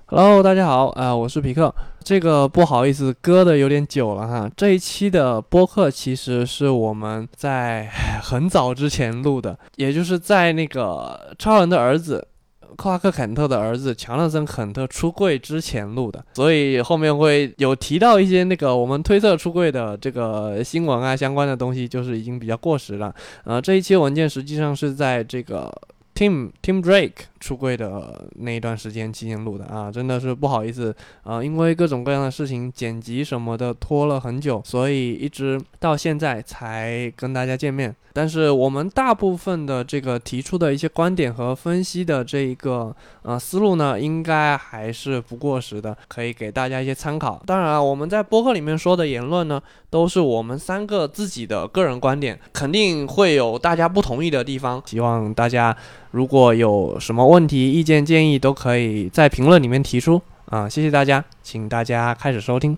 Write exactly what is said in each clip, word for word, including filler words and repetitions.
Hello，大家好，啊、呃，我是皮克。这个不好意思，搁的有点久了哈。这一期的播客其实是我们在很早之前录的，也就是在那个超人的儿子克拉克·肯特的儿子乔纳森·肯特出柜之前录的，所以后面会有提到一些那个我们推测出柜的这个新闻啊相关的东西，就是已经比较过时了。呃，这一期文件实际上是在这个 Tim Tim Drake 出柜的那一段时间期间录的啊，真的是不好意思啊、呃，因为各种各样的事情，剪辑什么的拖了很久，所以一直到现在才跟大家见面。但是我们大部分的这个提出的一些观点和分析的这一个呃思路呢，应该还是不过时的，可以给大家一些参考。当然啊，我们在播客里面说的言论呢，都是我们三个自己的个人观点，肯定会有大家不同意的地方。希望大家如果有什么问题、意见、建议，都可以在评论里面提出啊！谢谢大家，请大家开始收听。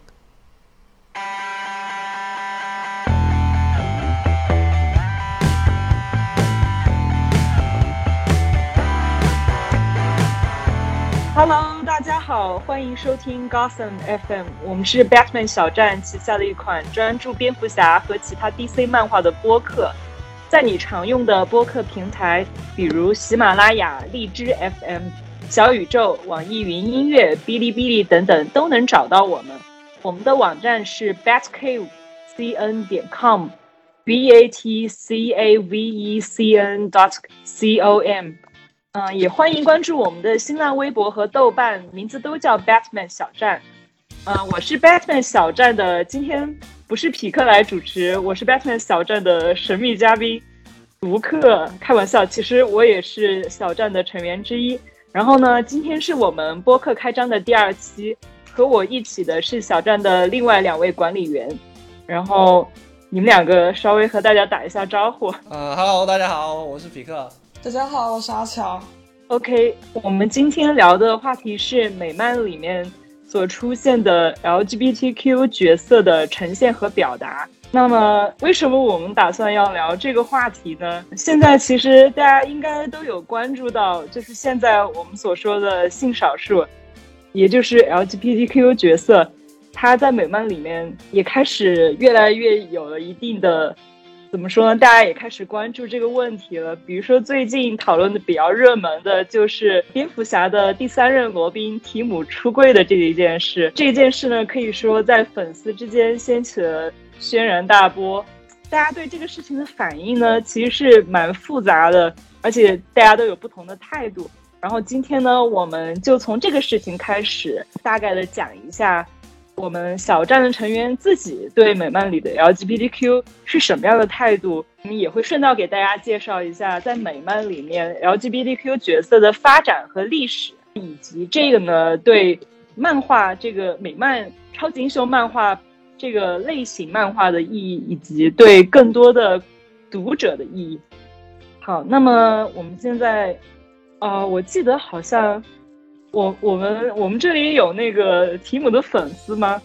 Hello， 大家好，欢迎收听 Gotham F M， 我们是 Batman 小站旗下的一款专注蝙蝠侠和其他 D C 漫画的播客，在你常用的播客平台，比如喜马拉雅、荔枝 F M、小宇宙、网易云音乐、哔哩哔哩等等都能找到我们。我们的网站是 batcave c n 点 com，b a t c a v e c n dot com。嗯、呃，也欢迎关注我们的新浪微博和豆瓣，名字都叫 Batman 小站。呃，我是 Batman 小站的，今天不是匹克来主持，我是 Batman 小站的神秘嘉宾卢克。开玩笑，其实我也是小站的成员之一。然后呢，今天是我们播客开张的第二期，和我一起的是小站的另外两位管理员。然后你们两个稍微和大家打一下招呼。 呃 ，Hello， 大家好，我是匹克。 大家好，我是阿乔。 OK， 我们今天聊的话题是美漫里面所出现的 L G B T Q 角色的呈现和表达。那么，为什么我们打算要聊这个话题呢？现在其实大家应该都有关注到，就是现在我们所说的性少数，也就是 L G B T Q 角色，它在美漫里面也开始越来越有了一定的。怎么说呢？大家也开始关注这个问题了。比如说，最近讨论的比较热门的就是蝙蝠侠的第三任罗宾提姆出柜的这一件事。这件事呢，可以说在粉丝之间掀起了轩然大波。大家对这个事情的反应呢，其实是蛮复杂的，而且大家都有不同的态度。然后今天呢，我们就从这个事情开始，大概的讲一下。我们小站的成员自己对美漫里的 L G B T Q 是什么样的态度，我们也会顺道给大家介绍一下在美漫里面 L G B T Q 角色的发展和历史，以及这个呢对漫画这个美漫超级英雄漫画这个类型漫画的意义，以及对更多的读者的意义。好，那么我们现在呃，我记得好像我我们我们这里有那个提姆的粉丝吗？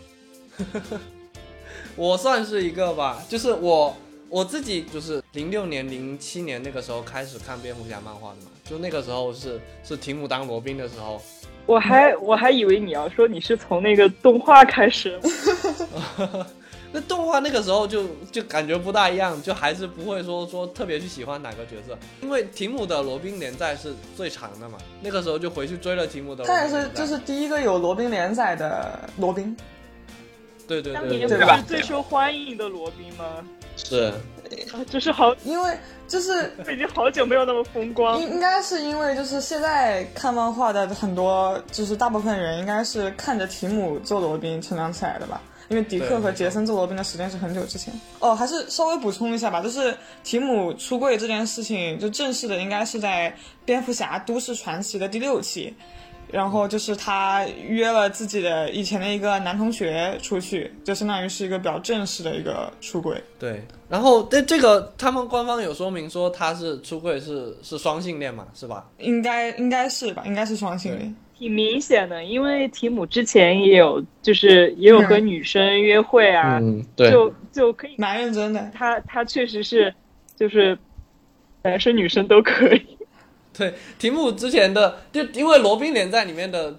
我算是一个吧，就是我我自己就是零六年、零七年那个时候开始看蝙蝠侠漫画的嘛，就那个时候是是提姆当罗宾的时候。 我还我还以为你要说你是从那个动画开始。 那动画那个时候就就感觉不大一样，就还是不会说说特别去喜欢哪个角色，因为提姆的罗宾连载是最长的嘛，那个时候就回去追了提姆的罗宾连载。 他也是就是第一个有罗宾连载的罗宾。 对对对当年对， 不是最受欢迎的罗宾吗？ 是啊，就是好， 因为就是已经好久没有那么风光。 应应该是因为就是现在看漫画的很多就是大部分人应该是看着提姆做罗宾成长起来的吧。因为迪克和杰森做罗宾的时间是很久之前。哦，还是稍微补充一下吧，就是提姆出柜这件事情，就正式的应该是在蝙蝠侠都市传奇的第六期，然后就是他约了自己的以前的一个男同学出去，就相当于是一个比较正式的一个出柜。 对，然后这这个他们官方有说明说他是出柜是是双性恋嘛，是吧？ 应该应该是吧，应该是双性恋。 挺明显的，因为提姆之前也有，就是也有和女生约会啊， 嗯，对， 就就可以蛮认真的。 他他确实是，就是男生女生都可以。 对，提姆之前的就因为罗宾连载里面的就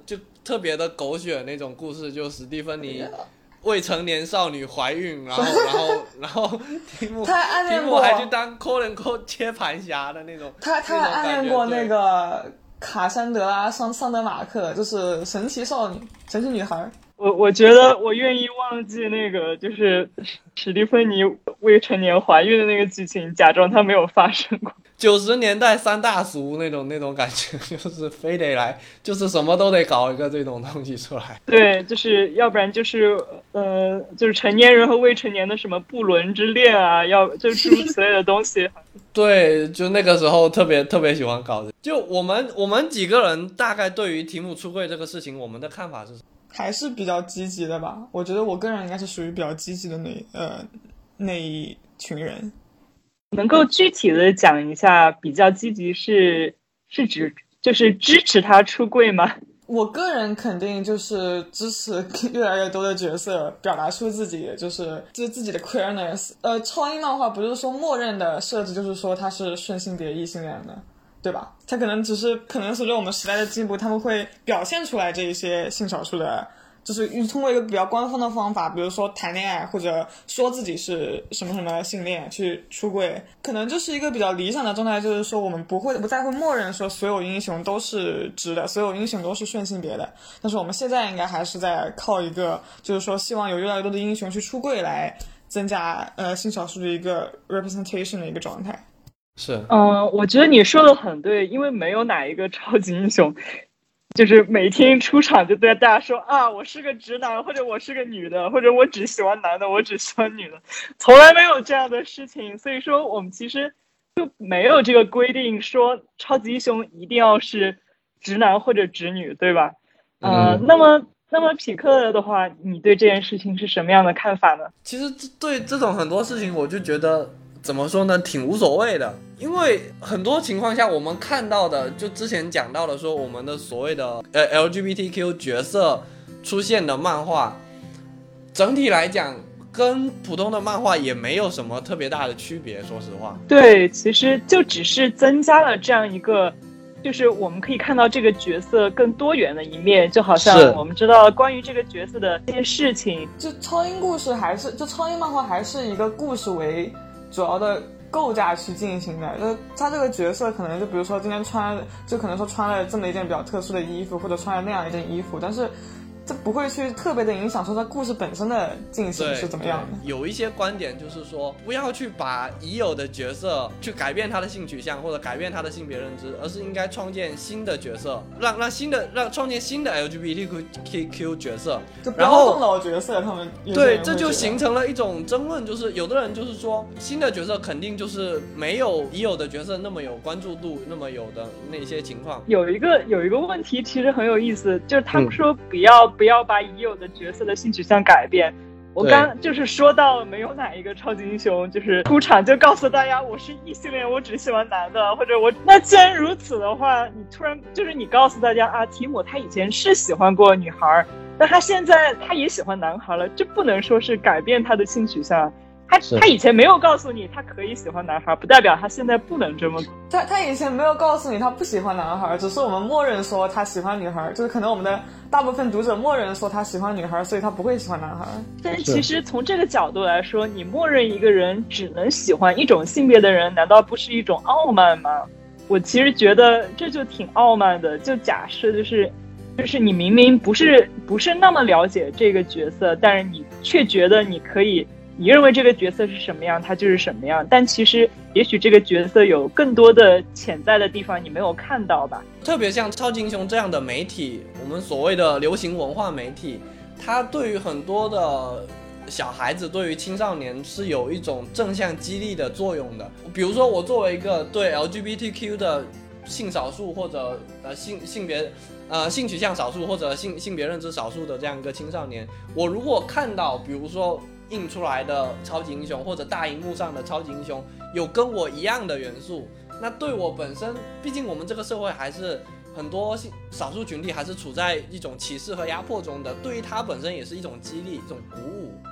特别的狗血那种故事，就史蒂芬妮未成年少女怀孕，然后然后然后提姆他暗恋过， 提姆还去当 quote unquote 切盘侠的那种。 他他还暗恋过那个卡珊德拉桑桑德马克，就是神奇少女、神奇女孩。 我我觉得我愿意忘记那个就是史蒂芬妮未成年怀孕的那个剧情，假装它没有发生过。 九十年代三大俗那种那种感觉，就是非得来，就是什么都得搞一个这种东西出来。 对，就是要不然就是呃，就是成年人和未成年的什么不伦之恋啊，要就诸如此类的东西。 对，就那个时候特别特别喜欢搞的。就我们我们几个人大概对于提姆出柜这个事情，我们的看法是什么？ 还是比较积极的吧。我觉得我个人应该是属于比较积极的那呃那一群人。 能够具体的讲一下，比较积极是是指就是支持他出柜吗？ 我个人肯定就是支持越来越多的角色表达出自己就是就是自己的 queerness。呃，超英漫画不是说默认的设置就是说他是顺性别异性恋的，对吧？他可能只是可能随着我们时代的进步，他们会表现出来这一些性少数的。就是通过一个比较官方的方法，比如说谈恋爱或者说自己是什么什么性恋去出柜，可能就是一个比较理想的状态，就是说我们不会不再会默认说所有英雄都是直的，所有英雄都是顺性别的。但是我们现在应该还是在靠一个，就是说希望有越来越多的英雄去出柜来增加呃性少数的一个 representation 的一个状态。 是， 嗯，我觉得你说的很对，因为没有哪一个超级英雄。就是每天出场就对大家说啊，我是个直男，或者我是个女的，或者我只喜欢男的，我只喜欢女的，从来没有这样的事情。所以说我们其实就没有这个规定说超级英雄一定要是直男或者直女，对吧？呃， 嗯、 那么那么匹克的话，你对这件事情是什么样的看法呢？ 其实对这种很多事情，我就觉得怎么说呢，挺无所谓的。因为很多情况下我们看到的，就之前讲到的说我们的所谓的呃 L G B T Q 角色出现的漫画，整体来讲跟普通的漫画也没有什么特别大的区别，说实话。 对，其实就只是增加了这样一个，就是我们可以看到这个角色更多元的一面，就好像我们知道关于这个角色的这些事情。 就超英故事还是就超英漫画还是一个故事为主要的构架去进行的，就他这个角色可能就比如说今天穿，就可能说穿了这么一件比较特殊的衣服，或者穿了那样一件衣服，但是这不会去特别的影响说它故事本身的进行是怎么样的。 有一些观点就是说，不要去把已有的角色去改变他的性取向或者改变他的性别认知，而是应该创建新的角色，让让新的让创建新的 L G B T Q 角色， 就不要动老角色。他们对，这就形成了一种争论，就是有的人就是说新的角色肯定就是没有已有的角色那么有关注度，那么有的那些情况。 有一个有一个问题其实很有意思，就是他们说不要、嗯、不要把已有的角色的性取向改变。我刚就是说到没有哪一个超级英雄就是出场就告诉大家我是异性恋，我只喜欢男的，或者我那既然如此的话，你突然就是你告诉大家啊，提姆他以前是喜欢过女孩，但他现在他也喜欢男孩了，这不能说是改变他的性取向。他他以前没有告诉你他可以喜欢男孩，不代表他现在不能这么做。 他他以前没有告诉你他不喜欢男孩，只是我们默认说他喜欢女孩，就是可能我们的大部分读者默认说他喜欢女孩，所以他不会喜欢男孩。 但是其实从这个角度来说，你默认一个人只能喜欢一种性别的人，难道不是一种傲慢吗？我其实觉得这就挺傲慢的。就假设就是就是你明明不是不是那么了解这个角色，但是你却觉得你可以，你认为这个角色是什么样他就是什么样，但其实也许这个角色有更多的潜在的地方你没有看到吧。 特别像超级英雄这样的媒体，我们所谓的流行文化媒体，它对于很多的小孩子，对于青少年是有一种正向激励的作用的。比如说我作为一个对 L G B T Q 的性少数或者呃性性别呃性取向少数或者性性别认知少数的这样一个青少年，我如果看到比如说印出来的超级英雄或者大荧幕上的超级英雄有跟我一样的元素，那对我本身，毕竟我们这个社会还是很多少数群体还是处在一种歧视和压迫中的，对于他本身也是一种激励，一种鼓舞。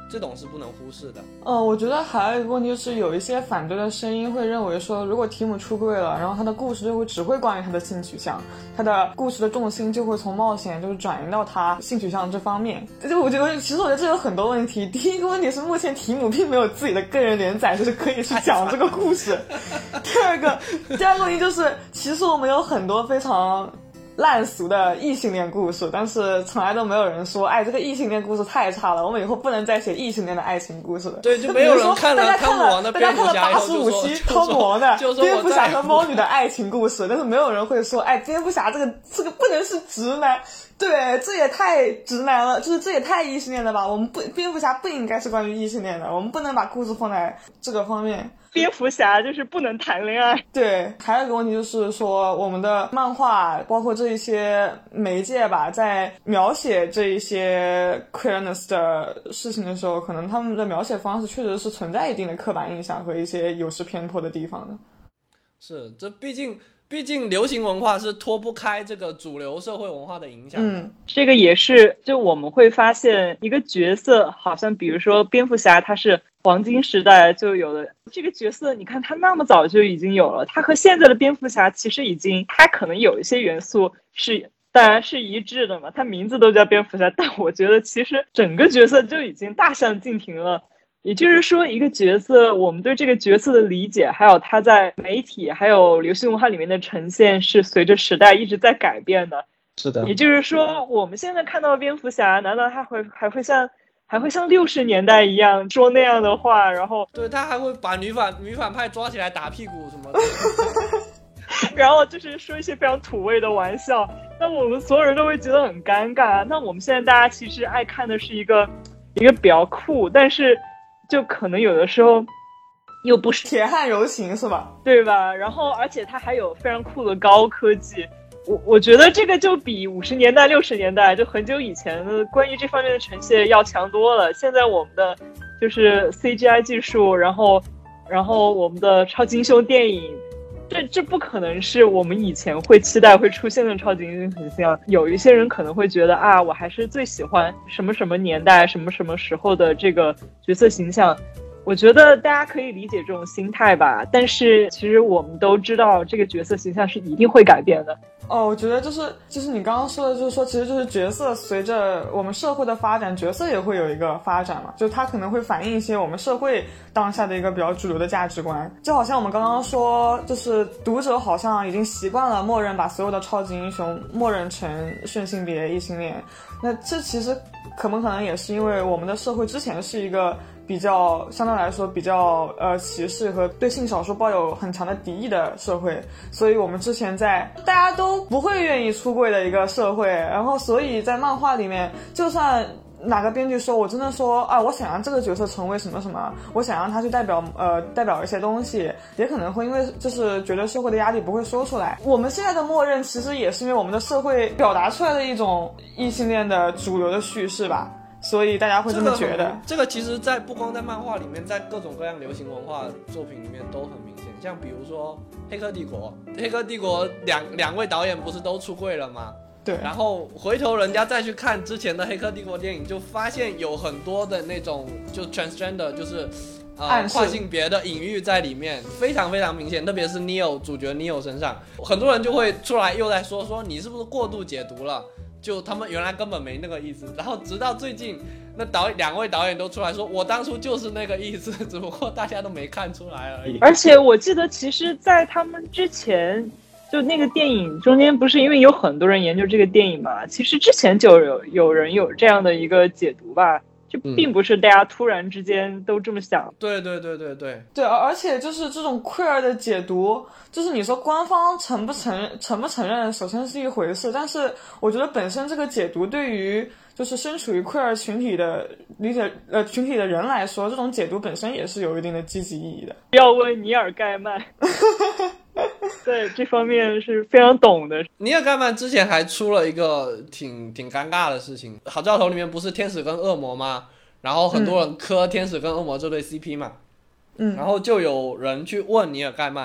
这种是不能忽视的。 呃，我觉得还有一个问题就是，有一些反对的声音会认为说，如果提姆出柜了，然后他的故事就会只会关于他的性取向，他的故事的重心就会从冒险就是转移到他性取向这方面。就我觉得，其实我觉得这有很多问题。第一个问题是，目前提姆并没有自己的个人连载，就是可以去讲这个故事。第二个，第二个问题就是，其实我们有很多非常烂俗的异性恋故事，但是从来都没有人说，哎，这个异性恋故事太差了，我们以后不能再写异性恋的爱情故事了。 对，就没有人看了汤姆王的蝙蝠侠， 大家看了八十五期汤姆王的蝙蝠侠和猫女的爱情故事，但是没有人会说，哎，蝙蝠侠这个这个不能是直男。对，这也太直男了，就是这也太异性恋了吧？我们不，蝙蝠侠不应该是关于异性恋的，我们不能把故事放在这个方面。 蝙蝠侠就是不能谈恋爱。 对，还有一个问题就是说，我们的漫画包括这一些媒介吧，在描写这一些 queerness 的事情的时候，可能他们的描写方式确实是存在一定的刻板印象和一些有失偏颇的地方的。 是，这毕竟毕竟流行文化是脱不开这个主流社会文化的影响。 嗯， 这个也是，就我们会发现一个角色，好像比如说蝙蝠侠，他是黄金时代就有的这个角色，你看他那么早就已经有了，他和现在的蝙蝠侠其实已经，他可能有一些元素是当然是一致的嘛，他名字都叫蝙蝠侠，但我觉得其实整个角色就已经大相径庭了。也就是说，一个角色，我们对这个角色的理解，还有他在媒体还有流行文化里面的呈现，是随着时代一直在改变的。 是的。 也就是说，我们现在看到的蝙蝠侠，难道他会还会像还会像六十年代一样说那样的话？然后， 对，他还会把女反女反派抓起来打屁股什么的， 然后就是说一些非常土味的玩笑，那我们所有人都会觉得很尴尬。那我们现在大家其实爱看的是一个一个比较酷，但是就可能有的时候又不是铁汉柔情，是吧？ 对吧？然后而且它还有非常酷的高科技，我我觉得这个就比五十年代六十年代就很久以前的关于这方面的呈现要强多了。现在我们的就是 C G I 技术，然后然后我们的超级英雄电影，这这不可能是我们以前会期待会出现的超级英雄形象。有一些人可能会觉得啊，我还是最喜欢什么什么年代什么什么时候的这个角色形象。我觉得大家可以理解这种心态吧，但是其实我们都知道这个角色形象是一定会改变的。 哦，我觉得就是就是你刚刚说的，就是说其实就是角色随着我们社会的发展，角色也会有一个发展嘛，就它可能会反映一些我们社会当下的一个比较主流的价值观。就好像我们刚刚说，就是读者好像已经习惯了默认把所有的超级英雄默认成顺性别异性恋，那这其实可不可能也是因为我们的社会之前是一个比较相对来说比较呃歧视和对性少数抱有很强的敌意的社会，所以我们之前在大家都不会愿意出柜的一个社会，然后所以在漫画里面，就算哪个编剧说我真的说啊，我想让这个角色成为什么什么，我想让他去代表呃代表一些东西，也可能会因为就是觉得社会的压力不会说出来。我们现在的默认其实也是因为我们的社会表达出来的一种异性恋的主流的叙事吧，所以大家会这么觉得。 这个, 这个其实在不光在漫画里面，在各种各样流行文化作品里面都很明显。像比如说黑客帝国黑客帝国两两位导演不是都出柜了吗？ 对， 然后回头人家再去看之前的黑客帝国电影，就发现有很多的那种就 transgender 就是呃跨性别的隐喻在里面，非常非常明显，特别是 Neo 主角 Neo 身上，很多人就会出来又在说说你是不是过度解读了，就他们原来根本没那个意思。然后直到最近那导两位导演都出来说我当初就是那个意思，只不过大家都没看出来而已。 而且我记得其实在他们之前就那个电影中间，不是因为有很多人研究这个电影嘛，其实之前就有有人有这样的一个解读吧，就并不是大家突然之间都这么想。 嗯、对对对对对对，而且就是这种 queer 的解读，就是你说官方承不承认承不承认首先是一回事，但是我觉得本身这个解读对于就是身处于 queer 群体的理解呃群体的人来说，这种解读本身也是有一定的积极意义的。 要问尼尔盖曼对这方面是非常懂的。 尼尔盖曼之前还出了一个挺挺尴尬的事情，好兆头里面不是天使跟恶魔吗？然后很多人磕天使跟恶魔这对 C P 嘛，嗯，然后就有人去问尼尔盖曼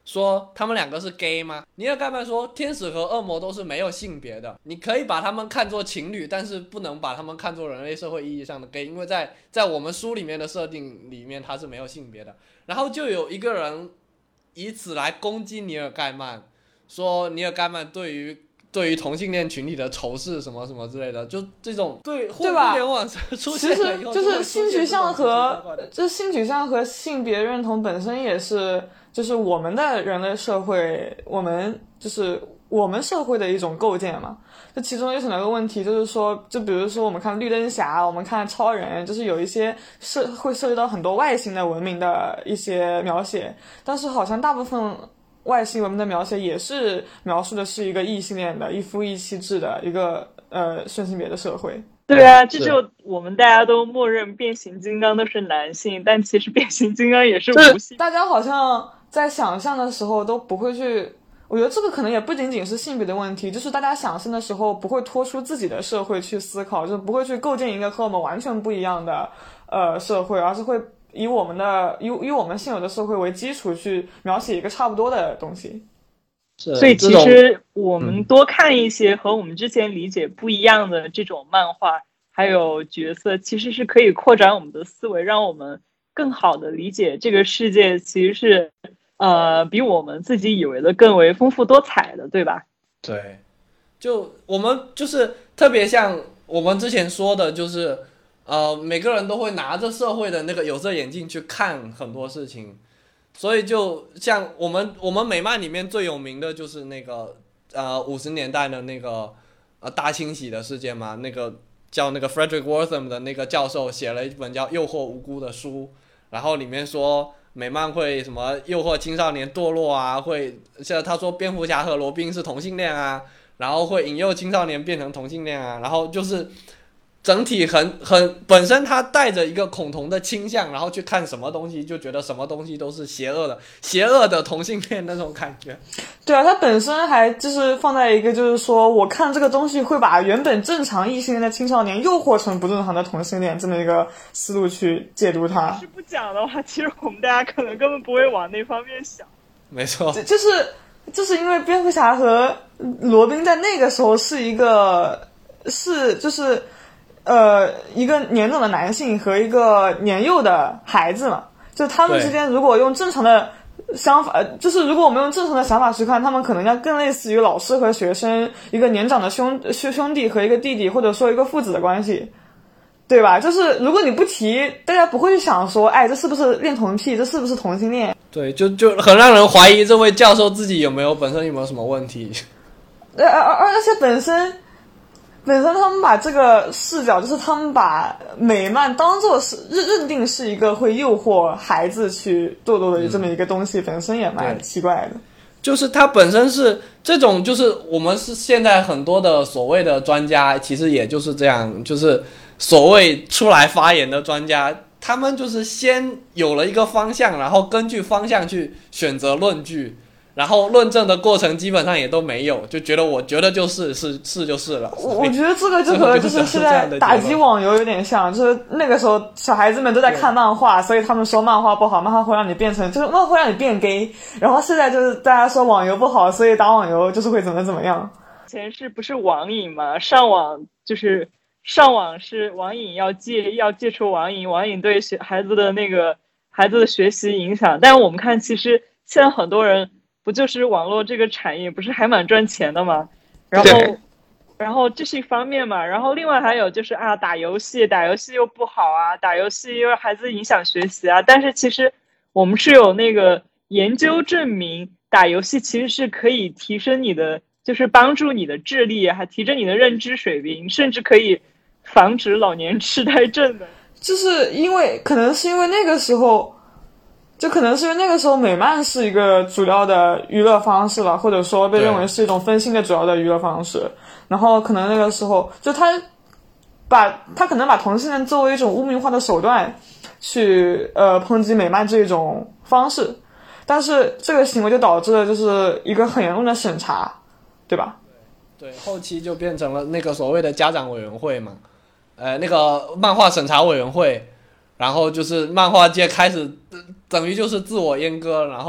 说他们两个是 gay 吗？尼尔盖曼说天使和恶魔都是没有性别的，你可以把他们看作情侣，但是不能把他们看作人类社会意义上的 gay， 因为在在我们书里面的设定里面他是没有性别的。然后就有一个人以此来攻击尼尔盖曼，说尼尔盖曼对于对于同性恋群体的仇视什么什么之类的，就这种对互联网上出现了以后， 其实就是性取向和就是性取向和性别认同本身也是就是我们的人类社会，我们就是我们社会的一种构建嘛。这其中有很多个问题，就是说，就比如说我们看绿灯侠，我们看超人，就是有一些涉会涉及到很多外星的文明的一些描写，但是好像大部分外星文明的描写也是描述的是一个异性恋的一夫一妻制的一个呃顺性别的社会。 对啊，这就我们大家都默认变形金刚都是男性，但其实变形金刚也是无性。 大家好像在想象的时候都不会去，我觉得这个可能也不仅仅是性别的问题，就是大家想象的时候不会脱出自己的社会去思考，就是不会去构建一个和我们完全不一样的呃社会，而是会以我们的以以我们现有的社会为基础去描写一个差不多的东西。 所以其实我们多看一些和我们之前理解不一样的这种漫画还有角色，其实是可以扩展我们的思维，让我们更好的理解这个世界其实是呃比我们自己以为的更为丰富多彩的，对吧？ 对，就我们就是特别像我们之前说的，就是呃每个人都会拿着社会的那个有色眼镜去看很多事情。所以就像我们我们美漫里面最有名的就是那个呃五十年代的那个呃大清洗的事件嘛，那个叫那个 Frederick Wortham 的那个教授写了一本叫《诱惑无辜》的书，然后里面说美漫会什么诱惑青少年堕落啊，会像他说蝙蝠侠和罗宾是同性恋啊，然后会引诱青少年变成同性恋啊，然后就是整体很很本身他带着一个恐同的倾向，然后去看什么东西就觉得什么东西都是邪恶的，邪恶的同性恋那种感觉。 对啊，他本身还就是放在一个就是说，我看这个东西会把原本正常异性恋的青少年诱惑成不正常的同性恋这么一个思路去解读它。 是不讲的话，其实我们大家可能根本不会往那方面想。 没错， 就是就是因为蝙蝠侠和罗宾在那个时候是一个是就是。呃，一个年长的男性和一个年幼的孩子嘛，就他们之间如果用正常的想法，就是如果我们用正常的想法去看，他们可能要更类似于老师和学生，一个年长的兄兄兄弟和一个弟弟，或者说一个父子的关系，对吧？就是如果你不提，大家不会去想说，哎，这是不是恋童癖，这是不是同性恋？ 对，就就很让人怀疑这位教授自己有没有本身有没有什么问题。 呃，而而且本身。本身他们把这个视角，就是他们把美漫当作是认认定是一个会诱惑孩子去堕落的这么一个东西，嗯、本身也蛮奇怪的。 就是它本身是这种，就是我们是现在很多的所谓的专家，其实也就是这样，就是所谓出来发言的专家，他们就是先有了一个方向，然后根据方向去选择论据。然后论证的过程基本上也都没有，就觉得我觉得就是是是就是了。 我我觉得这个就和就是现在打击网游有点像，就是那个时候小孩子们都在看漫画，所以他们说漫画不好，漫画会让你变成就是漫画会让你变 gay， 然后现在就是大家说网游不好，所以打网游就是会怎么怎么样。 以前是不是网瘾嘛？上网就是上网是网瘾要戒要戒除网瘾，网瘾对学孩子的那个孩子的学习影响，但我们看其实现在很多人。不就是网络这个产业不是还蛮赚钱的吗？然后，然后这是一方面嘛。然后另外还有就是啊，打游戏，打游戏又不好啊，打游戏又让孩子影响学习啊。但是其实我们是有那个研究证明，打游戏其实是可以提升你的，就是帮助你的智力，还提升你的认知水平，甚至可以防止老年痴呆症的。 就是因为可能是因为那个时候。就可能是因为那个时候美漫是一个主要的娱乐方式吧，或者说被认为是一种分心的主要的娱乐方式。然后可能那个时候就他把他可能把同性恋作为一种污名化的手段去呃抨击美漫这一种方式，但是这个行为就导致了就是一个很严重的审查，对吧？ 对，后期就变成了那个所谓的家长委员会嘛，呃，那个漫画审查委员会。然后就是漫画界开始等于就是自我阉割，然后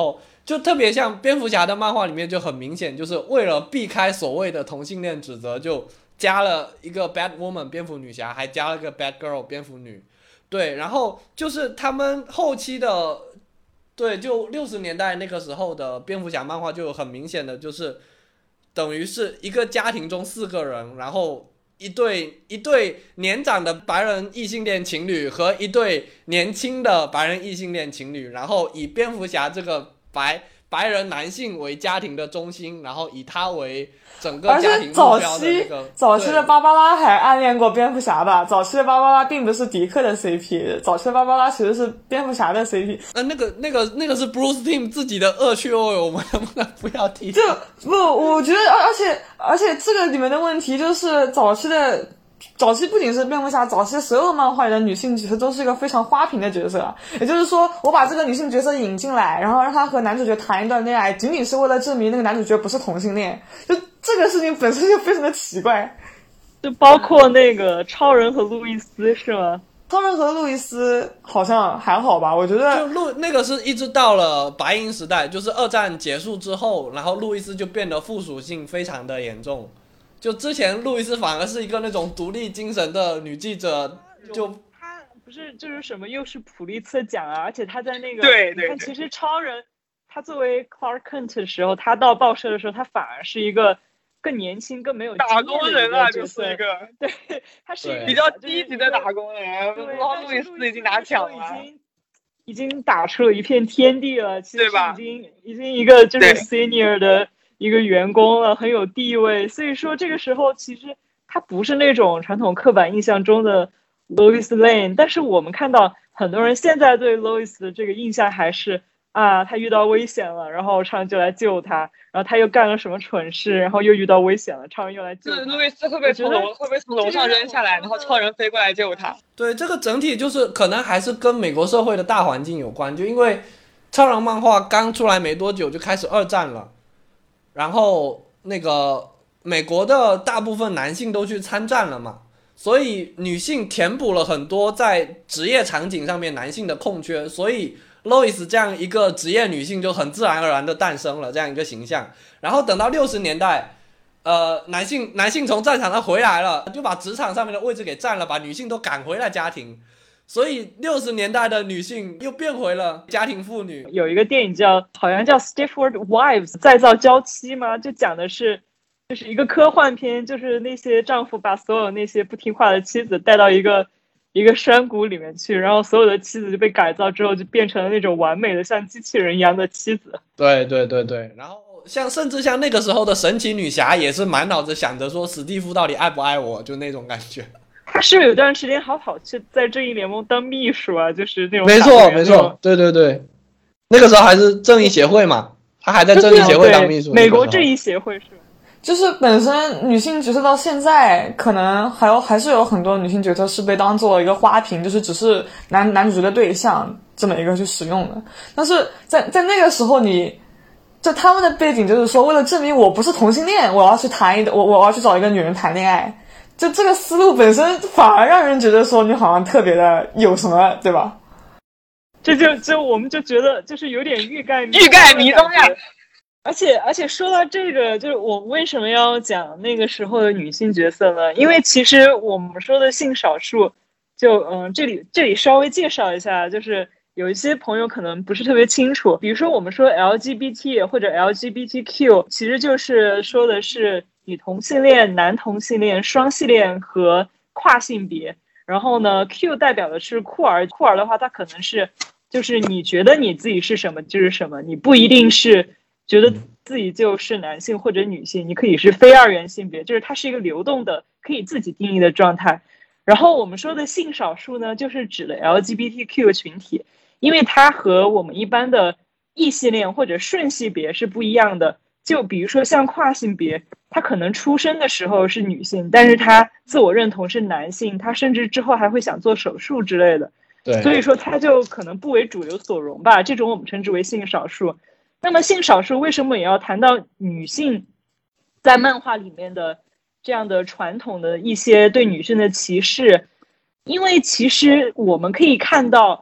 就特别像蝙蝠侠的漫画里面就很明显，就是为了避开所谓的同性恋指责，就加了一个 Bad Woman 蝙蝠女侠，还加了个 Bad Girl 蝙蝠女。对，然后就是他们后期的，对，就六十年代那个时候的蝙蝠侠漫画就有很明显的，就是等于是一个家庭中四个人，然后一对一对年长的白人异性恋情侣和一对年轻的白人异性恋情侣，然后以蝙蝠侠这个白白人男性为家庭的中心，然后以他为整个家庭目标的那个。 早期的芭芭拉还暗恋过蝙蝠侠吧？早期的芭芭拉并不是迪克的 C P， 早期的芭芭拉其实是蝙蝠侠的 C P。 呃，那个那个那个是 Bruce Timm 自己的恶趣味，我们能不能不要提？ 就不，我觉得，而且而且这个里面的问题就是早期的。早期不仅是蝙蝠侠，早期所有漫画里的女性角色都是一个非常花瓶的角色，也就是说，我把这个女性角色引进来，然后让她和男主角谈一段恋爱，仅仅是为了证明那个男主角不是同性恋，就这个事情本身就非常的奇怪。 就包括那个超人和路易斯是吗？ 超人和路易斯好像还好吧，我觉得就路那个是一直到了白银时代，就是二战结束之后，然后路易斯就变得附属性非常的严重。就之前路易斯反而是一个那种独立精神的女记者，就她不是就是什么又是普利策奖啊，而且她在那个对对对， 你看其实超人他作为 Clark Kent 的时候，他到报社的时候，他反而是一个更年轻、更没有打工人啊，就是一个对，他是一个比较低级的打工人。然后路易斯已经拿奖了， 已经已经打出了一片天地了，其实已经已经一个就是 senior 的一个员工了，很有地位。所以说这个时候其实他不是那种传统刻板印象中的 Lois Lane， 但是我们看到很多人现在对 Lois 的这个印象还是啊，他遇到危险了，然后超人就来救他，然后他又干了什么蠢事，然后又遇到危险了，超人又来救他。 路易斯会被从楼会被从楼上扔下来，然后超人飞过来救他。 对，这个整体就是可能还是跟美国社会的大环境有关，就因为超人漫画刚出来没多久就开始二战了，然后那个美国的大部分男性都去参战了嘛，所以女性填补了很多在职业场景上面男性的空缺，所以Lois 这样一个职业女性就很自然而然的诞生了这样一个形象。然后等到六十年代，呃，男性男性从战场上回来了，就把职场上面的位置给占了，把女性都赶回了家庭。所以六十年代的女性又变回了家庭妇女。 有一个电影叫好像叫 Stepford Wives 再造娇妻吗？就讲的是就是一个科幻片，就是那些丈夫把所有那些不听话的妻子带到一个一个山谷里面去，然后所有的妻子就被改造之后就变成了那种完美的像机器人一样的妻子。 对对对对，然后像甚至像那个时候的神奇女侠也是满脑子想着说史蒂夫到底爱不爱我，就那种感觉。 他是不是有段时间好跑去在正义联盟当秘书啊？就是那种没错没错，对对对，那个时候还是正义协会嘛，他还在正义协会当秘书。 美国正义协会是吧？ 就是本身女性角色到现在可能还有还是有很多女性角色是被当做一个花瓶，就是只是男男主角的对象这么一个去使用的。但是在在那个时候你就他们的背景就是说为了证明我不是同性恋，我要去谈一我我要去找一个女人谈恋爱，就这个思路本身反而让人觉得说你好像特别的有什么，对吧？ 这就就我们就觉得就是有点欲盖欲盖弥彰呀。 而且而且说到这个，就是我为什么要讲那个时候的女性角色呢？因为其实我们说的性少数，就嗯，这里这里稍微介绍一下，就是有一些朋友可能不是特别清楚，比如说我们说 L G B T 或者 L G B T Q， 其实就是说的是女同性恋、男同性恋、双性恋和跨性别。然后呢 ，Q 代表的是酷儿，酷儿的话，它可能是就是你觉得你自己是什么就是什么，你不一定是觉得自己就是男性或者女性，你可以是非二元性别，就是它是一个流动的可以自己定义的状态。然后我们说的性少数呢，就是指的 L G B T Q 群体，因为它和我们一般的异性恋或者顺性别是不一样的。就比如说像跨性别，他可能出生的时候是女性，但是他自我认同是男性，他甚至之后还会想做手术之类的。 对， 所以说他就可能不为主流所容吧，这种我们称之为性少数。那么性少数为什么也要谈到女性在漫画里面的这样的传统的一些对女性的歧视？因为其实我们可以看到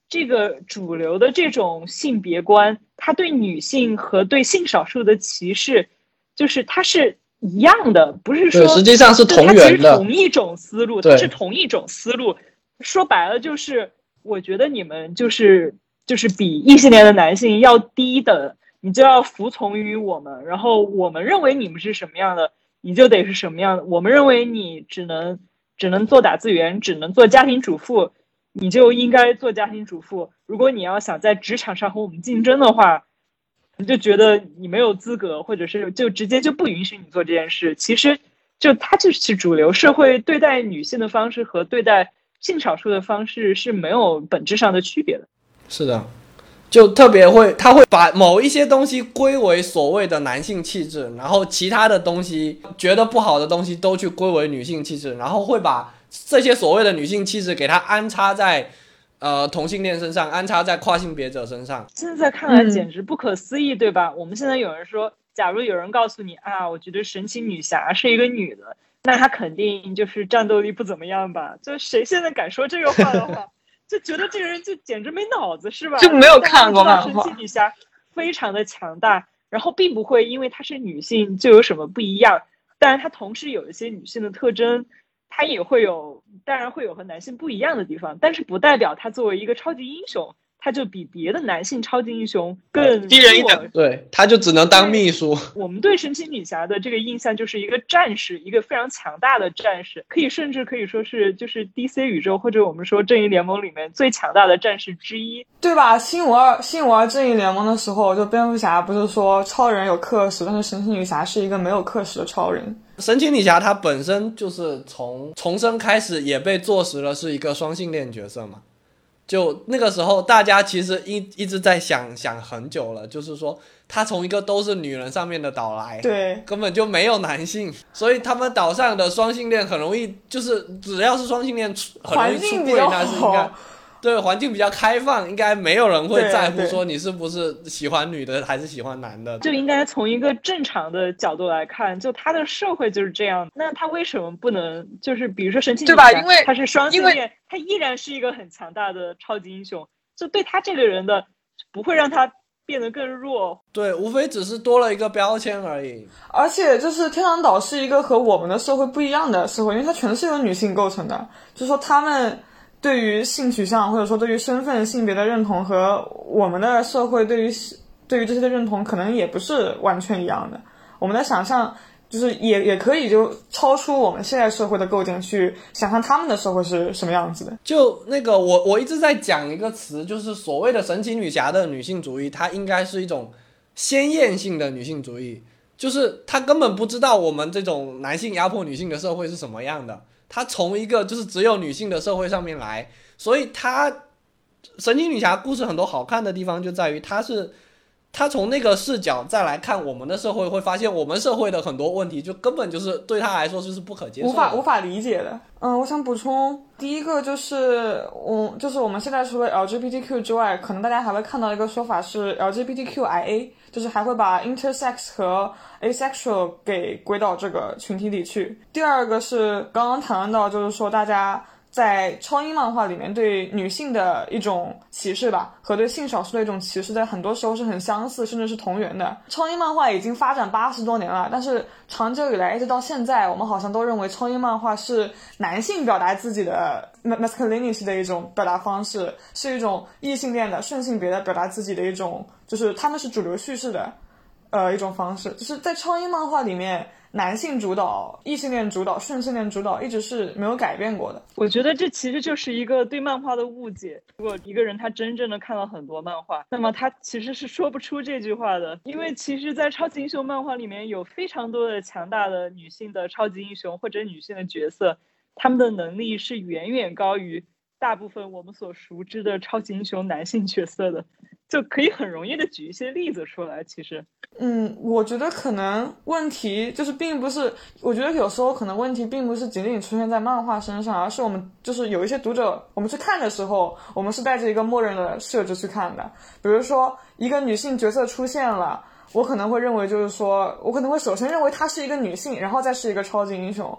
这个主流的这种性别观，它对女性和对性少数的歧视，就是它是一样的，不是说实际上是同源的， 同一种思路，它是同一种思路。说白了就是，我觉得你们就是就是比异性恋的男性要低的，你就要服从于我们，然后我们认为你们是什么样的，你就得是什么样的。我们认为你只能只能做打字员，只能做家庭主妇，你就应该做家庭主妇。如果你要想在职场上和我们竞争的话，你就觉得你没有资格，或者是就直接就不允许你做这件事。其实就它就是主流社会对待女性的方式和对待性少数的方式是没有本质上的区别的。 是的，就特别会他会把某一些东西归为所谓的男性气质，然后其他的东西觉得不好的东西都去归为女性气质，然后会把这些所谓的女性气质给它安插在呃同性恋身上，安插在跨性别者身上。 现在看来简直不可思议、嗯、对吧？我们现在有人说，假如有人告诉你啊，我觉得神奇女侠是一个女的，那她肯定就是战斗力不怎么样吧？就谁现在敢说这个话的话就觉得这个人就简直没脑子是吧？ 就没有看过漫画。 神奇女侠非常的强大，然后并不会因为她是女性就有什么不一样，当然她同时有一些女性的特征，她也会有，当然会有和男性不一样的地方，但是不代表她作为一个超级英雄，他就比别的男性超级英雄更低人一等， 对，他就只能当秘书。 我们对神奇女侠的这个印象就是一个战士，一个非常强大的战士，可以甚至可以说是就是 D C 宇宙或者我们说正义联盟里面最强大的战士之一， 对吧？新五二新五二正义联盟的时候，就蝙蝠侠不是说超人有克时，但是神奇女侠是一个没有克时的超人。 神奇女侠她本身就是从重生开始也被坐实了是一个双性恋角色嘛。就那个时候大家其实一一直在想想很久了，就是说他从一个都是女人上面的岛来， 对， 根本就没有男性，所以他们岛上的双性恋很容易，就是只要是双性恋很容易出柜，那是应该对环境比较开放，应该没有人会在乎说你是不是喜欢女的还是喜欢男的， 就应该从一个正常的角度来看，就他的社会就是这样，那他为什么不能就是比如说神奇女侠， 对吧？因为他是双性恋，他依然是一个很强大的超级英雄，就对他这个人的不会让他变得更弱， 对，无非只是多了一个标签而已。 而且就是天堂岛是一个和我们的社会不一样的社会，因为它全是由女性构成的，就是说他们对于性取向或者说对于身份性别的认同和我们的社会对于对于这些的认同可能也不是完全一样的，我们的想象就是也也可以就超出我们现在社会的构建去想象他们的社会是什么样子的。 就那个我我一直在讲一个词，就是所谓的神奇女侠的女性主义，它应该是一种鲜艳性的女性主义，就是她根本不知道我们这种男性压迫女性的社会是什么样的，她从一个就是只有女性的社会上面来，所以她神奇女侠故事很多好看的地方就在于她是他从那个视角再来看我们的社会，会发现我们社会的很多问题就根本就是对他来说就是不可接受的， 无法无法理解的。嗯，我想补充第一个就是我就是我们现在除了 L G B T Q 之外，可能大家还会看到一个说法是 L G B T Q I A， 就是还会把 intersex 和 asexual 给归到这个群体里去。第二个是刚刚谈论到，就是说大家在超英漫画里面对女性的一种歧视吧，和对性少数的一种歧视在很多时候是很相似甚至是同源的。超英漫画已经发展八十多年了，但是长久以来一直到现在，我们好像都认为超英漫画是男性表达自己的 masculinity 的一种表达方式，是一种异性恋的顺性别的表达自己的一种，就是他们是主流叙事的呃一种方式。就是在超英漫画里面，男性主导、异性恋主导、顺性恋主导一直是没有改变过的。 我觉得这其实就是一个对漫画的误解。如果一个人他真正的看了很多漫画，那么他其实是说不出这句话的，因为其实在超级英雄漫画里面有非常多的强大的女性的超级英雄或者女性的角色，他们的能力是远远高于大部分我们所熟知的超级英雄男性角色的，就可以很容易的举一些例子出来。其实嗯，我觉得可能问题就是并不是，我觉得有时候可能问题并不是仅仅出现在漫画身上，而是我们就是有一些读者，我们去看的时候，我们是带着一个默认的设置去看的。比如说一个女性角色出现了，我可能会认为就是说我可能会首先认为她是一个女性，然后再是一个超级英雄。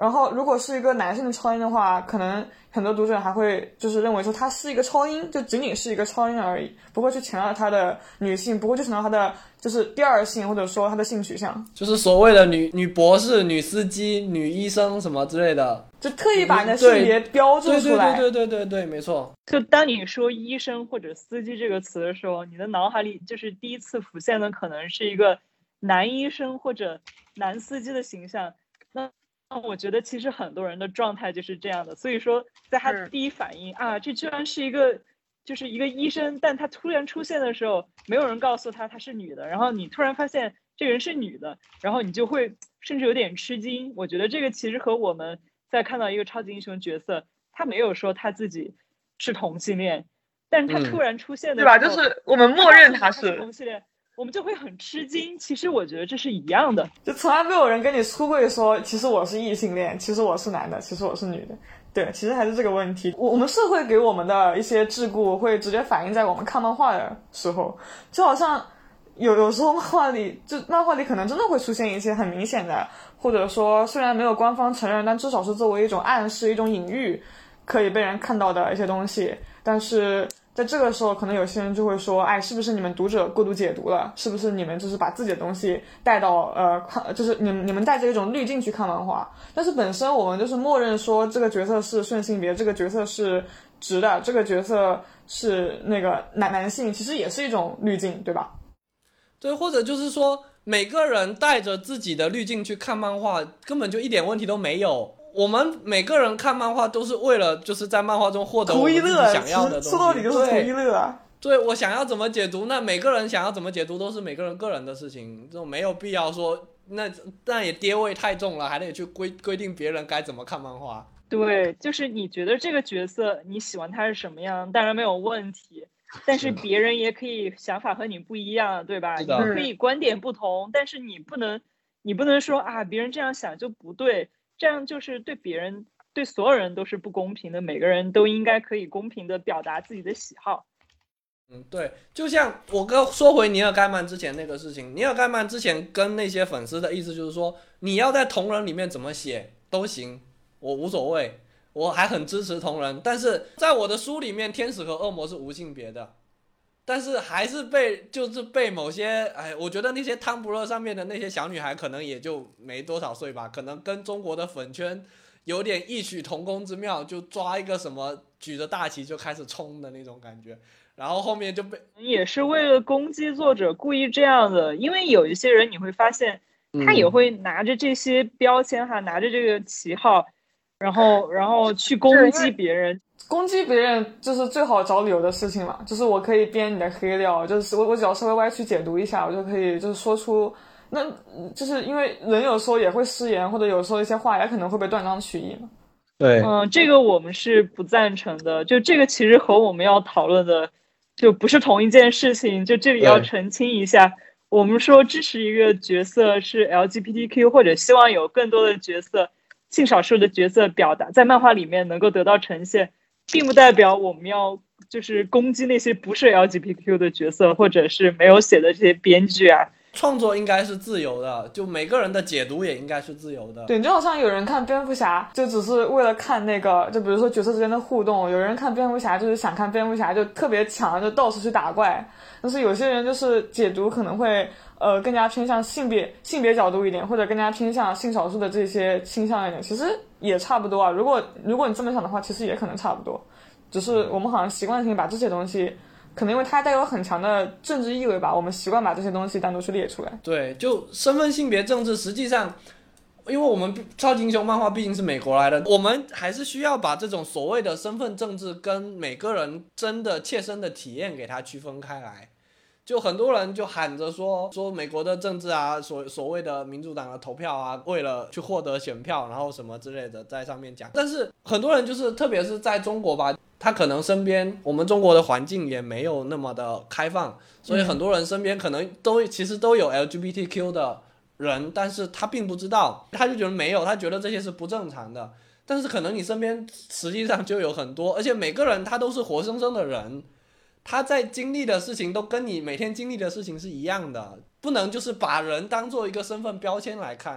然后如果是一个男性的超音的话，可能很多读者还会就是认为说他是一个超音，就仅仅是一个超音而已，不会去强调他的女性，不会去强调他的就是第二性或者说他的性取向， 就是所谓的女女博士、女司机、女医生什么之类的， 就特意把你的性别标注出来。 对对对对对对，没错。 就当你说医生或者司机这个词的时候，你的脑海里就是第一次浮现的可能是一个男医生或者男司机的形象。那我觉得其实很多人的状态就是这样的，所以说在他第一反应啊，这居然是一个就是一个医生，但他突然出现的时候，没有人告诉他他是女的，然后你突然发现这个人是女的，然后你就会甚至有点吃惊。我觉得这个其实和我们在看到一个超级英雄角色，他没有说他自己是同性恋，但是他突然出现的时候、 嗯、对吧？就是我们默认他是同性恋，我们就会很吃惊。其实我觉得这是一样的， 就从来没有人跟你出柜说其实我是异性恋，其实我是男的，其实我是女的。对，其实还是这个问题。我我们社会给我们的一些桎梏会直接反映在我们看漫画的时候，就好像有有时候漫画里就漫画里可能真的会出现一些很明显的，或者说虽然没有官方承认，但至少是作为一种暗示、一种隐喻可以被人看到的一些东西。但是在这个时候可能有些人就会说，哎，是不是你们读者过度解读了，是不是你们就是把自己的东西带到呃看，就是你们你们带着一种滤镜去看漫画。但是本身我们就是默认说这个角色是顺性别，这个角色是直的，这个角色是那个男男性，其实也是一种滤镜，对吧？ 对，或者就是说每个人带着自己的滤镜去看漫画根本就一点问题都没有。我们每个人看漫画都是为了就是在漫画中获得我们自己想要的东西， 说到底就是图一乐啊。 对，我想要怎么解读，那每个人想要怎么解读都是每个人个人的事情，这种没有必要说那那也爹味太重了，还得去规规定别人该怎么看漫画。 对，就是你觉得这个角色你喜欢他是什么样，当然没有问题，但是别人也可以想法和你不一样，对吧？你们可以观点不同，但是你不能你不能说啊别人这样想就不对，这样就是对别人对所有人都是不公平的。每个人都应该可以公平的表达自己的喜好。 嗯，对，就像我刚说回尼尔盖曼之前那个事情，尼尔盖曼之前跟那些粉丝的意思就是说，你要在同人里面怎么写都行，我无所谓，我还很支持同人，但是在我的书里面天使和恶魔是无性别的。但是还是被就是被某些哎，我觉得那些汤不勒上面的那些小女孩可能也就没多少岁吧，可能跟中国的粉圈有点异曲同工之妙，就抓一个什么举着大旗就开始冲的那种感觉，然后后面就被也是为了攻击作者故意这样的。因为有一些人你会发现他也会拿着这些标签哈、嗯、拿着这个旗号，然后然后去攻击别人。 攻击别人就是最好找理由的事情嘛，就是我可以编你的黑料，就是我我只要稍微歪曲解读一下，我就可以就是说出，那就是因为人有时候也会失言，或者有时候一些话也可能会被断章取义嘛。 对， 嗯，这个我们是不赞成的，就这个其实和我们要讨论的就不是同一件事情，就这里要澄清一下。我们说支持一个角色是 L G B T Q， 或者希望有更多的角色性少数的角色表达在漫画里面能够得到呈现，并不代表我们要就是攻击那些不是 L G B T Q 的角色，或者是没有写的这些编剧啊。 创作应该是自由的，就每个人的解读也应该是自由的。 对，就好像有人看蝙蝠侠就只是为了看那个，就比如说角色之间的互动，有人看蝙蝠侠就是想看蝙蝠侠就特别强，就到处去打怪。但是有些人就是解读可能会呃更加偏向性别性别角度一点，或者更加偏向性少数的这些倾向一点，其实也差不多啊。如果如果你这么想的话，其实也可能差不多，只是我们好像习惯性把这些东西。可能因为它带有很强的政治意味吧，我们习惯把这些东西单独去列出来。 对，就身份性别政治，实际上因为我们超级英雄漫画毕竟是美国来的，我们还是需要把这种所谓的身份政治跟每个人真的切身的体验给它区分开来。就很多人就喊着说说美国的政治啊，所所谓的民主党的投票啊，为了去获得选票，然后什么之类的在上面讲。但是很多人就是特别是在中国吧，他可能身边我们中国的环境也没有那么的开放，所以很多人身边可能都其实都有 L G B T Q 的人，但是他并不知道，他就觉得没有，他觉得这些是不正常的。但是可能你身边实际上就有很多，而且每个人他都是活生生的人，他在经历的事情都跟你每天经历的事情是一样的，不能就是把人当做一个身份标签来看，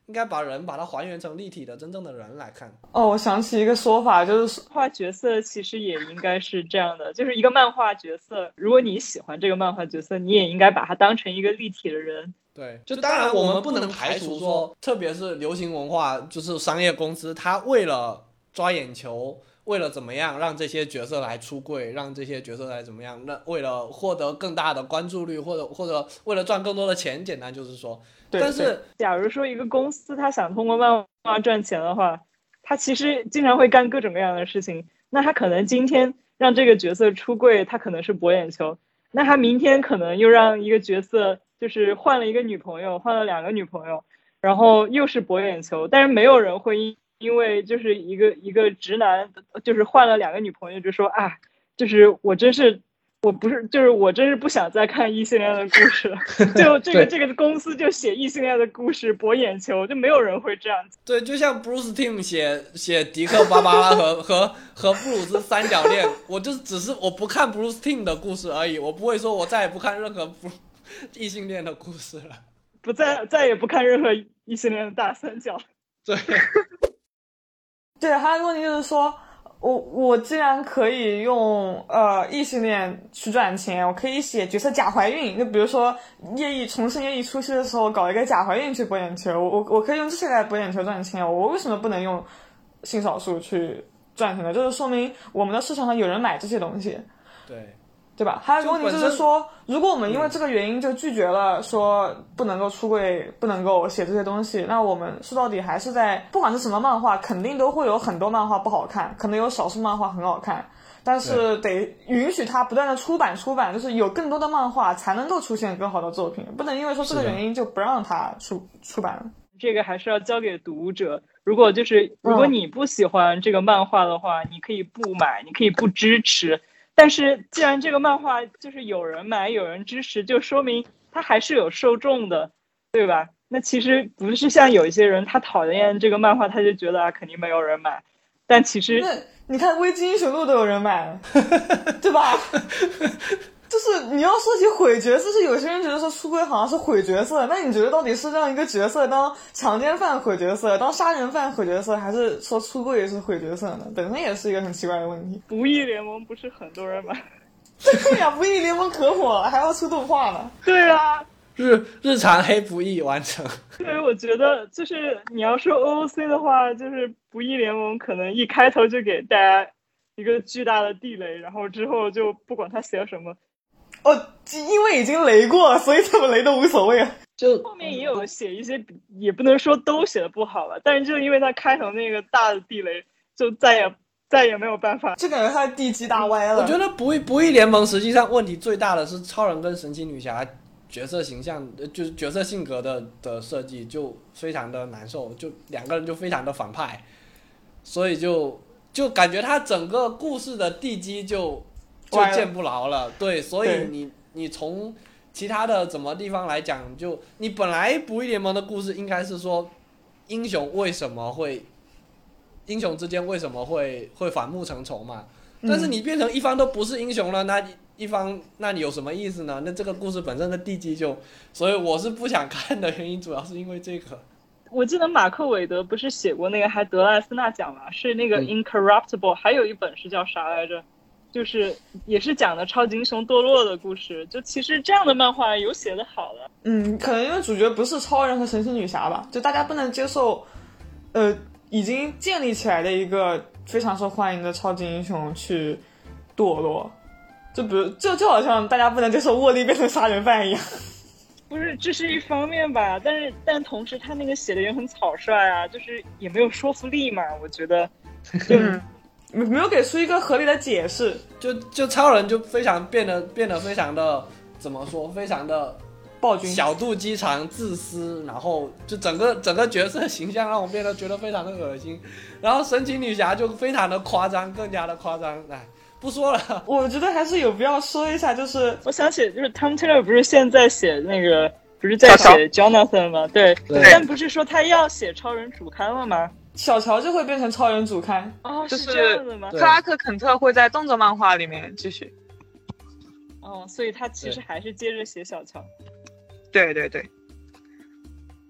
应该把人把它还原成立体的真正的人来看。 哦，我想起一个说法，就是画角色其实也应该是这样的，就是一个漫画角色，如果你喜欢这个漫画角色，你也应该把它当成一个立体的人。 对，就当然我们不能排除说，特别是流行文化，就是商业公司，它为了抓眼球，为了怎么样让这些角色来出柜，让这些角色来怎么样，那为了获得更大的关注率，或者或者为了赚更多的钱，简单就是说。但是假如说一个公司他想通过漫画赚钱的话，他其实经常会干各种各样的事情。那他可能今天让这个角色出柜，他可能是博眼球，那他明天可能又让一个角色就是换了一个女朋友，换了两个女朋友，然后又是博眼球。但是没有人会因因为就是一个一个直男就是换了两个女朋友就说啊，就是我真是我不是就是我真是不想再看异性恋的故事了，就这个这个公司就写异性恋的故事博眼球，就没有人会这样子。 对，就像 Bruce Timm 写写迪克芭芭拉和和和布鲁斯三角恋，我就只是我不看 Bruce Timm 的故事而已，我不会说我再也不看任何异性恋的故事了， 不再再也不看任何异性恋的大三角。 对。 对，还有一个问题就是说，我我既然可以用呃异性恋去赚钱，我可以写角色假怀孕，就比如说夜翼重生夜翼出去的时候搞一个假怀孕去博眼球，我我可以用这些来博眼球赚钱，我为什么不能用性少数去赚钱呢？就是说明我们的市场上有人买这些东西， 对。 对吧？还有一个问题就是说，如果我们因为这个原因就拒绝了说不能够出柜，不能够写这些东西，那我们说到底还是在不管是什么漫画，肯定都会有很多漫画不好看，可能有少数漫画很好看，但是得允许它不断的出版出版，就是有更多的漫画才能够出现更好的作品，不能因为说这个原因就不让它出出版了。 这个还是要交给读者。如果就是如果你不喜欢这个漫画的话，你可以不买，你可以不支持。但是既然这个漫画就是有人买有人支持，就说明它还是有受众的，对吧？那其实不是像有一些人他讨厌这个漫画，他就觉得啊肯定没有人买，但其实那你看危机英雄录都有人买对吧？就是你要说起毁角色，是有些人觉得说出轨好像是毁角色，那你觉得到底是让一个角色当强奸犯毁角色，当杀人犯毁角色，还是说出轨是毁角色呢？本身也是一个很奇怪的问题。 不义联盟不是很多人买？ 对呀、啊，不义联盟可火了，还要出动画呢。 对啊， 日日常黑不义完成。 所以我觉得就是你要说 O O C 的话，就是不义联盟可能一开头就给大家一个巨大的地雷，然后之后就不管他写了什么。 哦，因为已经雷过了，所以怎么雷都无所谓啊。 就后面也有写一些，也不能说都写的不好了，但是就因为他开头那个大的地雷，就再也再也没有办法， 就感觉他的地基大歪了。 我觉得不义不义联盟实际上问题最大的是超人跟神奇女侠角色形象，就是角色性格的的设计就非常的难受，就两个人就非常的反派，所以就就感觉他整个故事的地基就。就建不牢了，对，所以你你从其他的怎么地方来讲，就你本来不义联盟的故事应该是说，英雄为什么会，英雄之间为什么会会反目成仇嘛？但是你变成一方都不是英雄了，那一方那你有什么意思呢？那这个故事本身的地基就，所以我是不想看的原因，主要是因为这个。 我记得马克韦德不是写过那个还得了艾斯纳奖嘛？是那个 Incorruptible，、嗯、还有一本是叫啥来着？就是也是讲的超级英雄堕落的故事，就其实这样的漫画有写的好的。 嗯，可能因为主角不是超人和神奇女侠吧，就大家不能接受，呃，已经建立起来的一个非常受欢迎的超级英雄去堕落，就比如就就好像大家不能接受沃利变成杀人犯一样。 不是，这是一方面吧，但是但同时他那个写的也很草率啊，就是也没有说服力嘛，我觉得。就嗯没有给出一个合理的解释， 就就超人就非常变得变得非常的怎么说，非常的暴君， 小肚鸡肠、自私，然后就整个整个角色形象让我变得觉得非常的恶心。然后神奇女侠就非常的夸张，更加的夸张，哎，不说了。 我觉得还是有必要说一下，就是我想起就是 Tom Taylor 不是现在写那个不是在写 Jonathan 吗？对， 对但不是说他要写超人主刊了吗？ 小乔就会变成超人主刊哦， 就是这样的吗？ 克拉克肯特会在动作漫画里面继续。 哦，所以他其实还是接着写小乔。 对对对。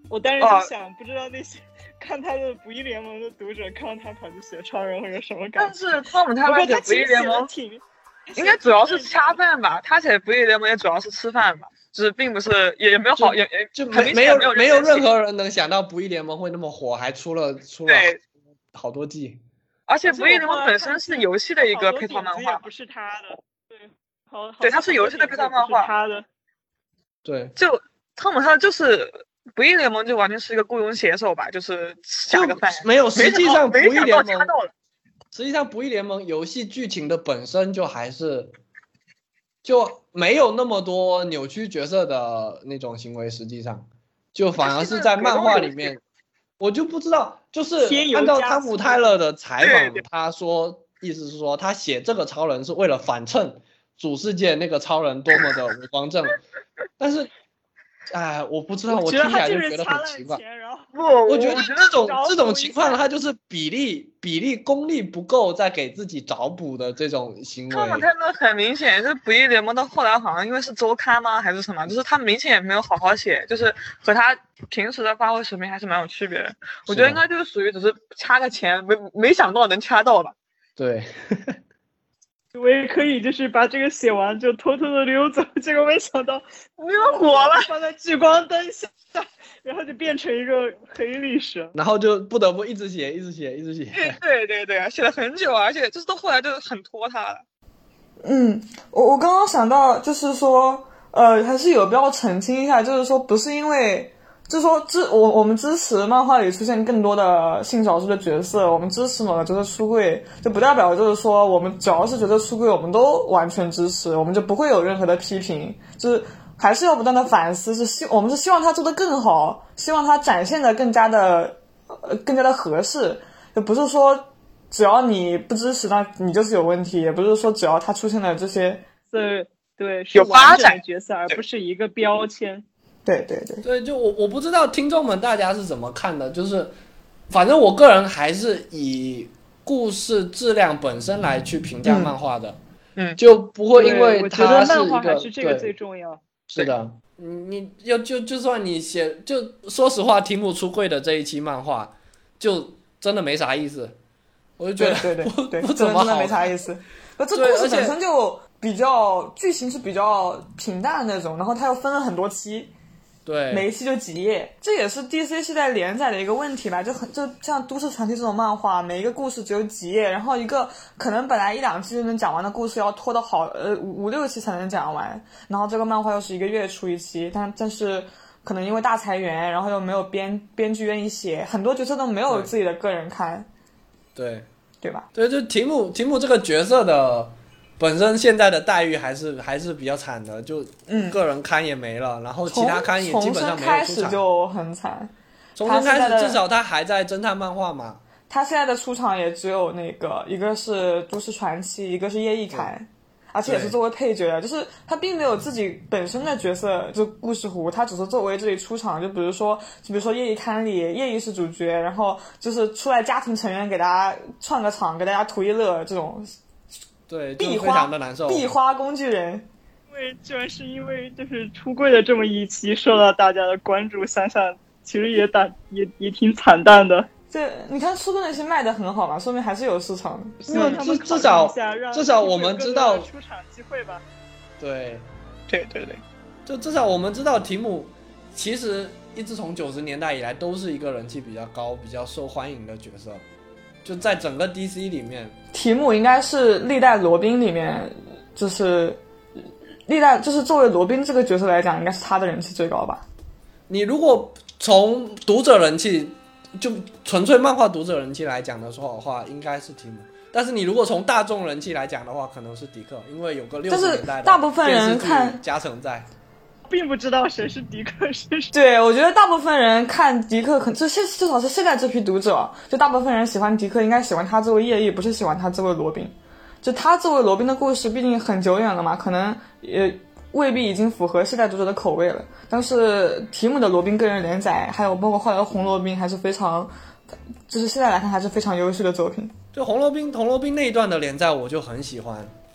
我当时就想，不知道那些看他的《不义联盟》的读者看到他跑去写超人会有什么感觉。 但是汤姆泰勒写《不义联盟》应该主要是恰饭吧，他写《不义联盟》也主要是吃饭吧，就是并不是也也没有好也也就没没有没有任何人能想到《不义联盟》会那么火，还出了出了好多季。 而且《不义联盟》本身是游戏的一个配套漫画， 不是他的，对，好， 对，它是游戏的配套漫画， 他的， 对， 就汤姆他就是《不义联盟》就完全是一个雇佣写手吧，就是下个饭， 没有，实际上《不义联盟》实际上《不义联盟》游戏剧情的本身就还是就没有那么多扭曲角色的那种行为，实际上就反而是在漫画里面。我就不知道，就是按照汤姆泰勒的采访，他说意思是说他写这个超人是为了反衬主世界那个超人多么的伟光正，但是，哎，我不知道，我听起来就觉得很奇怪。 不， 我觉得这种这种情况，他就是比例比例功力不够，在给自己找补的这种行为。 汤姆泰勒很明显，就是《不义联盟》到后来好像因为是周刊吗还是什么，就是他明显也没有好好写，就是和他平时的发挥水平还是蛮有区别的。我觉得应该就是属于只是掐个钱，没没想到能掐到吧。 对。 我也可以就是把这个写完就偷偷的溜走，结果没想到溜火了， 放在聚光灯下，然后就变成一个黑历史， 然后就不得不一直写一直写一直写。 对对对对，写了很久，而且就是到后来就很拖沓了。 嗯，我我刚刚想到就是说呃还是有必要澄清一下，就是说不是因为就是说支我我们支持漫画里出现更多的性少数的角色，我们支持某个角色出柜，就不代表就是说我们只要是角色出柜我们都完全支持，我们就不会有任何的批评，就是还是要不断的反思，是希我们是希望他做得更好，希望他展现的更加的呃更加的合适，就不是说只要你不支持那你就是有问题，也不是说只要他出现了这些对对是完整的角色而不是一个标签。 对对对对，就我我不知道听众们大家是怎么看的，就是反正我个人还是以故事质量本身来去评价漫画的， 嗯， 就不会因为它是一个，我觉得漫画还是这个最重要。 是的，你要就就算你写，就说实话，提姆出柜的这一期漫画，就真的没啥意思，我就觉得对对对对， 不怎么好， 真的没啥意思。那这故事本身就比较剧情是比较平淡那种，然后它又分了很多期。 对， 每一期就几页，这也是 D C 系列连载的一个问题吧，就很就像都市传奇这种漫画，每一个故事只有几页，然后一个可能本来一两期就能讲完的故事，要拖到好呃五五六期才能讲完，然后这个漫画又是一个月出一期，但但是可能因为大裁员，然后又没有编编剧愿意写，很多角色都没有自己的个人刊， 对对吧？ 对，就提姆提姆这个角色的。本身现在的待遇还是还是比较惨的，就个人刊也没了，嗯、然后其他刊也基本上没有出场。从开始就很惨， 从生开始至少他还在侦探漫画嘛。 他现在的出场也只有那个，一个是都市传奇，一个是叶一刊，而且也是作为配角的，就是他并没有自己本身的角色，就故事弧，他只是作为这里出场，就比如说，就比如说叶一刊里，叶一是主角，然后就是出来家庭成员给大家串个场，给大家图一乐这种。 对， 壁花的难受。 壁花工具人， 因为居然是因为就是出柜的这么一期受到大家的关注，想想其实也打也也挺惨淡的。 这你看出柜那些卖的很好嘛，说明还是有市场的。 希望他们至少至少我们知道出场机会吧。 对， 对对对， 就至少我们知道提姆其实一直从九十年代以来都是一个人气比较高、比较受欢迎的角色。就在整个 D C 里面， 提姆应该是历代罗宾里面，就是历代就是作为罗宾这个角色来讲，应该是他的人气最高吧。 你如果从读者人气，就纯粹漫画读者人气来讲的话，应该是提姆。但是你如果从大众人气来讲的话，可能是迪克，因为有个六十年代的大部分人看加成在。 并不知道谁是迪克，谁是对，我觉得大部分人看迪克，可就现至少是现在这批读者，就大部分人喜欢迪克，应该喜欢他作为叶翼，不是喜欢他作为罗宾。就他作为罗宾的故事，毕竟很久远了嘛，可能也未必已经符合现代读者的口味了。但是提姆的罗宾个人连载，还有包括后来的红罗宾，还是非常，就是现在来看还是非常优秀的作品。 就红罗宾，红罗宾那一段的连载我就很喜欢。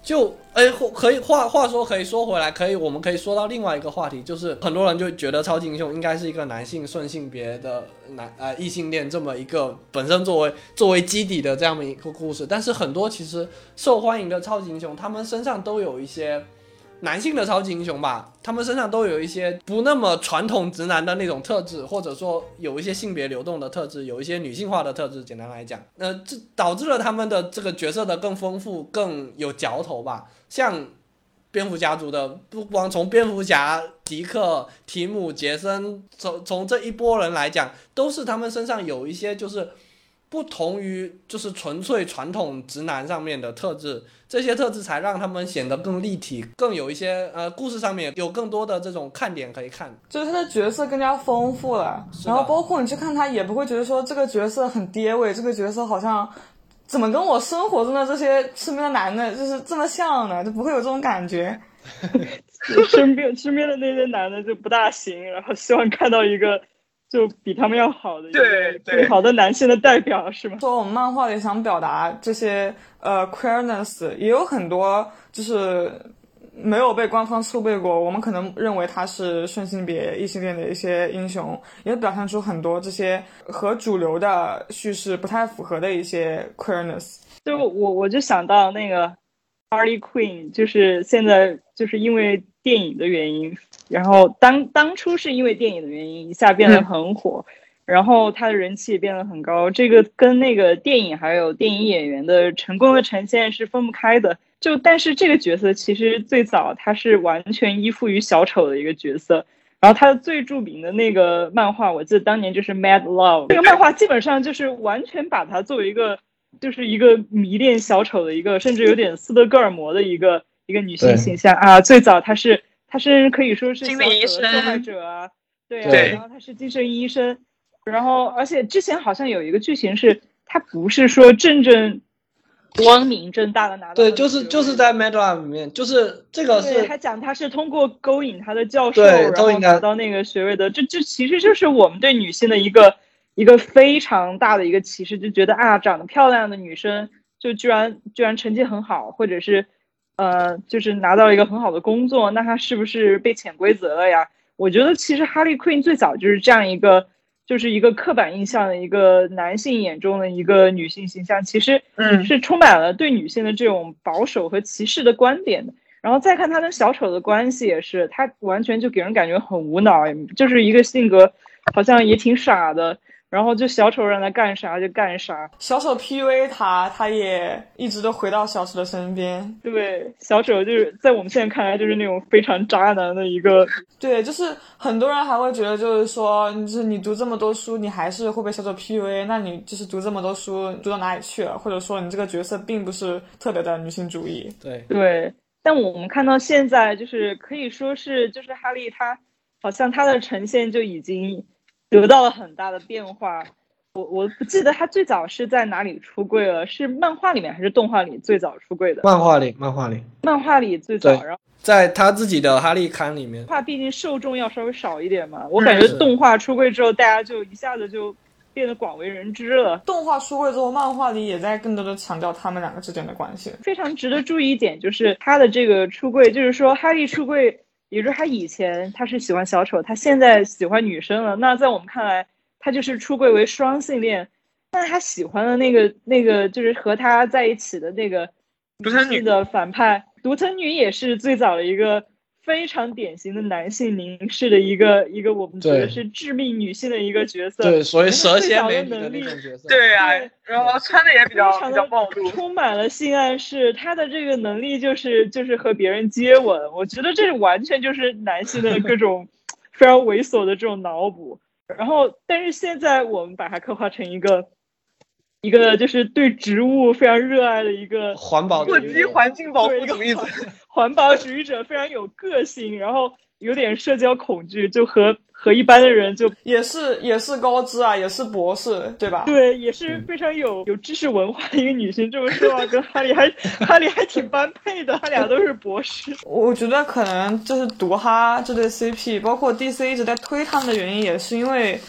就哎，可以话话说可以说回来，可以我们可以说到另外一个话题，就是很多人就觉得超级英雄应该是一个男性顺性别的男呃异性恋这么一个本身作为作为基底的这样的一个故事，但是很多其实受欢迎的超级英雄，他们身上都有一些男性的超级英雄吧，他们身上都有一些不那么传统直男的那种特质，或者说有一些性别流动的特质，有一些女性化的特质。简单来讲，那、呃、这导致了他们的这个角色的更丰富、更有嚼头吧。像蝙蝠家族的，不光从蝙蝠侠、迪克、提姆、杰森，从从这一波人来讲，都是他们身上有一些就是不同于就是纯粹传统直男上面的特质，这些特质才让他们显得更立体，更有一些呃故事上面有更多的这种看点可以看， 就是他的角色更加丰富了。然后包括你去看他，也不会觉得说这个角色很爹味，这个角色好像怎么跟我生活中的这些身边的男的就是这么像呢，就不会有这种感觉。 身边身边的那些男的就不大行，然后希望看到一个就比他们要好的一个更好的男性的代表，是吗？ 说我们漫画里想表达这些呃 queerness 也有很多就是没有被官方储备过，我们可能认为他是顺性别异性恋的一些英雄，也表现出很多这些和主流的叙事不太符合的一些 queerness。 就我我就想到那个 Harley Quinn， 就是现在就是因为电影的原因，然后当当初是因为电影的原因一下变得很火、嗯、然后他的人气也变得很高，这个跟那个电影还有电影演员的成功的呈现是分不开的。就但是这个角色其实最早他是完全依附于小丑的一个角色，然后他的最著名的那个漫画我记得当年就是 Mad Love， 这个漫画基本上就是完全把他作为一个就是一个迷恋小丑的一个甚至有点斯德哥尔摩的一个一个女性形象啊。最早他是他是可以说是小丑的受害者啊，对啊， 对， 然后他是精神医生，然后而且之前好像有一个剧情是他不是说真正光明正大的拿到， 对，就是就是在 Mad Love 里面，就是这个是他讲他是通过勾引他的教授，然后拿到那个学位的，这这其实就是我们对女性的一个一个非常大的一个歧视，就觉得啊，长得漂亮的女生就居然居然成绩很好，或者是呃，就是拿到一个很好的工作，那她是不是被潜规则了呀？我觉得其实哈利 Quinn 最早就是这样一个。就是一个刻板印象的一个男性眼中的一个女性形象，其实是充满了对女性的这种保守和歧视的观点的。然后再看他跟小丑的关系也是，他完全就给人感觉很无脑，就是一个性格好像也挺傻的，然后就小丑让他干啥就干啥， 小丑 P U A 他，他也一直都回到小丑的身边。 对，小丑就是在我们现在看来就是那种非常渣男的一个。 对，就是很多人还会觉得就是说，就是你读这么多书，你还是会被小丑 P U A， 那你就是读这么多书读到哪里去了？或者说你这个角色并不是特别的女性主义。 对对，但我们看到现在就是可以说是就是哈利他好像他的呈现就已经得到了很大的变化。我我不记得他最早是在哪里出柜了，是漫画里面还是动画里最早出柜的？ 漫画里，漫画里， 漫画里最早，然后在他自己的哈利刊里面。 画毕竟受众要稍微少一点嘛，我感觉动画出柜之后，大家就一下子就变得广为人知了。 动画出柜之后，漫画里也在更多的强调他们两个之间的关系。 非常值得注意一点就是他的这个出柜，就是说哈利出柜，也就是他以前他是喜欢小丑，他现在喜欢女生了。那在我们看来，他就是出柜为双性恋。但他喜欢的那个那个就是和他在一起的那个独藤女的反派，独藤女也是最早的一个非常典型的男性凝视的一个一个我们觉得是致命女性的一个角色。 对，所以蛇蝎美女的那种角色。 对啊，然后穿的也比较比较暴露， 充满了性暗示。他的这个能力就是就是和别人接吻，我觉得这完全就是男性的各种非常猥琐的这种脑补。然后，但是现在我们把它刻画成一个。一个就是对植物非常热爱的一个环保过激环境保护主义者， 环保主义者非常有个性，然后有点社交恐惧，就和和一般的人就也是也是高知啊，也是博士，对吧？ 对，也是非常有有知识文化的一个女性。这么说啊，跟哈利还哈利还挺般配的，他俩都是博士。 我觉得可能就是读哈这对 C P， 包括 D C 一直在推他们的原因，也是因为。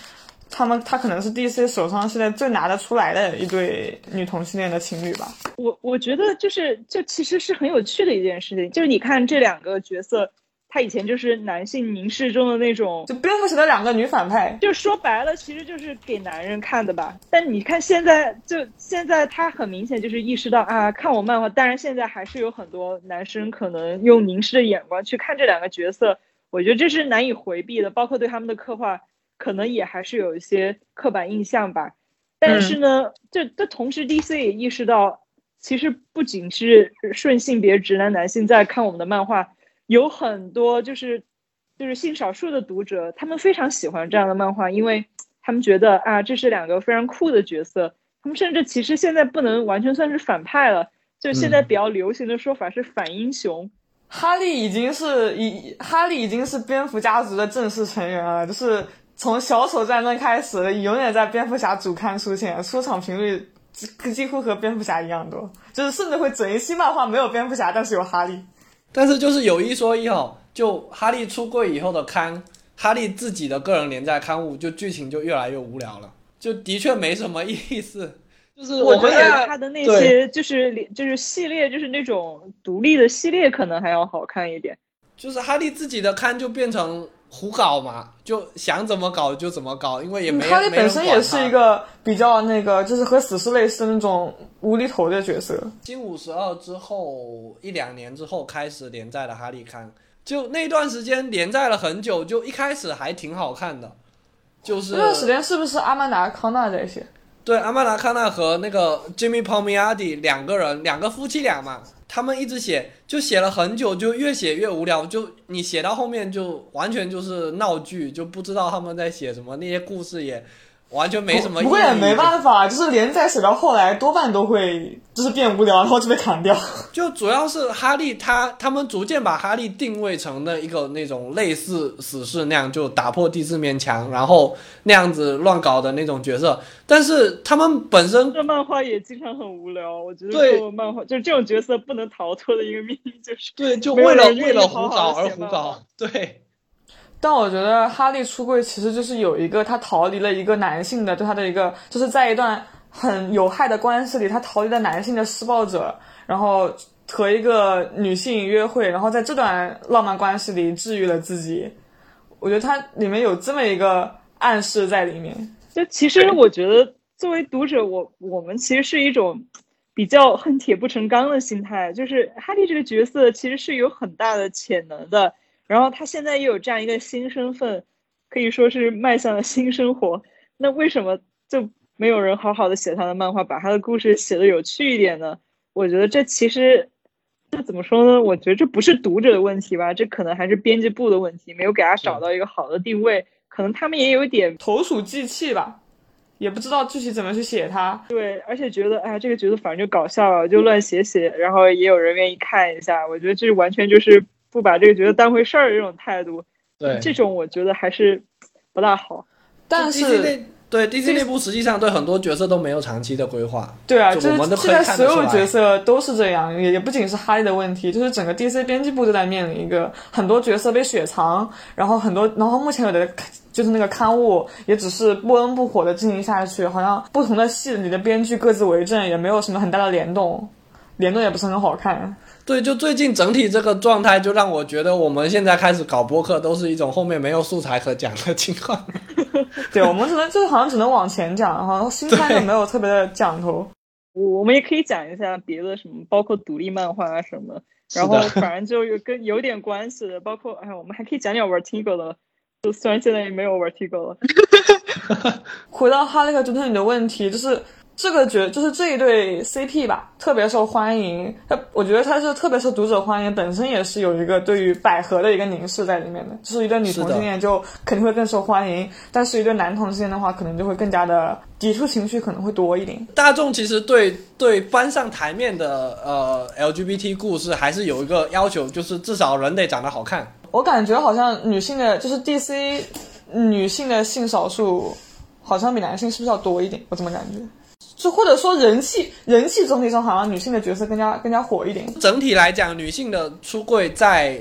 他们他可能是 D C 手上现在最拿得出来的一对女同性恋的情侣吧。 我我觉得就是就其实是很有趣的一件事情，就是你看这两个角色，他以前就是男性凝视中的那种， 就蝙蝠侠的两个女反派， 就说白了其实就是给男人看的吧。但你看现在，就现在他很明显就是意识到啊，看我漫画，当然现在还是有很多男生可能用凝视的眼光去看这两个角色，我觉得这是难以回避的，包括对他们的刻画可能也还是有一些刻板印象吧。但是呢、嗯、这这同时 D C 也意识到，其实不仅是顺性别直男男性在看我们的漫画，有很多就是就是性少数的读者，他们非常喜欢这样的漫画，因为他们觉得啊，这是两个非常酷的角色。他们甚至其实现在不能完全算是反派了，就现在比较流行的说法是反英雄。嗯、 哈利已经是已哈利已经是蝙蝠家族的正式成员了，就是从小丑战争开始，永远在蝙蝠侠主刊出现，出场频率几乎和蝙蝠侠一样多，就是甚至会整一期漫画没有蝙蝠侠，但是有哈利。 但是就是有一说一哦，就哈利出柜以后的刊，哈利自己的个人连载刊物，就剧情就越来越无聊了，就的确没什么意思。就是我觉得他的那些就是就是系列，就是那种独立的系列，可能还要好看一点。 就是哈利自己的刊就变成胡搞嘛，就想怎么搞就怎么搞，因为也没、嗯、 哈利本身也是一个比较那个，就是和死侍类似的那种无厘头的角色。 新五十二之后一两年之后开始连载的哈利刊，就那段时间连载了很久，就一开始还挺好看的。就是那段时间是不是阿曼达康纳在写？ 对，阿曼达康纳和那个 Jimmy Palmiotti 两个人，两个夫妻俩嘛，他们一直写，就写了很久，就越写越无聊，就你写到后面就完全就是闹剧，就不知道他们在写什么，那些故事也完全没什么意义。 不过也没办法，就是连载写到后来多半都会就是变无聊，然后就被砍掉。 就主要是哈利他他们逐渐把哈利定位成了一个那种类似死侍那样，就打破第四面墙，然后那样子乱搞的那种角色。但是他们本身这漫画也经常很无聊，我觉得这种漫画就是这种角色不能逃脱的一个命运，就是对，就为了为了胡搞而胡搞，对。 但我觉得哈利出柜其实就是有一个他逃离了一个男性的对他的一个，就是在一段很有害的关系里，他逃离了男性的施暴者，然后和一个女性约会，然后在这段浪漫关系里治愈了自己。我觉得它里面有这么一个暗示在里面。 就其实我觉得作为读者，我我们其实是一种比较恨铁不成钢的心态，就是哈利这个角色其实是有很大的潜能的，然后他现在又有这样一个新身份，可以说是迈向了新生活，那为什么就没有人好好的写他的漫画，把他的故事写得有趣一点呢？我觉得这其实这怎么说呢，我觉得这不是读者的问题吧，这可能还是编辑部的问题，没有给他找到一个好的定位，可能他们也有一点投鼠忌器吧，也不知道具体怎么去写他。 对，而且觉得哎，这个角色反正就搞笑了，就乱写写，然后也有人愿意看一下，我觉得这完全就是不把这个角色当回事儿的这种态度。 对， 这种我觉得还是不大好。 但是对 D C 内部实际上对很多角色都没有长期的规划。 对啊， 就我们都现在所有角色都是这样，也也不仅是哈利的问题，就是整个 D C 编辑部都在面临一个很多角色被雪藏，然后很多，然后目前有的就是那个刊物也只是不温不火的进行下去，好像不同的系里的编剧各自为政，也没有什么很大的联动，联动也不是很好看。 对，就最近整体这个状态就让我觉得我们现在开始搞播客都是一种后面没有素材可讲的情况。 对，我们只能就是好像只能往前讲，好像新刊也没有特别的讲头。 我们也可以讲一下别的什么，包括独立漫画啊什么，然后反正就有跟有点关系的，包括哎，我们还可以讲讲 Vertigo 的，就虽然现在也没有 Vertigo 了。 回到哈利和朱特尼的问题，就是这个角就是这一对 C P 吧，特别受欢迎。我觉得它是特别受读者欢迎，本身也是有一个对于百合的一个凝视在里面的。就是一对女同性恋就肯定会更受欢迎，但是一对男同性恋的话，可能就会更加的抵触情绪可能会多一点。 大众其实对对搬上台面的呃 L G B T 故事还是有一个要求，就是至少人得长得好看。 我感觉好像女性的就是 D C 女性的性少数好像比男性是不是要多一点？我怎么感觉？就或者说人气人气总体上好像女性的角色更加更加火一点。 整体来讲，女性的出柜在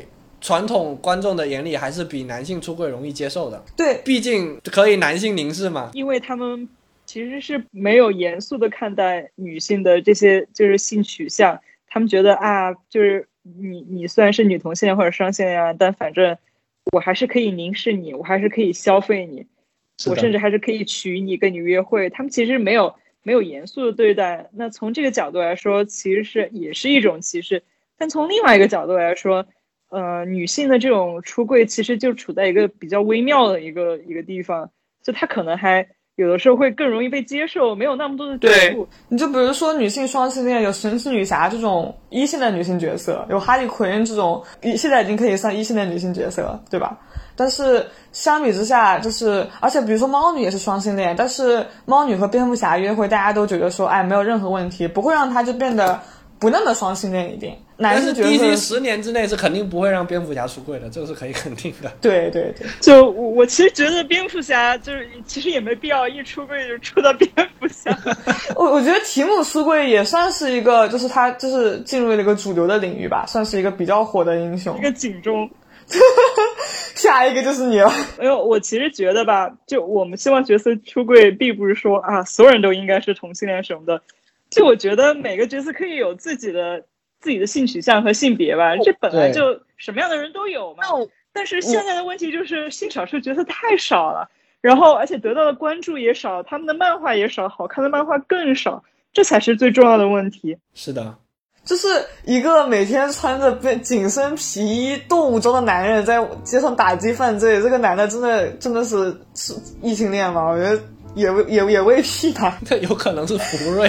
传统观众的眼里还是比男性出柜容易接受的。 对， 毕竟可以男性凝视嘛。 因为他们其实是没有严肃的看待女性的这些就是性取向，他们觉得啊，就是你你虽然是女同性恋或者双性恋啊，但反正我还是可以凝视你，我还是可以消费你，我甚至还是可以娶你跟你约会。他们其实没有没有严肃的对待。那从这个角度来说，其实是也是一种歧视。但从另外一个角度来说，呃，女性的这种出柜其实就处在一个比较微妙的一个一个地方，就她可能还有的时候会更容易被接受，没有那么多的抵触。 你就比如说女性双性恋，有神奇女侠这种一线的女性角色，有哈利奎恩这种现在已经可以算一线的女性角色了，对吧？但是相比之下，就是而且比如说猫女也是双性恋，但是猫女和蝙蝠侠约会，大家都觉得说，哎，没有任何问题，不会让她就变得不那么双性恋一点。男性角色，但是 D C 十年之内是肯定不会让蝙蝠侠出柜的，这个是可以肯定的。 对对对， 就我我其实觉得蝙蝠侠就是其实也没必要一出柜就出到蝙蝠侠。 我我觉得提姆出柜也算是一个，就是他就是进入了一个主流的领域吧，算是一个比较火的英雄， 一个警钟。 下一个就是你了。 因为我其实觉得吧，就我们希望角色出柜，并不是说啊所有人都应该是同性恋什么的。就我觉得每个角色可以有自己的自己的性取向和性别吧，这本来就什么样的人都有嘛。但是现在的问题就是性少数角色太少了，然后而且得到的关注也少，他们的漫画也少，好看的漫画更少，这才是最重要的问题。 是的。 就是一个每天穿着紧身皮衣动物装的男人在街上打击犯罪，这个男的真的真的是是异性恋吗？我觉得也也也未必吧， 这有可能是福瑞。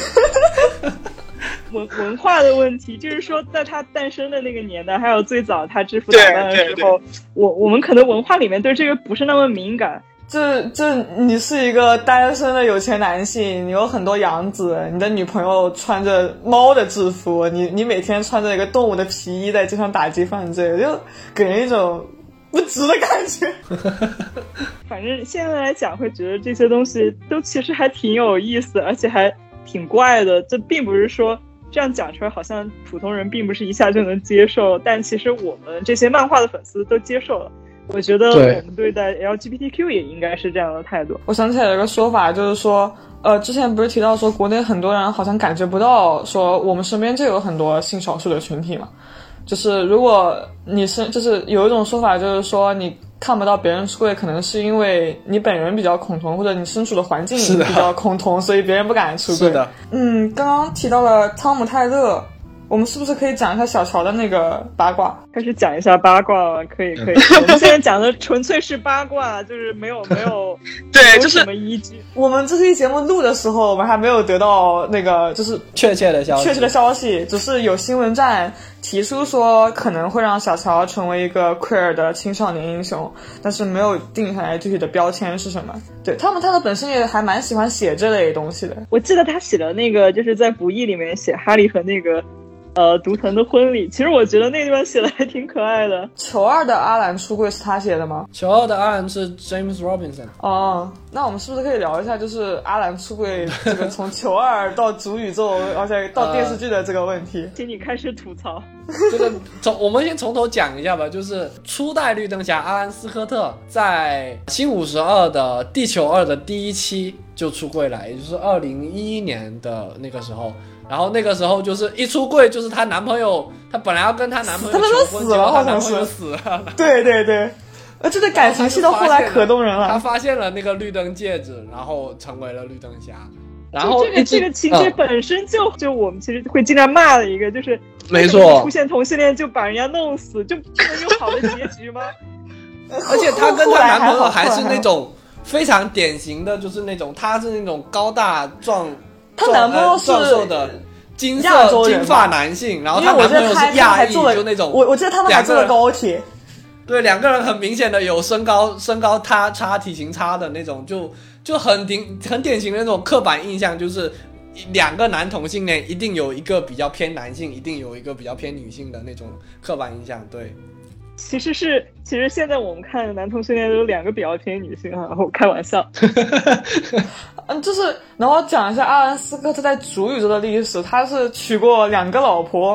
文文化的问题，就是说在他诞生的那个年代，还有最早他制服打扮的时候，我我们可能文化里面对这个不是那么敏感。 就就你是一个单身的有钱男性，你有很多养子，你的女朋友穿着猫的制服，你你每天穿着一个动物的皮衣在街上打击犯罪，就给人一种不值的感觉。 反正现在来讲会觉得这些东西都其实还挺有意思，而且还挺怪的。这并不是说这样讲出来好像普通人并不是一下就能接受，但其实我们这些漫画的粉丝都接受了。我觉得我们对待 L G B T Q 也应该是这样的态度。 我想起来有一个说法，就是说呃，之前不是提到说国内很多人好像感觉不到说我们身边就有很多性少数的群体嘛，就是如果你是就是有一种说法就是说你看不到别人出柜，可能是因为你本人比较恐同，或者你身处的环境比较恐同，所以别人不敢出柜。 是的。 嗯，刚刚提到了汤姆泰勒，我们是不是可以讲一下小乔的那个八卦？ 开始讲一下八卦了，可以可以。我们现在讲的纯粹是八卦，就是没有没有对，就是什么依据。 我们这期节目录的时候，我们还没有得到那个就是确切的消息， 确切的消息，只是有新闻站提出说可能会让小乔成为一个 queer 的青少年英雄，但是没有定下来具体的标签是什么。对，汤姆泰勒本身也还蛮喜欢写这类东西的。 我记得他写的那个就是在不义里面写哈利和那个呃，毒藤的婚礼，其实我觉得那地方写的还挺可爱的。 球二的阿兰出柜是他写的吗？ 球二的阿兰是 James Robinson。 哦，那我们是不是可以聊一下，就是阿兰出柜这个从球二到主宇宙，而且到电视剧的这个问题？ 请你开始吐槽。 这个从我们先从头讲一下吧，就是初代绿灯侠阿兰斯科特在新五十二的地球二的第一期就出柜了，也就是二零一一年的那个时候。然后那个时候就是一出柜，就是她男朋友，她本来要跟她男朋友求婚， 死了， 她男朋友死了。 对对对，呃，这个感情戏到后来可动人了。 她发现了那个绿灯戒指，然后成为了绿灯侠。然后这个这个情节本身就、嗯、就我们其实会经常骂的一个，就是没错， 出现同性恋就把人家弄死，就不能有好的结局吗？ 而且她跟她男朋友还是那种非常典型的，就是那种他是那种高大壮。 她男朋友是壮硕的金色金发男性，然后她男朋友是亚裔，就那种。 我我记得他们还坐了高铁。 对，两个人很明显的有身高身高差差体型差的那种，就就很典很典型的那种刻板印象，就是两个男同性恋一定有一个比较偏男性，一定有一个比较偏女性的那种刻板印象。对。 其实是，其实现在我们看男同性恋都有两个比较偏女性啊，我开玩笑。 嗯，就是，然后讲一下阿兰斯科特在主宇宙的历史，他是娶过两个老婆，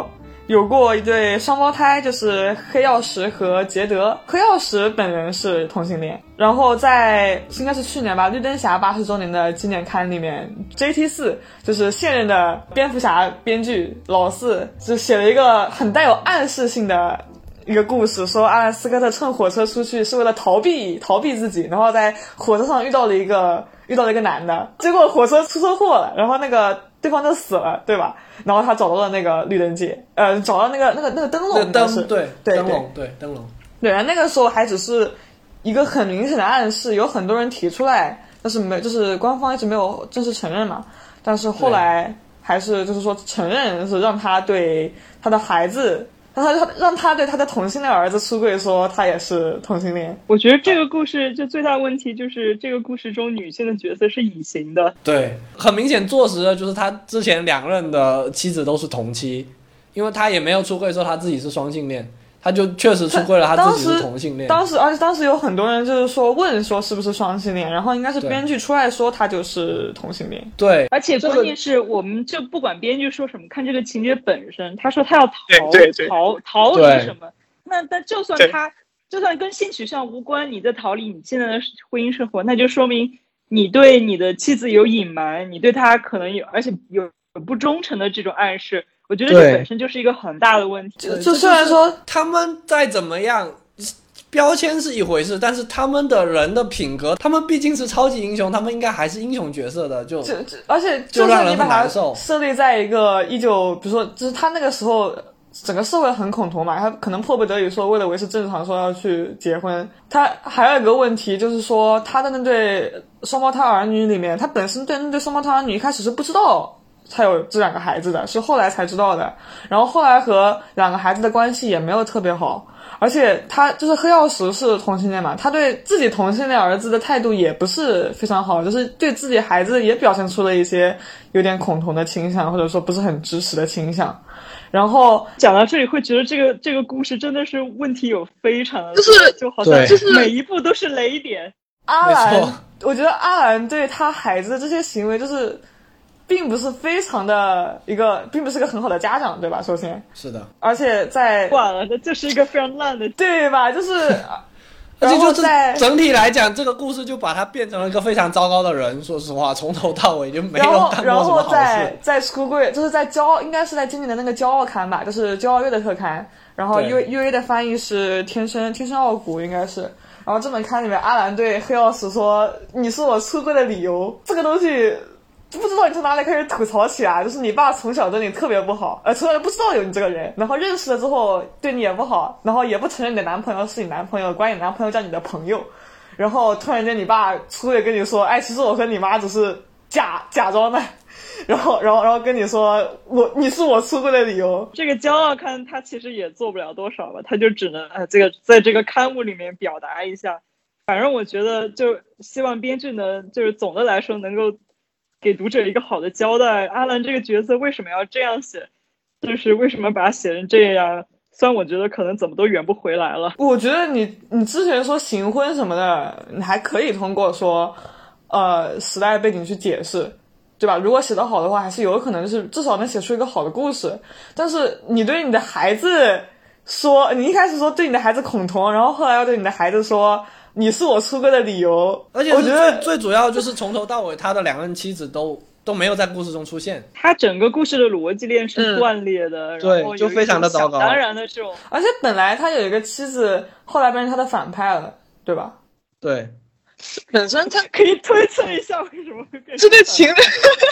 有过一对双胞胎，就是黑曜石和杰德。黑曜石本人是同性恋，然后在应该是去年吧，绿灯侠八十周年的纪念刊里面 J T 四就是现任的蝙蝠侠编剧老四就写了一个很带有暗示性的一个故事，说阿兰斯科特乘火车出去是为了逃避逃避自己，然后在火车上遇到了一个遇到了一个男的，结果火车出车祸了，然后那个对方就死了，对吧？然后他找到了那个绿灯界，呃，找到那个那个那个灯笼， 那灯对对灯笼对灯笼， 对，那个时候还只是一个很明显的暗示，有很多人提出来，但是没就是官方一直没有正式承认嘛。但是后来还是就是说承认是让他对他的孩子。让他让他对他的同性恋儿子出柜，说他也是同性恋。 我觉得这个故事就最大问题就是这个故事中女性的角色是隐形的。 对，很明显坐实了，就是他之前两任的妻子都是同妻，因为他也没有出柜说他自己是双性恋，他就确实出柜了他自己是同性恋。 当时，而且当时有很多人就是说问说是不是双性恋，然后应该是编剧出来说他就是同性恋。 对， 而且关键是我们就不管编剧说什么，看这个情节本身，他说他要逃对对对逃逃离什么，那但就算他就算跟性取向无关，你在逃离你现在的婚姻生活，那就说明你对你的妻子有隐瞒，你对他可能有，而且有不忠诚的这种暗示。我觉得这本身就是一个很大的问题。 就就虽然说他们再怎么样，标签是一回事，但是他们的人的品格，他们毕竟是超级英雄，他们应该还是英雄角色的。就就而且就算你把它设立在一个一九，比如说，就是他那个时候整个社会很恐同嘛，他可能迫不得已说为了维持正常说要去结婚。他还有一个问题就是说，他的那对双胞胎儿女里面，他本身对那对双胞胎儿女一开始是不知道他有这两个孩子的，是后来才知道的。然后后来和两个孩子的关系也没有特别好，而且他就是黑曜石是同性恋嘛，他对自己同性恋儿子的态度也不是非常好，就是对自己孩子也表现出了一些有点恐同的倾向，或者说不是很支持的倾向。然后讲到这里会觉得这个这个故事真的是问题有非常的多， 就是就好像就是每一步都是雷点。 阿兰，我觉得阿兰对他孩子的这些行为就是并不是非常的一个，并不是个很好的家长，对吧？首先是的， 而且在挂了，这就是一个非常烂的， 对吧？就是， 而且就是整体来讲，这个故事就把他变成了一个非常糟糕的人。说实话，从头到尾就没有干过什么好事。 然后，然后在在出柜，就是在骄傲，应该是在今年的那个骄傲刊吧，就是骄傲月的特刊。然后 U U A 的翻译是天生天生傲骨，应该是。然后这本刊里面，阿兰对黑曜石说：“你是我出柜的理由。”这个东西。不知道你从哪里开始吐槽起来，就是你爸从小对你特别不好，呃，从来不知道有你这个人，然后认识了之后对你也不好，然后也不承认你的男朋友是你男朋友，管你男朋友叫你的朋友，然后突然间你爸出来跟你说，哎，其实我和你妈只是假假装的，然后然后然后跟你说我你是我出柜的理由。 这个骄傲刊他其实也做不了多少吧，他就只能呃这个在这个刊物里面表达一下。反正我觉得就希望编剧呢，就是总的来说能够给读者一个好的交代，阿兰这个角色为什么要这样写，就是为什么把他写成这样，虽然我觉得可能怎么都圆不回来了。 我觉得你你之前说行婚什么的，你还可以通过说呃时代背景去解释，对吧？如果写得好的话，还是有可能就是至少能写出一个好的故事。但是你对你的孩子说，你一开始说对你的孩子恐同，然后后来要对你的孩子说你是我出柜的理由， 而且我觉得最主要就是从头到尾他的两任妻子都都没有在故事中出现， 他整个故事的逻辑链是断裂的， 嗯、然后对，就非常的糟糕。 当然的这种， 而且本来他有一个妻子，后来变成他的反派了，对吧？ 对， 本身他可以推测一下为什么会变成这对情侣。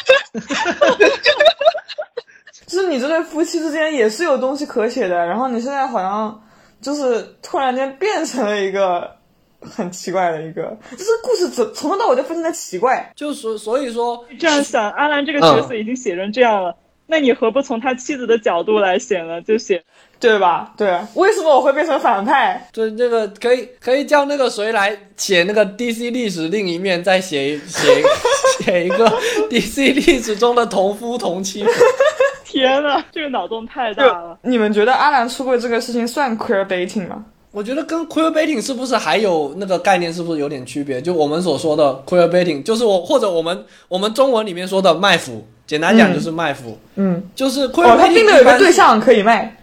就是你这对夫妻之间也是有东西可写的，然后你现在好像就是突然间变成了一个很奇怪的一个，就是故事从从头到尾就非常的奇怪。 就所所以说这样想，阿兰这个角色已经写成这样了，嗯、那你何不从他妻子的角度来写呢？就写对吧？对，为什么我会变成反派？ 对，这个可以可以叫那个谁来写那个 D C 历史另一面，再写写写一个 D C 历史中的同夫同妻。 天哪，这个脑洞太大了！ 你们觉得阿兰出柜这个事情算 queer baiting 吗？ 我觉得跟 queer baiting 是不是还有那个概念是不是有点区别？就我们所说的 queer baiting， 就是我或者我们我们中文里面说的卖腐，简单讲就是卖腐。 嗯， 就是 queer baiting 哦，他并没有一个对象可以卖。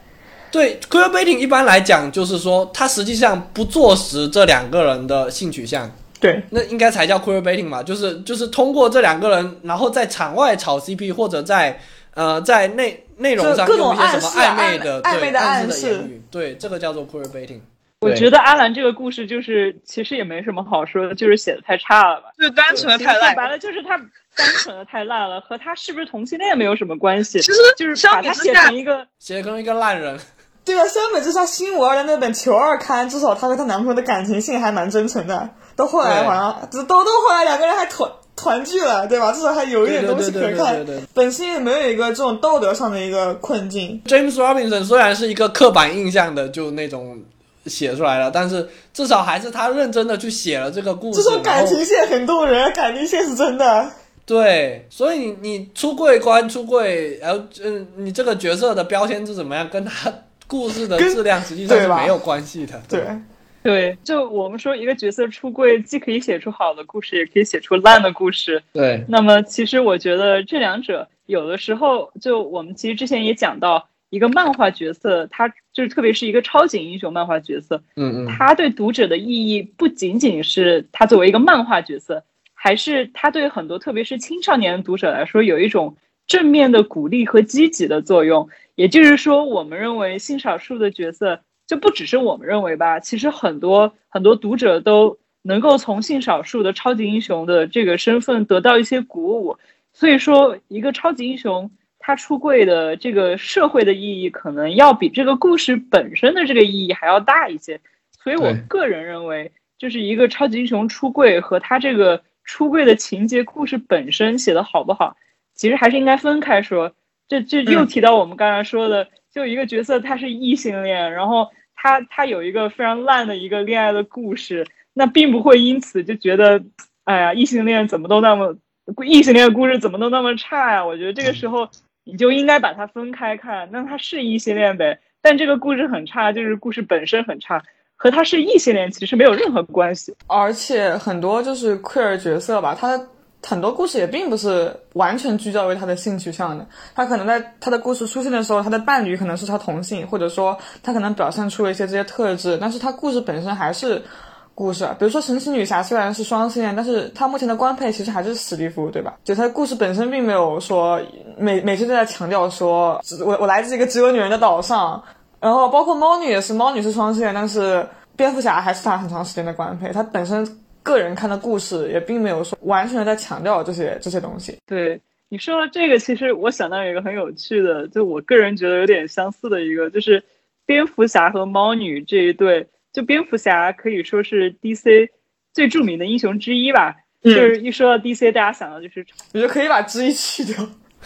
对 queerbaiting 一般来讲就是说，他实际上不坐实这两个人的性取向。 对， 那应该才叫 queerbaiting 嘛，就是就是通过这两个人，然后在场外炒 C P， 或者在呃在内内容上用一些什么暧昧的暧昧的暗示的言语，对，这个叫做 queerbaiting。 我觉得阿兰这个故事就是其实也没什么好说的，就是写的太差了吧， 就是单纯的太烂。 说白了就是他单纯的太烂了，和他是不是同性恋没有什么关系。 其实就是把他写成一个写成一个烂人。 对啊，相比之下，新五二的那本求二刊，至少他和他男朋友的感情线还蛮真诚的。到后来好像，都都后来两个人还团团聚了，对吧？至少还有一点东西可看。 对对对对对对， 本身也没有一个这种道德上的一个困境。 James Robinson 虽然是一个刻板印象的，就那种写出来了，但是至少还是他认真的去写了这个故事。 至少感情线很动人，感情线是真的。 对，所以你你出柜关出柜，然后嗯，你这个角色的标签是怎么样，跟他故事的质量实际上是没有关系的。 对。 对，就我们说一个角色出柜，既可以写出好的故事，也可以写出烂的故事。 对。 那么其实我觉得这两者有的时候，就我们其实之前也讲到，一个漫画角色，他就是特别是一个超级英雄漫画角色， 嗯嗯， 他对读者的意义不仅仅是他作为一个漫画角色，还是他对很多特别是青少年读者来说有一种正面的鼓励和积极的作用。也就是说，我们认为性少数的角色，就不只是我们认为吧，其实很多很多读者都能够从性少数的超级英雄的这个身份得到一些鼓舞。所以说，一个超级英雄他出柜的这个社会的意义，可能要比这个故事本身的这个意义还要大一些。所以我个人认为，就是一个超级英雄出柜和他这个出柜的情节故事本身写的好不好，其实还是应该分开说。这这又提到我们刚才说的，就一个角色他是异性恋，然后他他有一个非常烂的一个恋爱的故事，那并不会因此就觉得，哎呀，异性恋怎么都那么异性恋的故事怎么都那么差呀？我觉得这个时候你就应该把它分开看，那他是异性恋呗，但这个故事很差，就是故事本身很差，和他是异性恋其实没有任何关系。 而且很多就是 queer 角色吧，他的很多故事也并不是完全聚焦于他的性取向的，他可能在他的故事出现的时候，他的伴侣可能是他同性，或者说他可能表现出了一些这些特质，但是他故事本身还是故事。比如说神奇女侠虽然是双性恋，但是他目前的官配其实还是史蒂夫，对吧？就他的故事本身并没有说每每次都在强调说我我来自一个只有女人的岛上，然后包括猫女也是，猫女是双性恋，但是蝙蝠侠还是他很长时间的官配，他本身个人看的故事也并没有说完全的在强调这些这些东西。 对，你说的这个，其实我想到有一个很有趣的，就我个人觉得有点相似的一个，就是蝙蝠侠和猫女这一对。就蝙蝠侠可以说是 D C 最著名的英雄之一吧，嗯、就是一说到 D C， 大家想到就是， 我觉得可以把之一去掉。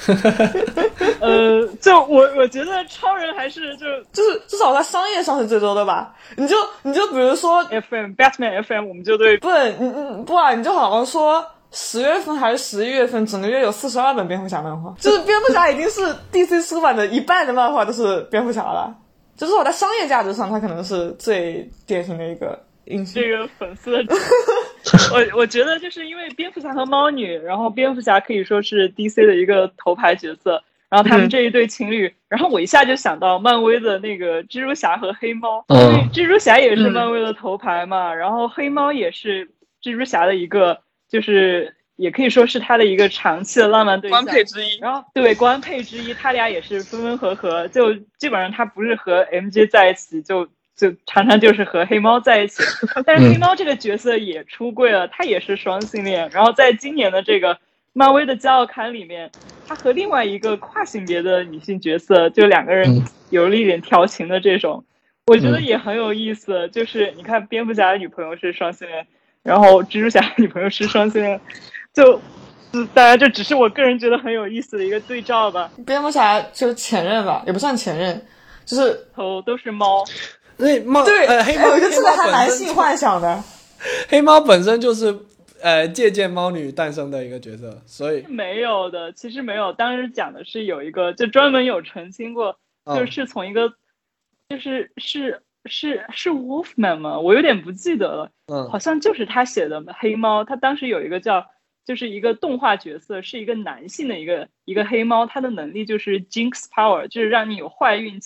呃，就我我觉得超人还是就就是至少在商业上是最多的吧。你就你就比如说 F M Batman F M， 我们就对不你你不啊，你就好像说十月份还是十一月份，整个月有四十二本蝙蝠侠漫画，就是蝙蝠侠已经是 D C 出版的一半的漫画都是蝙蝠侠了。就是我在商业价值上，它可能是最典型的一个英雄。 这个粉丝的，我我觉得就是因为蝙蝠侠和猫女，然后蝙蝠侠可以说是 D C 的一个头牌角色，然后他们这一对情侣，嗯、然后我一下就想到漫威的那个蜘蛛侠和黑猫，因为蜘蛛侠也是漫威的头牌嘛，嗯、然后黑猫也是蜘蛛侠的一个，就是也可以说是他的一个长期的浪漫对象， 官配之一。 然后对官配之一，他俩也是分分合合，就基本上他不是和 M J 在一起，就就常常就是和黑猫在一起。但是黑猫这个角色也出柜了，他也是双性恋。然后在今年的这个漫威的骄傲刊里面，他和另外一个跨性别的女性角色，就两个人有了一点调情的这种，我觉得也很有意思。就是你看蝙蝠侠的女朋友是双性恋，然后蜘蛛侠的女朋友是双性恋。就，当然这只是我个人觉得很有意思的一个对照吧。 蝙蝠侠就是前任吧，也不算前任，就是头都是猫。 对猫， 对， 呃，黑猫， 我觉得这个还蛮性幻想的。 黑猫本身就是呃借鉴猫女诞生的一个角色，所以没有的，其实没有。当时讲的是有一个，就专门有澄清过， 嗯、 就是从一个，就是是。是是 Wolfman 吗？我有点不记得了， 嗯， 好像就是他写的黑猫。他当时有一个叫，就是一个动画角色，是一个男性的一个一个黑猫，他的能力就是 Jinx Power，就是让你有坏运气。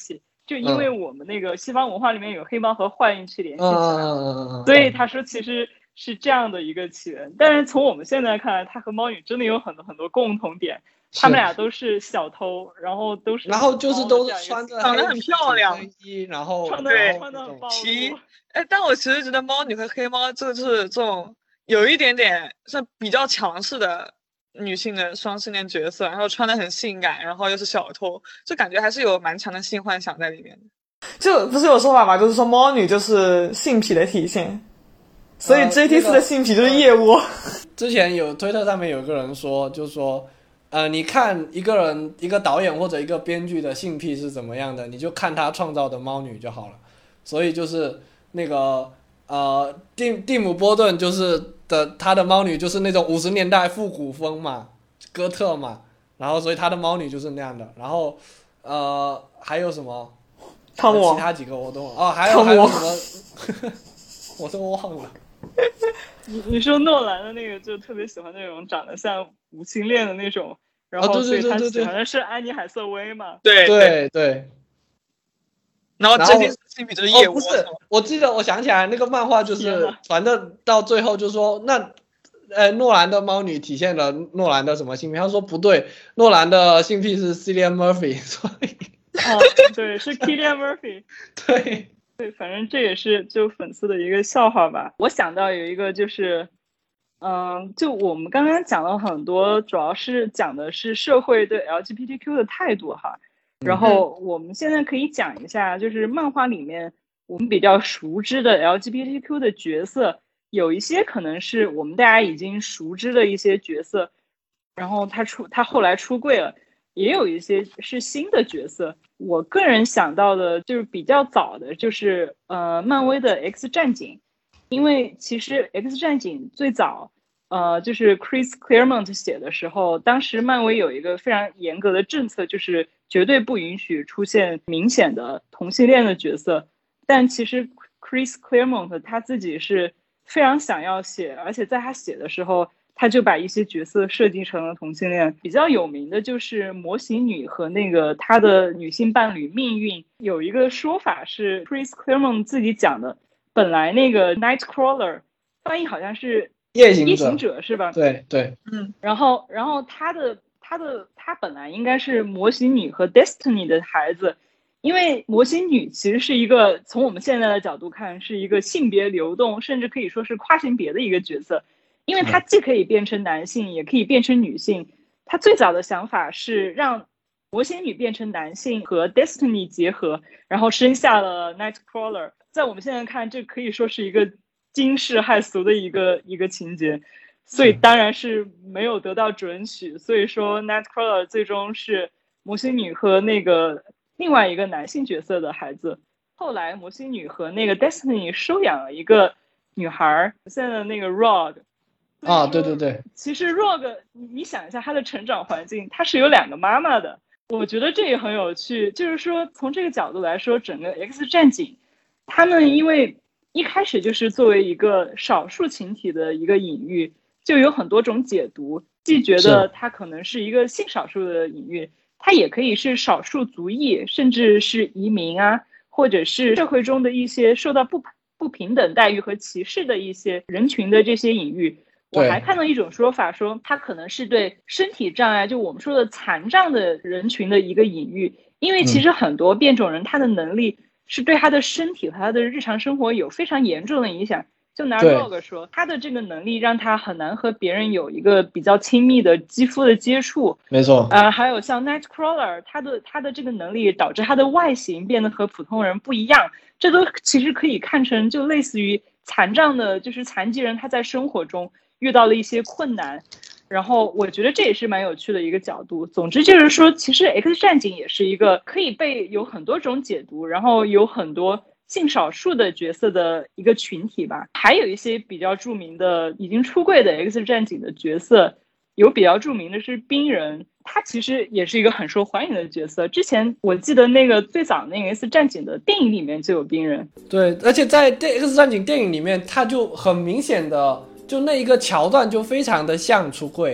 就因为我们那个西方文化里面有黑猫和坏运气联系起来， 嗯， 所以他说其实是这样的一个起源。但是从我们现在看来，他和猫女真的有很多很多共同点，他们俩都是小偷，然后都是然后就是都是穿着长得很漂亮衣，然后穿的对穿的很暴其露。 哎，但我其实觉得猫女和黑猫这就是这种有一点点是比较强势的女性的双性恋角色，然后穿的很性感，然后又是小偷，就感觉还是有蛮强的性幻想在里面的。 就不是有说法嘛，就是说猫女就是性癖的体现，所以 J T 四 的性癖就是腋窝。 之前有推特上面有一个人说，就说，呃，你看一个人一个导演或者一个编剧的性癖是怎么样的，你就看他创造的猫女就好了。所以就是那个呃，蒂蒂姆·波顿就是的，他的猫女就是那种五十年代复古风嘛，哥特嘛，然后所以他的猫女就是那样的。然后呃，还有什么？ 汤姆， 其他几个我都哦，还有还有什么？我都忘了。 你你说诺兰的那个就特别喜欢那种长得像无性恋的那种，然后哦对所以他对对对对喜欢的是安妮海瑟薇嘛？ 对对对。 然后然后这件性比就是腋哦， 窝。 不是，我记得我想起来那个漫画就是反正到最后就说那。呃，诺兰的猫女体现了诺兰的什么性癖？他说不对，诺兰的性癖是 Cillian Murphy， 所以哦，对，是 Cillian Murphy。 对对，反正这也是就粉丝的一个笑话吧。我想到有一个就是，嗯，就我们刚刚讲了很多，主要是讲的是社会对 L G B T Q 的态度哈。然后我们现在可以讲一下，就是漫画里面我们比较熟知的 L G B T Q 的角色。有一些可能是我们大家已经熟知的一些角色，然后他出他后来出柜了，也有一些是新的角色。我个人想到的就是比较早的，就是呃漫威的 X 战警，因为其实 X 战警最早呃就是 Chris Claremont 写的时候，当时漫威有一个非常严格的政策，就是绝对不允许出现明显的同性恋的角色。但其实 Chris Claremont 他自己是非常想要写，而且在他写的时候，他就把一些角色设计成了同性恋。比较有名的就是模型女和那个她的女性伴侣命运。有一个说法是 Chris Claremont 自己讲的，本来那个 Nightcrawler 翻译好像是夜行者， 夜行者是吧？ 对对， 嗯，然后然后他的他的他本来应该是模型女和 Destiny 的孩子。因为模型女其实是一个从我们现在的角度看是一个性别流动，甚至可以说是跨性别的一个角色，因为她既可以变成男性也可以变成女性。她最早的想法是让模型女变成男性和 Destiny 结合，然后生下了 Nightcrawler。在我们现在看，这可以说是一个惊世骇俗的一个一个情节，所以当然是没有得到准许。所以说 Nightcrawler 最终是模型女和那个另外一个男性角色的孩子。后来魔星女和那个 Destiny 收养了一个女孩，现在的那个 Rogue 啊，对对对， 其实 Rogue 你想一下她的成长环境，她是有两个妈妈的。我觉得这也很有趣，就是说从这个角度来说，整个 X 战警他们因为一开始就是作为一个少数群体的一个隐喻，就有很多种解读，既觉得它可能是一个性少数的隐喻，它也可以是少数族裔，甚至是移民啊，或者是社会中的一些受到不不平等待遇和歧视的一些人群的这些隐喻。我还看到一种说法说，它可能是对身体障碍，就我们说的残障的人群的一个隐喻，因为其实很多变种人他的能力是对他的身体和他的日常生活有非常严重的影响。就拿 Rogue 说，他的这个能力让他很难和别人有一个比较亲密的肌肤的接触。 没错。 呃，还有像 Nightcrawler， 他的他的这个能力导致他的外形变得和普通人不一样，这都其实可以看成就类似于残障的，就是残疾人他在生活中遇到了一些困难。然后我觉得这也是蛮有趣的一个角度。总之就是说，其实 X 战警也是一个可以被有很多种解读，然后有很多性少数的角色的一个群体吧。还有一些比较著名的已经出柜的 X 战警的角色，有比较著名的是冰人，他其实也是一个很受欢迎的角色。之前我记得那个最早那个 X 战警的电影里面就有冰人。 对，而且在 X 战警电影里面，他就很明显的就那一个桥段就非常的像出柜，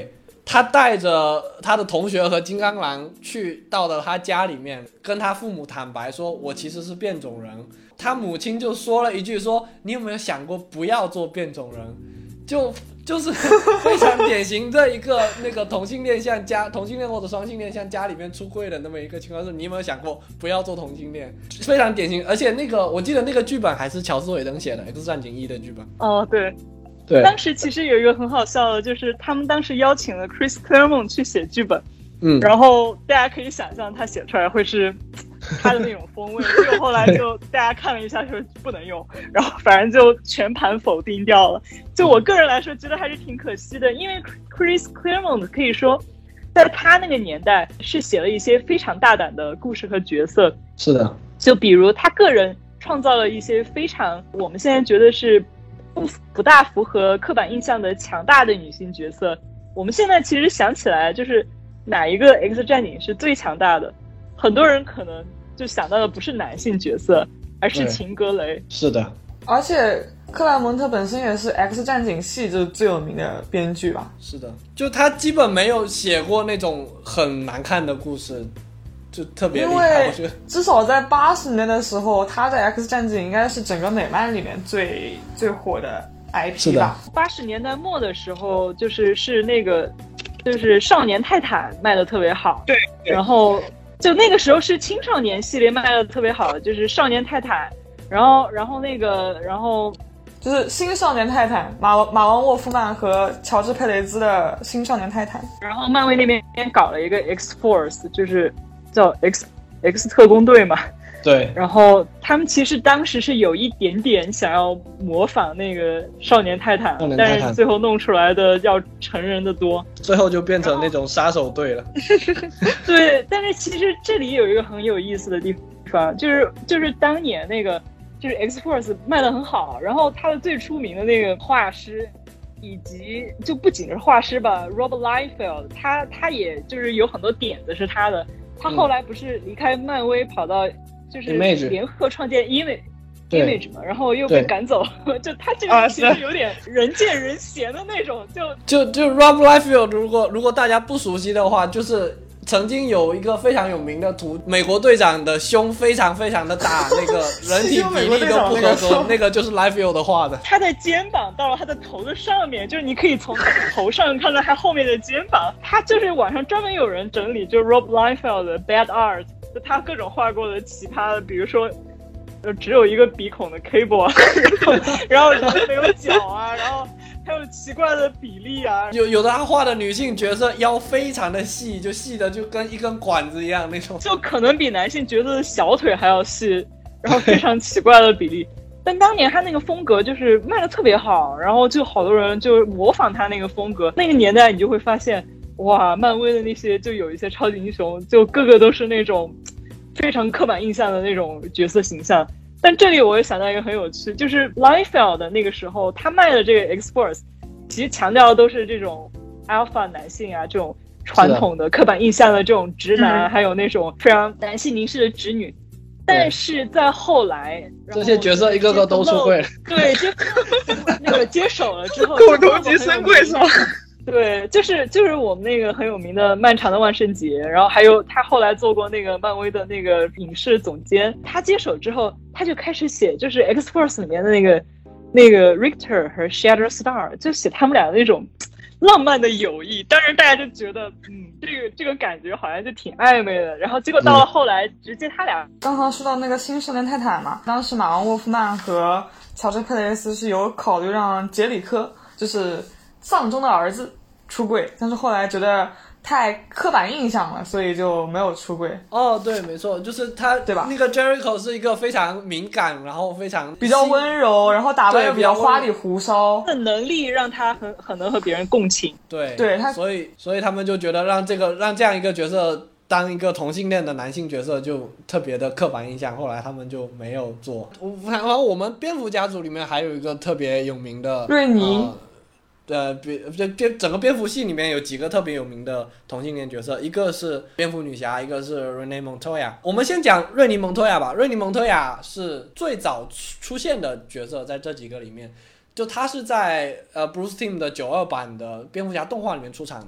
他带着他的同学和金刚狼去到了他家里面，跟他父母坦白说我其实是变种人，他母亲就说了一句说你有没有想过不要做变种人，就就是非常典型的一个那个同性恋向家同性恋或者双性恋向家里面出柜的那么一个情况，是你有没有想过不要做同性恋，非常典型。而且那个我记得那个剧本还是乔斯韦登写的 X 战警一的剧本。 哦，对对， 当时其实有一个很好笑的，就是他们当时邀请了 Chris Claremont 去写剧本， 嗯， 然后大家可以想象他写出来会是他的那种风味，结果后来就大家看了一下说不能用，然后反正就全盘否定掉了。就我个人来说觉得还是挺可惜的，因为 Chris Claremont 可以说在他那个年代是写了一些非常大胆的故事和角色。 是的， 就比如他个人创造了一些非常我们现在觉得是不不大符合刻板印象的强大的女性角色。我们现在其实想起来，就是哪一个 X 战警是最强大的，很多人可能就想到的不是男性角色，而是秦格雷。 是的， 而且克莱蒙特本身也是 X 战警系就是最有名的编剧吧。 是的，就他基本没有写过那种很难看的故事，就特别厉害。我觉得至少在八十年的时候，他在 X 战警应该是整个美漫里面最最火的 I P 吧。 八十年代末的时候，就是是那个就是少年泰坦卖的特别好， 对，对然后就那个时候是青少年系列卖的特别好，就是少年泰坦，然后然后那个然后就是新少年泰坦，马马王沃夫曼和乔治佩雷兹的新少年泰坦。 然后漫威那边搞了一个 X Force， 就是叫 X X 特工队嘛。 对， 然后他们其实当时是有一点点想要模仿那个少年泰坦， 年泰坦但是最后弄出来的要成人的多， 最后就变成那种杀手队了。 对，但是其实这里有一个很有意思的地方，就是就是当年那个就是 X Force 卖得很好，然后他的最出名的那个画师，以及就不仅是画师吧 ，Rob Liefeld， 他他也就是有很多点子是他的，他后来不是离开漫威跑到就是联合创建 Image Image 嘛，然后又被赶走，就他这个其实有点人见人嫌的那种，就就就 Rob Liefeld， 如果如果大家不熟悉的话，就是曾经有一个非常有名的图，美国队长的胸非常非常的大，那个人体比例都不合格，那个就是 Liefeld 画的。 他的肩膀到了他的头的上面，就是你可以从他的头上看到他后面的肩膀。他就是网上专门有人整理，就是 Rob Liefeld 的 Bad Art， 就他各种画过的奇葩的，比如说呃只有一个鼻孔的 Cable 啊，然后然后人没有脚啊，然后还有奇怪的比例啊， 有有的他画的女性角色腰非常的细，就细的就跟一根管子一样那种， 就可能比男性角色的小腿还要细，然后非常奇怪的比例。但当年他那个风格就是卖的特别好，然后就好多人就模仿他那个风格。那个年代你就会发现，哇，漫威的那些就有一些超级英雄，就个个都是那种非常刻板印象的那种角色形象。但这里我也想到一个很有趣，就是 Liefeld 的那个时候他卖的这个 X Force 其实强调的都是这种 alpha 男性啊，这种传统的刻板印象的这种直男、嗯、还有那种非常男性凝视的直女。但是在后来这些角色一个个都出柜了， 对，接那个接手了之后口头级深柜是吧？ 对，就是就是我们那个很有名的漫长的万圣节，然后还有他后来做过那个漫威的那个影视总监，他接手之后他就开始写就是 X Force 里面的那个那个 Richter 和 Shatterstar， 就写他们俩那种浪漫的友谊，当然大家就觉得嗯这个这个感觉好像就挺暧昧的，然后结果到了后来、嗯、直接他俩刚刚说到那个新少年泰坦嘛，当时马王沃夫曼和乔治佩雷斯是有考虑让杰里克就是丧钟的儿子出柜，但是后来觉得太刻板印象了，所以就没有出柜。 哦，对，没错，就是他， 对吧？ 那个 Jericho 是一个非常敏感，然后非常比较温柔，然后打扮又比较花里胡哨， 的能力让他很很能和别人共情。 对， 对他， 所以所以他们就觉得让这个让这样一个角色当一个同性恋的男性角色就特别的刻板印象，后来他们就没有做。然后我们蝙蝠家族里面还有一个特别有名的瑞尼。 呃，呃，蝙整个蝙蝠系里面有几个特别有名的同性恋角色，一个是蝙蝠女侠，一个是 Renee Montoya。我们先讲瑞尼蒙托亚吧。瑞尼蒙托亚是最早出现的角色，在这几个里面，就他是在呃 Bruce Timm 的九二版的蝙蝠侠动画里面出场的。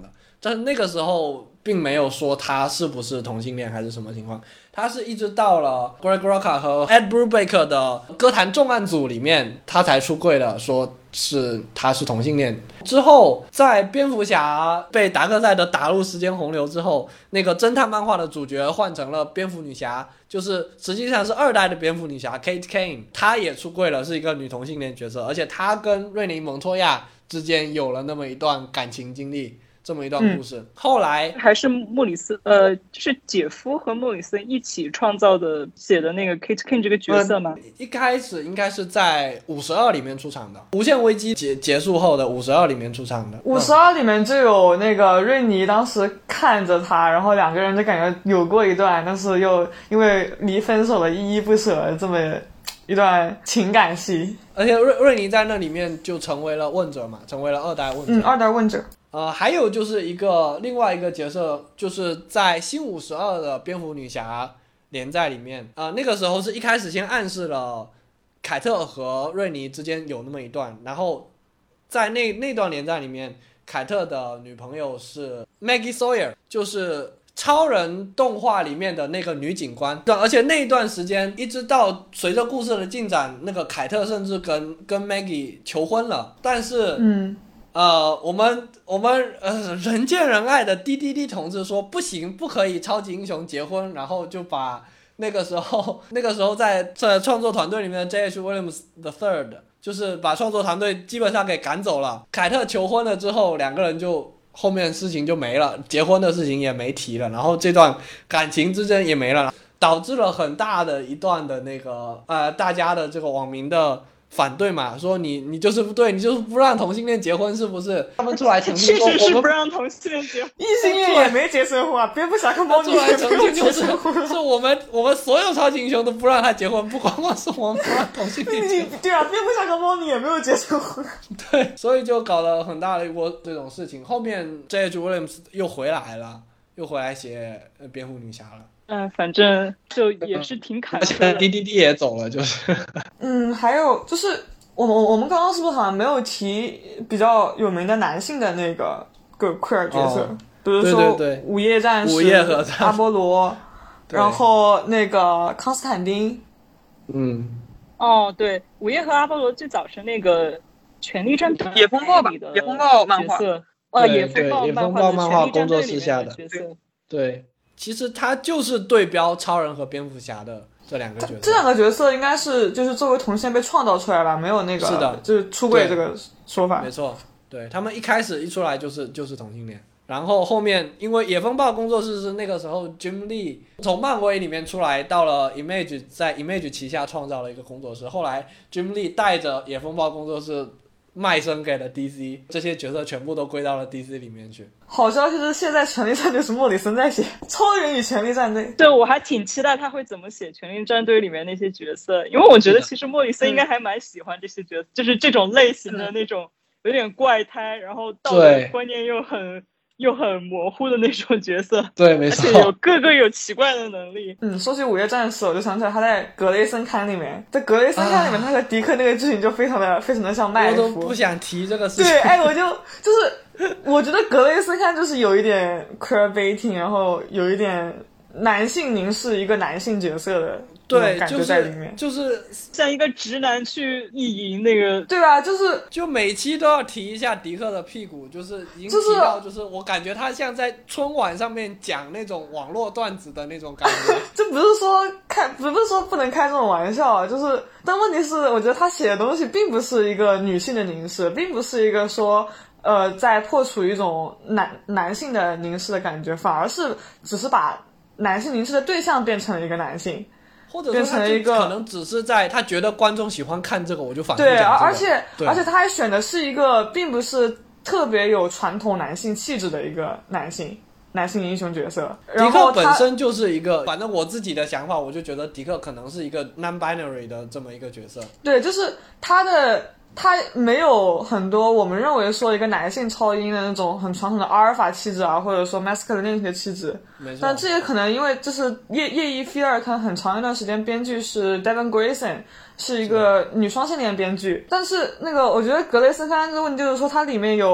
但是那个时候并没有说他是不是同性恋还是什么情况，他是一直到了 Greg Rucka 和 Ed Brubaker 的歌坛重案组里面他才出柜的，说是他是同性恋。之后在蝙蝠侠被达克赛德打入时间洪流之后，那个侦探漫画的主角换成了蝙蝠女侠，就是实际上是二代的蝙蝠女侠 Kate Kane， 她也出柜了，是一个女同性恋角色，而且她跟瑞尼蒙托亚之间有了那么一段感情经历，这么一段故事、嗯、后来还是莫里斯呃，就是姐夫和莫里斯一起创造的写的那个 Kate Kane 这个角色吗、 呃、一开始应该是在五十二里面出场的，无限危机结结束后的五十二里面出场的。 五十二里面就有那个瑞尼当时看着他，然后两个人就感觉有过一段，但是又因为离分手了依依不舍，这么一段情感戏。 而且瑞瑞尼在那里面就成为了问者嘛，成为了二代问者。 嗯，二代问者。 呃，还有就是一个另外一个角色，就是在新五十二的蝙蝠女侠连载里面，呃，那个时候是一开始先暗示了凯特和瑞尼之间有那么一段，然后在那那段连载里面，凯特的女朋友是 Maggie Sawyer， 就是超人动画里面的那个女警官。对，而且那一段时间一直到随着故事的进展，那个凯特甚至跟跟 Maggie 求婚了，但是嗯。 呃，我们我们呃人见人爱的 D D D 同志说不行，不可以超级英雄结婚，然后就把那个时候那个时候在在创作团队里面的 J H Williams the Third 就是把创作团队基本上给赶走了。凯特求婚了之后，两个人就后面事情就没了，结婚的事情也没提了，然后这段感情之间也没了，导致了很大的一段的那个呃大家的这个网民的反对嘛，说你你就是不对，你就是不让同性恋结婚是不是？他们出来澄清说， 确实是不让同性恋结婚， 异性恋也没结生婚啊，蝙蝠侠跟猫女也没有结生婚， 是我们我们所有超级英雄都不让他结婚，不光光是我们不让同性恋结婚。 对啊，蝙蝠侠跟猫女也没有结生婚。 对，所以就搞了很大的一波这种事情。后面 J H Williams 又回来了，又回来写蝙蝠女侠了。 嗯，反正就也是挺坎坷的。 D D D 也走了，就是。 嗯，还有就是我们我们刚刚是不是好像没有提比较有名的男性的那个个 queer 角色， 哦、 比如说午夜战士、 午夜和阿波罗，然后那个康斯坦丁。 嗯。 哦，对，午夜和阿波罗最早是那个权力战队野风暴吧，野风暴漫画， 呃，野风暴漫画漫画工作室下的角色， 对。其实他就是对标超人和蝙蝠侠的这两个角色， 这两个角色应该是就是作为同性被创造出来吧，没有那个是的， 就是出柜这个说法。 没错，对，他们一开始一出来就是就是同性恋，然后后面因为野风暴工作室是那个时候 Jim Lee 从漫威里面出来，到了 Image， 在 Image 旗下创造了一个工作室，后来 Jim Lee 带着野风暴工作室卖身给了 D C， 这些角色全部都归到了 D C 里面去。 好消息是现在权力战队是莫里森在写超人与权力战队， 对，我还挺期待他会怎么写权力战队里面那些角色，因为我觉得其实莫里森应该还蛮喜欢这些角色，就是这种类型的那种有点怪胎，然后道德观念又很又很模糊的那种角色。 对，没错， 而且有各个有奇怪的能力。 嗯，说起午夜战士，我就想起来他在格雷森刊里面，在格雷森刊里面，他和迪克那个剧情就非常的非常的像麦夫。 我都不想提这个事情。 对，哎，我就就是我觉得格雷森刊就是有一点 queer baiting， 然后有一点男性凝视一个男性角色的对感觉在里面， 就是、就是、 像一个直男去意淫那个， 对吧？就是就每期都要提一下迪克的屁股，就是已经提到，就是我感觉他像在春晚上面讲那种网络段子的那种感觉。 这不是说开，不是说不能开这种玩笑啊，就是，但问题是，我觉得他写的东西并不是一个女性的凝视，并不是一个说。呃，在破除一种男男性的凝视的感觉，反而是只是把男性凝视的对象变成了一个男性， 或者变成了一个可能只是在他觉得观众喜欢看这个，我就反复讲对， 这个。 而且对而且他还选的是一个并不是特别有传统男性气质的一个男性男性英雄角色。 迪克本身就是一个，反正我自己的想法，我就觉得迪克可能是一个 non-binary 的这么一个角色。 对，就是他的。他没有很多我们认为说一个男性超英的那种很传统的阿尔法气质啊，或者说 masculinity 的气质， 没错。 但这也可能因为就是夜夜翼菲尔他很长一段时间编剧是 Devin Grayson， 是一个女双性恋编剧，但是那个我觉得格雷森刊这个问题就是说它里面有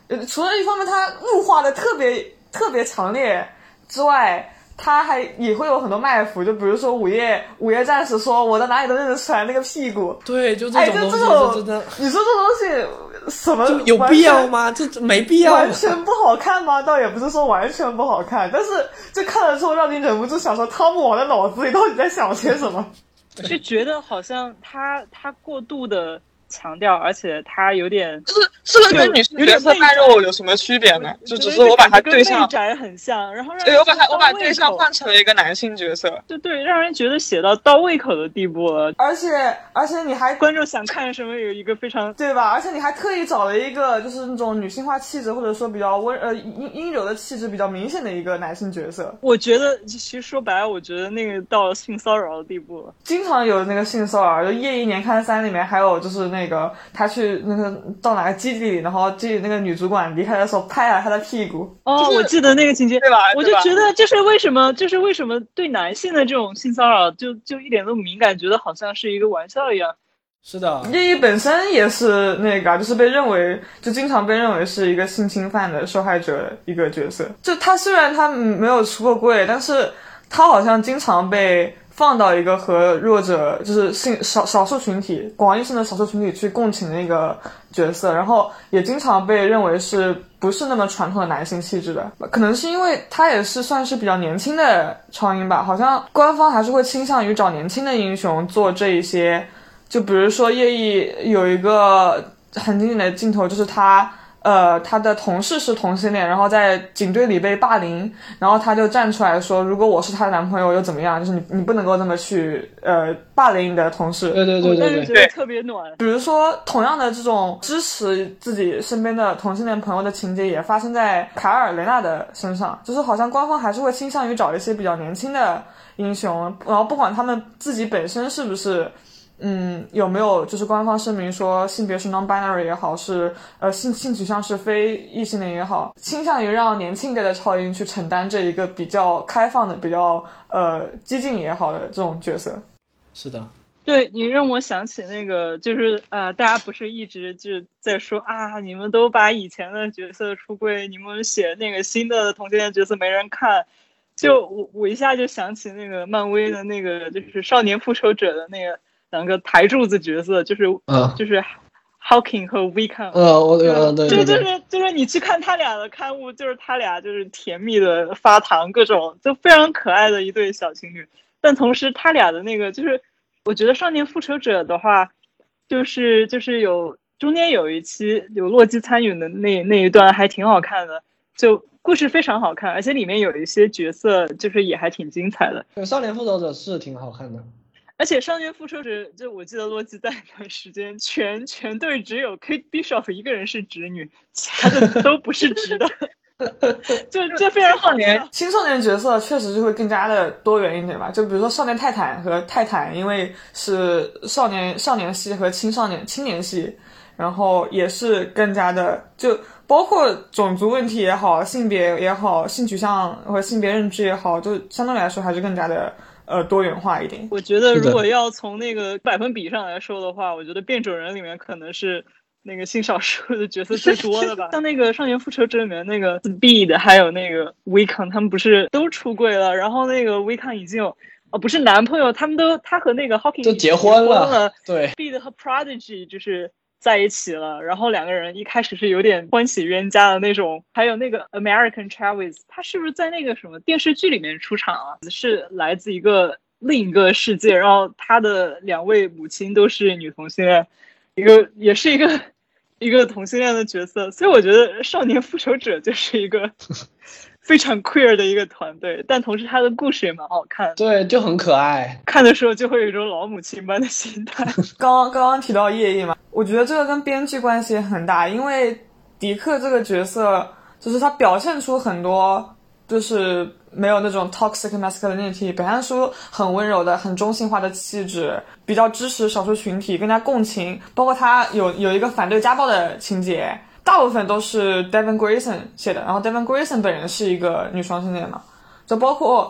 除了一方面他物化的特别特别强烈之外，他还也会有很多卖腐，就比如说午夜午夜战士说我在哪里都认得出来那个屁股， 对，就这种东西， 哎、就真的， 你说这东西什么有必要吗？这没必要， 完全不好看吗？倒也不是说完全不好看，但是这看了之后让你忍不住想说，汤姆王的脑子里到底在想些什么？ 就觉得好像他他过度的强调，而且他有点就是是不是跟女性角色代入有什么区别呢？就只是我把他对象跟宅很像，然后让对我把他我把对象换成了一个男性角色， 就对，让人觉得写到到胃口的地步了。 而且而且你还观众想看什么有一个非常对吧？而且你还特意找了一个就是那种女性化气质或者说比较温呃阴阴柔的气质比较明显的一个男性角色。 我觉得其实说白了，我觉得那个到了性骚扰的地步了。 经常有那个性骚扰，就《夜一年刊三》里面还有就是那个他去那个到哪个基地里，然后基地那个女主管离开的时候拍了他的屁股。 哦，就是、我记得那个情节， 对吧？ 我就觉得就是为什么就是为什么对男性的这种性骚扰就就一点都不敏感，觉得好像是一个玩笑一样。 是的， 叶一本身也是那个，就是被认为就经常被认为是一个性侵犯的受害者一个角色。就他虽然他没有出过柜，但是他好像经常被放到一个和弱者就是性少少数群体广义性的少数群体去共情的一个角色，然后也经常被认为是不是那么传统的男性气质的。可能是因为他也是算是比较年轻的超英吧，好像官方还是会倾向于找年轻的英雄做这一些。就比如说叶一有一个很经典的镜头，就是他呃他的同事是同性恋，然后在警队里被霸凌，然后他就站出来说，如果我是他的男朋友又怎么样，就是你你不能够那么去呃霸凌你的同事。 对对对对对， 我觉得特别暖。 比如说同样的这种支持自己身边的同性恋朋友的情节也发生在凯尔雷纳的身上，就是好像官方还是会倾向于找一些比较年轻的英雄，然后不管他们自己本身是不是嗯，有没有就是官方声明说性别是 non-binary 也好，是呃性性取向是非异性恋也好，倾向于让年轻一代的超英去承担这一个比较开放的、比较呃激进也好的这种角色。 是的， 对，你让我想起那个，就是呃，大家不是一直就在说啊，你们都把以前的角色出柜，你们写那个新的同性恋角色没人看。就我我一下就想起那个漫威的那个，就是少年复仇者的那个。两个台柱子角色就是、 嗯、 就是 Hawking 和 Wiccan。 呃，我呃对对对， 就是就是你去看他俩的刊物，就是他俩就是甜蜜的发糖，各种就非常可爱的一对小情侣。但同时他俩的那个就是，我觉得少年复仇者的话，就是就是有中间有一期有洛基参与的那那一段还挺好看的，就故事非常好看，而且里面有一些角色就是也还挺精彩的。 对，少年复仇者是挺好看的。 而且少年复仇者，就我记得洛基在那段时间，全全队只有 Kate Bishop 一个人是直女，其他的都不是直的，就就非常好年。 青少年角色确实就会更加的多元一点吧，就比如说少年泰坦和泰坦，因为是少年少年系和青少年青年系，然后也是更加的就包括种族问题也好，性别也好，性取向或者性别认知也好，就相对来说还是更加的。呃，多元化一点。 我觉得如果要从那个百分比上来说的话，我觉得变种人里面可能是那个性少数的角色最多的吧。像那个少年复仇者里面那个 Speed 还有那个 Wiccan 他们不是都出柜了，然后那个 Wiccan 已经有哦不是男朋友，他们都他和那个 Hawking 都结婚了， 了对 Speed 和 Prodigy 就是在一起了，然后两个人一开始是有点欢喜冤家的那种。还有那个 American Chavez， 他是不是在那个什么电视剧里面出场啊？是来自一个另一个世界，然后他的两位母亲都是女同性恋，一个也是一个一个同性恋的角色，所以我觉得少年复仇者就是一个非常 queer 的一个团队，但同时他的故事也蛮好看， 对，就很可爱， 看的时候就会有一种老母亲般的心态。 刚刚刚刚提到夜翼嘛，我觉得这个跟编剧关系很大，因为迪克这个角色就是他表现出很多就是没有那种 toxic masculinity， 表现出很温柔的很中性化的气质，比较支持少数群体，更加共情，包括他有有一个反对家暴的情节，大部分都是 Devin Grayson 写的，然后 Devin Grayson 本人是一个女双性恋嘛，就包括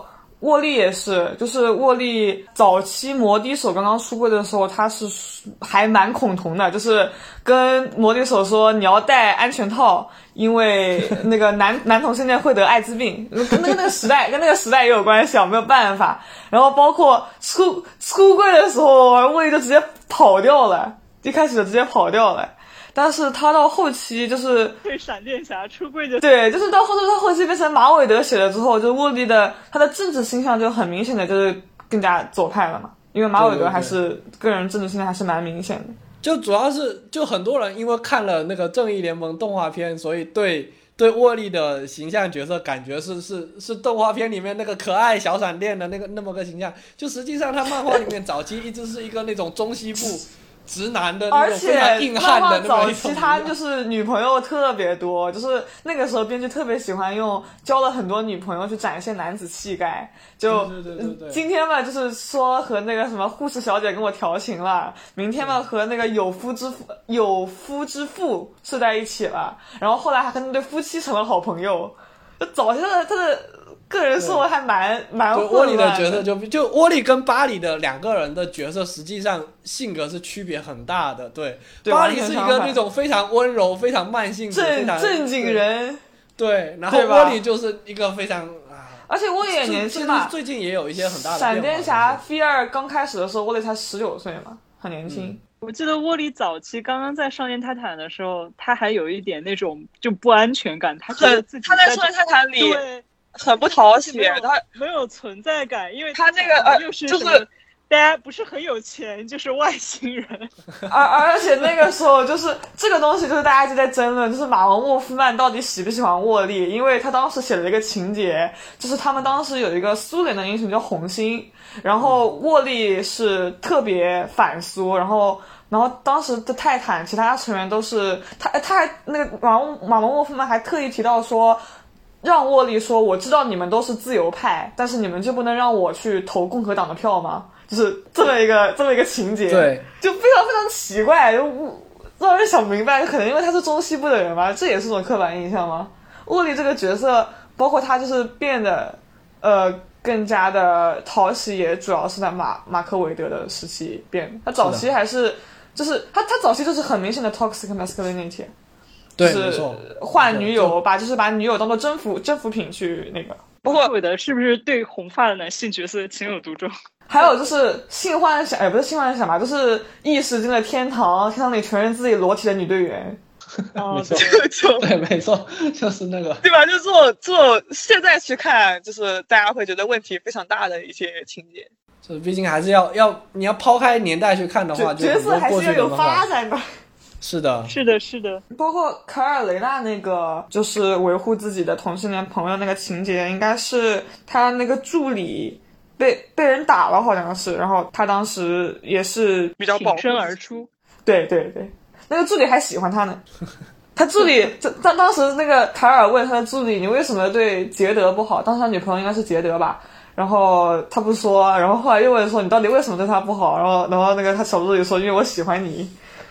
沃利也是，就是沃利早期魔笛手刚刚出柜的时候，他是还蛮恐同的，就是跟魔笛手说你要戴安全套，因为那个男男同性恋会得艾滋病，跟那个那个时代跟那个时代也有关系啊，没有办法。然后包括出出柜的时候，沃利就直接跑掉了，一开始就直接跑掉了。但是他到后期就是对闪电侠出柜就对，就是到后头他后期变成马韦德写了之后，就沃利的他的政治倾向就很明显的就是更加左派了嘛，因为马韦德还是个人政治倾向还是蛮明显的。 就主要是就很多人因为看了那个正义联盟动画片，所以对对沃利的形象角色感觉是是是动画片里面那个可爱小闪电的那个那么个形象，就实际上他漫画里面早期一直是一个那种中西部直男的那种非常硬汉的那种， 而且漫画早期他就是女朋友特别多，就是那个时候编剧特别喜欢用交了很多女朋友去展现男子气概。就对对对对对今天嘛，就是说和那个什么护士小姐跟我调情了，明天嘛和那个有夫之妇有夫之妇睡在一起了，然后后来还跟那对夫妻成了好朋友。就早期的他的个人生活还蛮蛮混乱的。 沃利的角色就就沃利跟巴里的两个人的角色实际上性格是区别很大的。对， 对巴里是一个那种非常温柔、非常慢性子、非正常正经人。 对，然后沃利就是一个非常而且沃利也年轻嘛， 最近也有一些很大的变化。 闪电侠 V 二刚开始的时候，沃利才十九岁嘛，很年轻。嗯我记得沃利早期刚刚在少年泰坦的时候，他还有一点那种就不安全感，他觉得自己他在少年泰坦里对很不讨喜，他没有存在感，因为他那个呃又是就是大家不是很有钱，就是外星人。 而而且那个时候就是这个东西，就是大家一直在争论，就是马文沃夫曼到底喜不喜欢沃利，因为他当时写了一个情节，就是他们当时有一个苏联的英雄叫红星，然后沃利是特别反苏，然后然后当时的泰坦其他成员都是他他还那个马马文沃夫曼还特意提到说，让沃利说我知道你们都是自由派，但是你们就不能让我去投共和党的票吗？就是这么一个这么一个情节， 对， 就非常非常奇怪，就让人想不明白，可能因为他是中西部的人嘛，这也是种刻板印象吗？沃利这个角色，包括他就是变得呃更加的讨喜，也主要是在马马克韦德的时期变。他早期还是就是他他早期就是很明显的 toxic masculinity， 对， 就是换女友，把就是把女友当做征服征服品去那个。 不过韦德是不是对红发的男性角色情有独钟？ 还有就是性幻想，也不是性幻想吧，就是异世进了天堂，天堂里全是自己裸体的女队员。 哦， 对就对，没错，就是那个， 对吧？就这种这种现在去看，就是大家会觉得问题非常大的一些情节。 就是毕竟还是要要你要抛开年代去看的话， 角色还是要有发展的。 是的， 是的，是的。 包括卡尔雷娜那个就是维护自己的同性恋朋友那个情节，应该是他那个助理被被人打了，好像是，然后他当时也是比较挺身而出。 对对对，那个助理还喜欢他呢。他助理，当当时那个卡尔问他的助理：“你为什么对杰德不好？”当时他女朋友应该是杰德吧。然后他不说，然后后来又问说：“你到底为什么对他不好？”然后然后那个他小助理说：“因为我喜欢你。”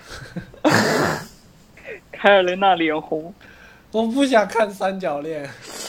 凯尔雷娜脸红。 我不想看三角恋。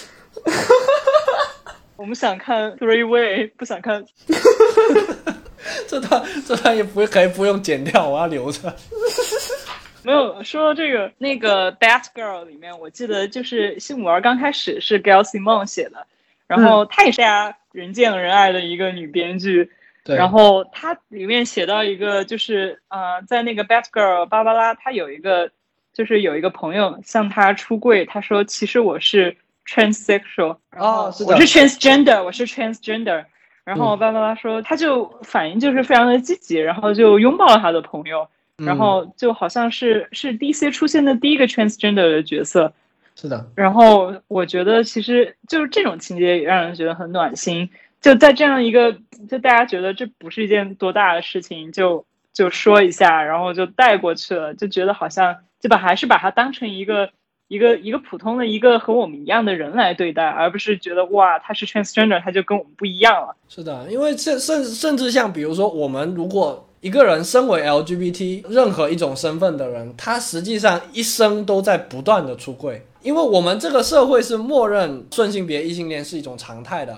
我们想看 three way， 不想看。 这段这段也不可以不用剪掉，我要留着。 没有说到这个那个 Batgirl 里面，我记得就是辛姆儿刚开始是 Gail Simone 写的，然后她也是大家人见人爱的一个女编剧。 对， 然后她里面写到一个就是呃，在那个 Batgirl 芭芭拉，她有一个就是有一个朋友向她出柜，她说其实我是 transsexual， 然后我是 transgender， 我是 transgender。然后芭芭拉说，她就反应就是非常的积极，然后就拥抱了她的朋友。然后就好像是是 D C 出现的第一个 transgender 的角色， 是的。 然后我觉得其实就是这种情节也让人觉得很暖心，就在这样一个就大家觉得这不是一件多大的事情，就就说一下，然后就带过去了，就觉得好像就把还是把它当成一个一个一个普通的一个和我们一样的人来对待，而不是觉得哇他是 transgender 他就跟我们不一样了。 是的，因为甚甚甚至像比如说我们如果一个人身为 L G B T 任何一种身份的人，他实际上一生都在不断的出柜，因为我们这个社会是默认顺性别异性恋是一种常态的，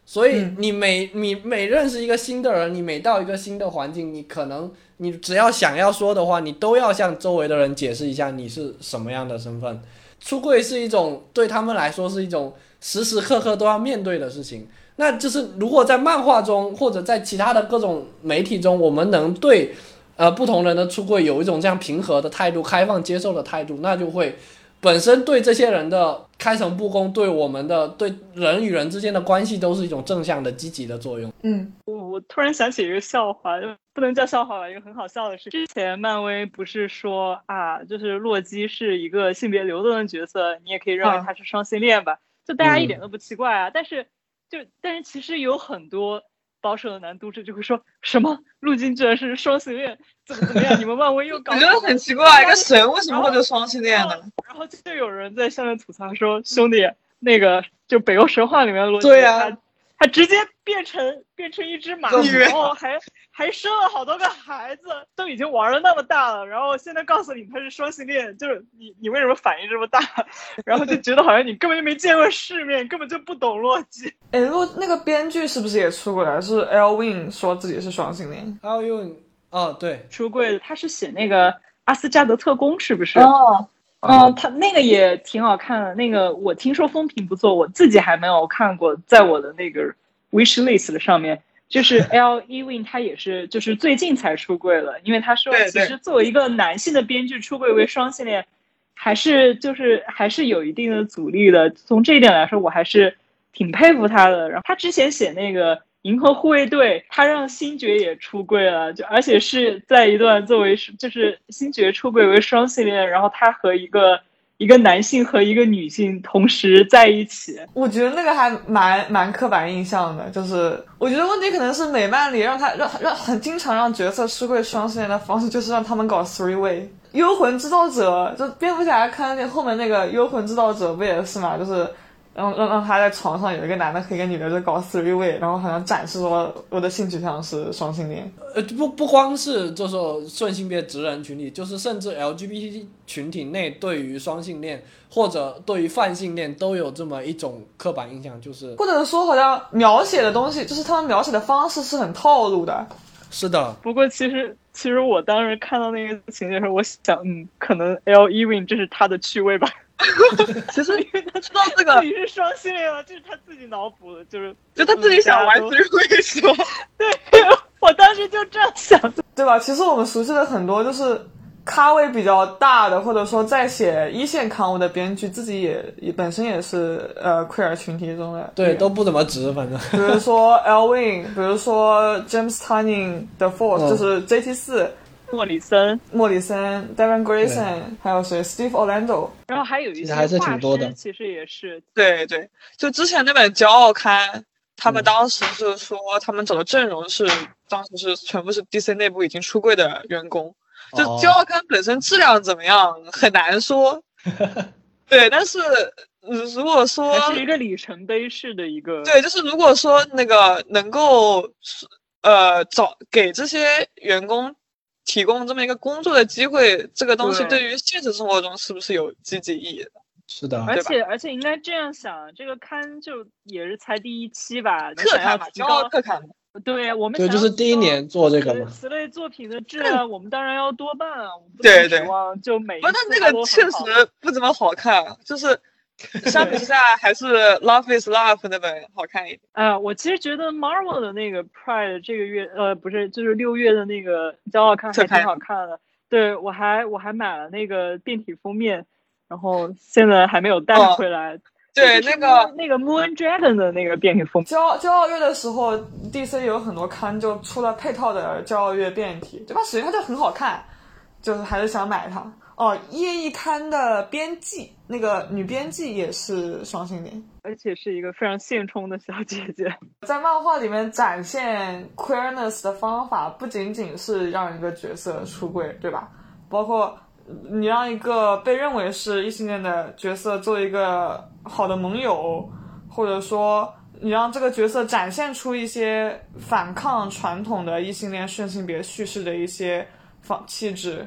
所以你每你每认识一个新的人，你每到一个新的环境，你可能你只要想要说的话，你都要向周围的人解释一下你是什么样的身份。出柜是一种对他们来说是一种时时刻刻都要面对的事情。那就是如果在漫画中或者在其他的各种媒体中，我们能对呃不同人的出柜有一种这样平和的态度、开放接受的态度，那就会本身对这些人的开诚布公，对我们的对人与人之间的关系都是一种正向的积极的作用。 嗯， 我我突然想起一个笑话，不能叫笑话吧，一个很好笑的是，之前漫威不是说啊，就是洛基是一个性别流动的角色，你也可以认为他是双性恋吧，就大家一点都不奇怪啊。嗯、但是就但是其实有很多保守的男读者就会说什么陆金居然是双性恋，怎么怎么样？你们漫威又搞？ 我觉得很奇怪，一个神为什么会是双性恋呢？ 然后就有人在下面吐槽说，兄弟，那个就北欧神话里面的洛基， 对啊， 他他直接变成变成一只马，然后还还生了好多个孩子，都已经玩的那么大了，然后现在告诉你他是双性恋，就是你你为什么反应这么大？然后就觉得好像你根本就没见过世面，根本就不懂洛基。 哎，洛那个编剧是不是也出过来？是 L Wing 说自己是双性恋 ？L Wing 哦，对， 出柜，他是写那个阿斯加德特工是不是？ 哦。 嗯，他那个也挺好看的，那个我听说风评不错，我自己还没有看过，在我的那个 wish list 上面。就是 L Ewing 他也是就是最近才出柜了，因为他说其实作为一个男性的编剧出柜为双性恋，还是就是还是有一定的阻力的。从这一点来说，我还是挺佩服他的。然后他之前写那个银河护卫队，他让星爵也出柜了，就而且是在一段作为就是星爵出柜为双性恋，然后他和一个一个男性和一个女性同时在一起。 我觉得那个还蛮蛮刻板印象的，就是我觉得问题可能是美漫里让他让让很经常让角色出柜双性恋的方式，就是让他们搞 three way。幽魂制造者就蝙蝠侠看那后面那个幽魂制造者不也是嘛，就是让让让他在床上有一个男的和一个女的就搞 three way， 然后好像展示说我的性取向是双性恋。 呃，不不光是就是说顺性别直人群体，就是甚至 L G B T 群体内对于双性恋或者对于泛性恋都有这么一种刻板印象，就是或者说好像描写的东西，就是他们描写的方式是很套路的。 是的。 不过其实其实我当时看到那个情节的时候，我想，嗯，可能 L Ewing 这是他的趣味吧。其实因为他知道这个自己是双性恋了，这是他自己脑补的，就是就他自己想玩 three way 是吧？ 对，我当时就这样想， 对吧？其实我们熟悉的很多就是咖位比较大的，或者说在写一线刊物的编剧，自己也也本身也是呃 queer 群体中的， 对，都不怎么直，反正。 比如说 L Wing， 比如说 James Tynion 的 Force，、嗯、就是 J T 四。 莫里森、 莫里森、Devin Grayson， 还有谁 ？Steve Orlando， 然后还有一些还是挺多的。 其实也是， 对对，就之前那本《骄傲》刊，他们当时是说他们走的阵容是、嗯、当时是全部是 D C 内部已经出柜的员工。就《骄傲》刊本身质量怎么样很难说，对，但是如果说还是一个里程碑式的一个， 对，就是如果说那个能够呃找给这些员工提供这么一个工作的机会，这个东西对于现实生活中是不是有积极意义的？ 是的， 而且而且应该这样想，这个刊就也是才第一期吧， 特刊嘛，骄傲特刊嘛。 对，我们对，就是第一年做这个嘛。 此类作品的质量，我们当然要多办啊。我们不对对， 指望就每一次不，那那个确实不怎么好看，就是相比之下还是 Love is Love 那本好看一点。 啊、呃，我其实觉得 Marvel 的那个 Pride 这个月，呃，不是，就是六月的那个骄傲刊还挺好看的。对，我还我还买了那个变体封面，然后现在还没有带回来。哦对，那个那个 Moon Dragon 的那个变体封面。 骄傲骄傲月的时候 ，D C 有很多刊就出了配套的骄傲月变体，对吧？首先它就很好看，就是还是想买它。哦，叶一刊的编辑，那个女编辑也是双性恋， 而且是一个非常现充的小姐姐。 在漫画里面展现 queerness 的方法，不仅仅是让一个角色出柜，对吧？包括你让一个被认为是异性恋的角色做一个好的盟友，或者说你让这个角色展现出一些反抗传统的异性恋顺性别叙事的一些方气质，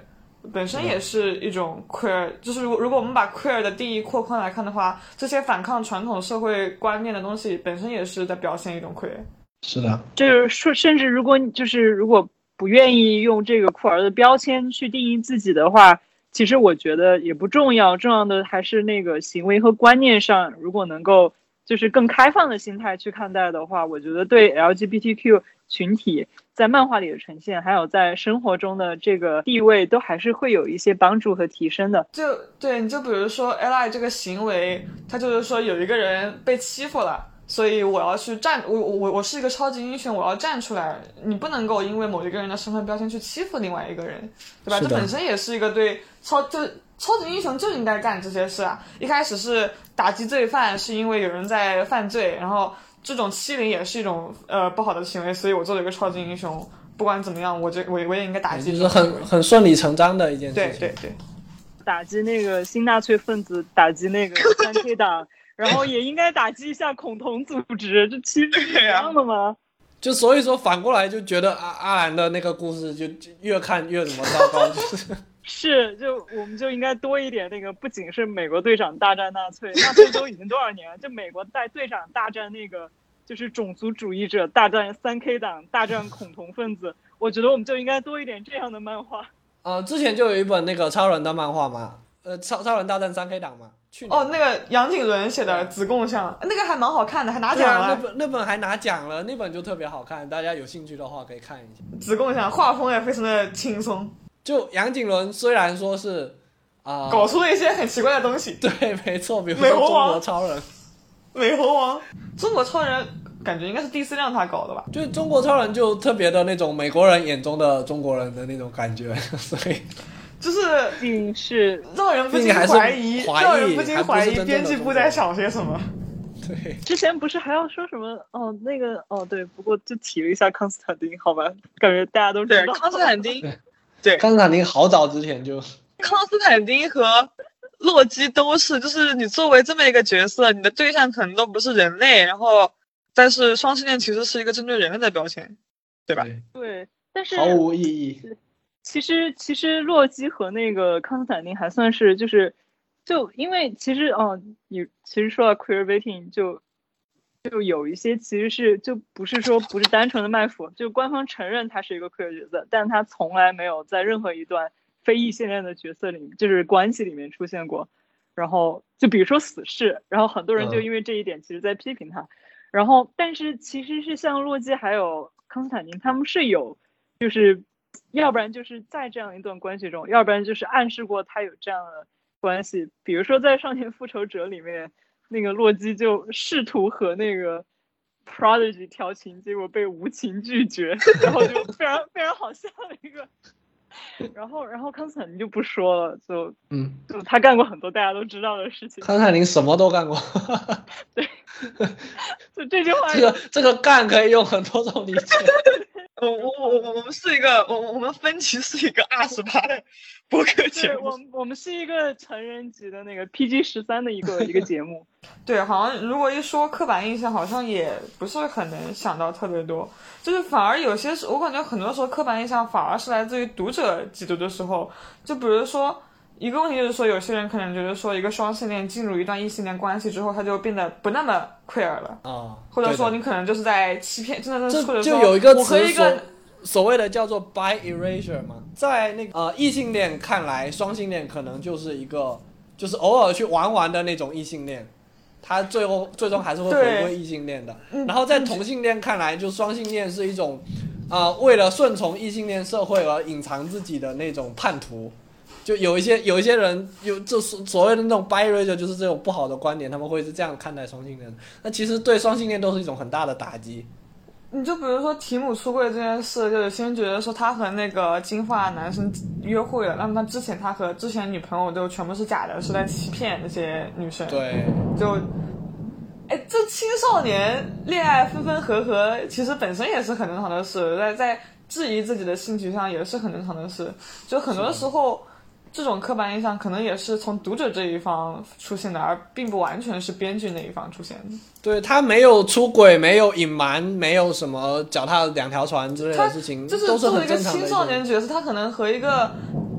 本身也是一种 queer， 就是如果如果我们把 queer 的定义扩宽来看的话，这些反抗传统社会观念的东西本身也是在表现一种 queer。 是的， 就是说，甚至如果就是如果不愿意用这个酷儿的标签去定义自己的话，其实我觉得也不重要，重要的还是那个行为和观念上，如果能够就是更开放的心态去看待的话，我觉得对 L G B T Q 群体在漫画里的呈现，还有在生活中的这个地位，都还是会有一些帮助和提升的。 就对，你就比如说 Ally 这个行为，他就是说有一个人被欺负了，所以我要去站，我我我是一个超级英雄，我要站出来。你不能够因为某一个人的身份标签去欺负另外一个人，对吧？这本身也是一个对超就超级英雄就应该干这些事啊。一开始是打击罪犯，是因为有人在犯罪，然后这种欺凌也是一种呃不好的行为，所以我做了一个超级英雄。不管怎么样，我这我我也应该打击， 就是很很顺理成章的一件事情。 对对对， 打击那个新纳粹分子，打击那个三 K 党。然后也应该打击一下恐同组织，这其实是一样的吗？ 就所以说反过来就觉得阿阿兰的那个故事就就越看越怎么糟糕，就是是就我们就应该多一点那个，不仅是美国队长大战纳粹，纳粹都已经多少年了，就美国带队长大战那个就是种族主义者，大战三 K 党，大战恐同分子，我觉得我们就应该多一点这样的漫画。 呃，之前就有一本那个超人的漫画嘛，呃，超超人大战三 K 党嘛。 哦，那个杨景伦写的《子贡像》，那个还蛮好看的，还拿奖了。 那本那本还拿奖了，那本就特别好看，大家有兴趣的话可以看一下。 子贡像画风也非常的轻松。 就杨景伦虽然说是啊、呃， 搞出了一些很奇怪的东西。 对，没错，比如说中国超人、 美猴王、中国超人，感觉应该是第四让他搞的吧？ 就中国超人就特别的那种美国人眼中的中国人的那种感觉，所以。 就是是让人不禁怀疑，让人不禁怀疑编辑部在想些什么。 对， 之前不是还要说什么哦那个哦对，不过就提了一下康斯坦丁，好吧，感觉大家都知道。 对，康斯坦丁， 对， 对康斯坦丁好早之前就。 康斯坦丁和洛基都是，就是你作为这么一个角色，你的对象可能都不是人类，然后但是双性恋其实是一个针对人类的标签，对吧？ 对， 对，但是毫无意义。 其实，其实洛基和那个康斯坦丁还算是，就是，就因为其实哦，你其实说到 queerbaiting 就就有一些其实是就不是说不是单纯的卖腐，就官方承认他是一个 queer 角色，但他从来没有在任何一段非异性恋的角色里面，就是关系里面出现过。然后就比如说死侍，然后很多人就因为这一点其实在批评他。嗯、然后，但是其实是像洛基还有康斯坦丁，他们是有就是。要不然就是在这样一段关系中，要不然就是暗示过他有这样的关系。比如说在《少年复仇者》里面，那个洛基就试图和那个 Prodigy 调情，结果被无情拒绝，然后就非常非常好笑的一个。然后，然后康斯坦丁就不说了，就嗯， 就他干过很多大家都知道的事情。 康斯坦丁什么都干过。 对，就这句话， 这个这个干可以用很多种理解。 我我我我我们是一个，我我们分歧是一个二十八的播客节目， 我我们是一个成人级的那个 P G 十三的一个一个节目。 对，好像如果一说刻板印象，好像也不是很能想到特别多，就是反而有些时，我感觉很多时候刻板印象反而是来自于读者解读的时候，就比如说。一个问题就是说，有些人可能觉得说，一个双性恋进入一段异性恋关系之后，他就变得不那么 queer 了啊、 哦， 或者说你可能就是在欺骗，真的是或者说就有一个词一个所谓的叫做 bi erasure 嘛，在那个呃异性恋看来，双性恋可能就是一个就是偶尔去玩玩的那种异性恋，他最后最终还是会回归异性恋的。然后在同性恋看来，就双性恋是一种呃为了顺从异性恋社会而隐藏自己的那种叛徒。就有一些有一些人有就所谓的那种 bi erasure 就是这种不好的观点，他们会是这样看待双性恋。那其实对双性恋都是一种很大的打击。 你就比如说提姆出柜这件事，就有些人觉得说他和那个金发男生约会了，那么他之前他和之前女朋友就全部是假的，是在欺骗那些女生。 对， 就哎，这青少年恋爱分分合合，其实本身也是很正常的事，在在质疑自己的性取向也是很正常的事。就很多时候。这种刻板印象可能也是从读者这一方出现的，而并不完全是编剧那一方出现的。 对，他没有出轨，没有隐瞒，没有什么脚踏两条船之类的事情， 就是都是作为一个很正常的。 青少年角色，他可能和一个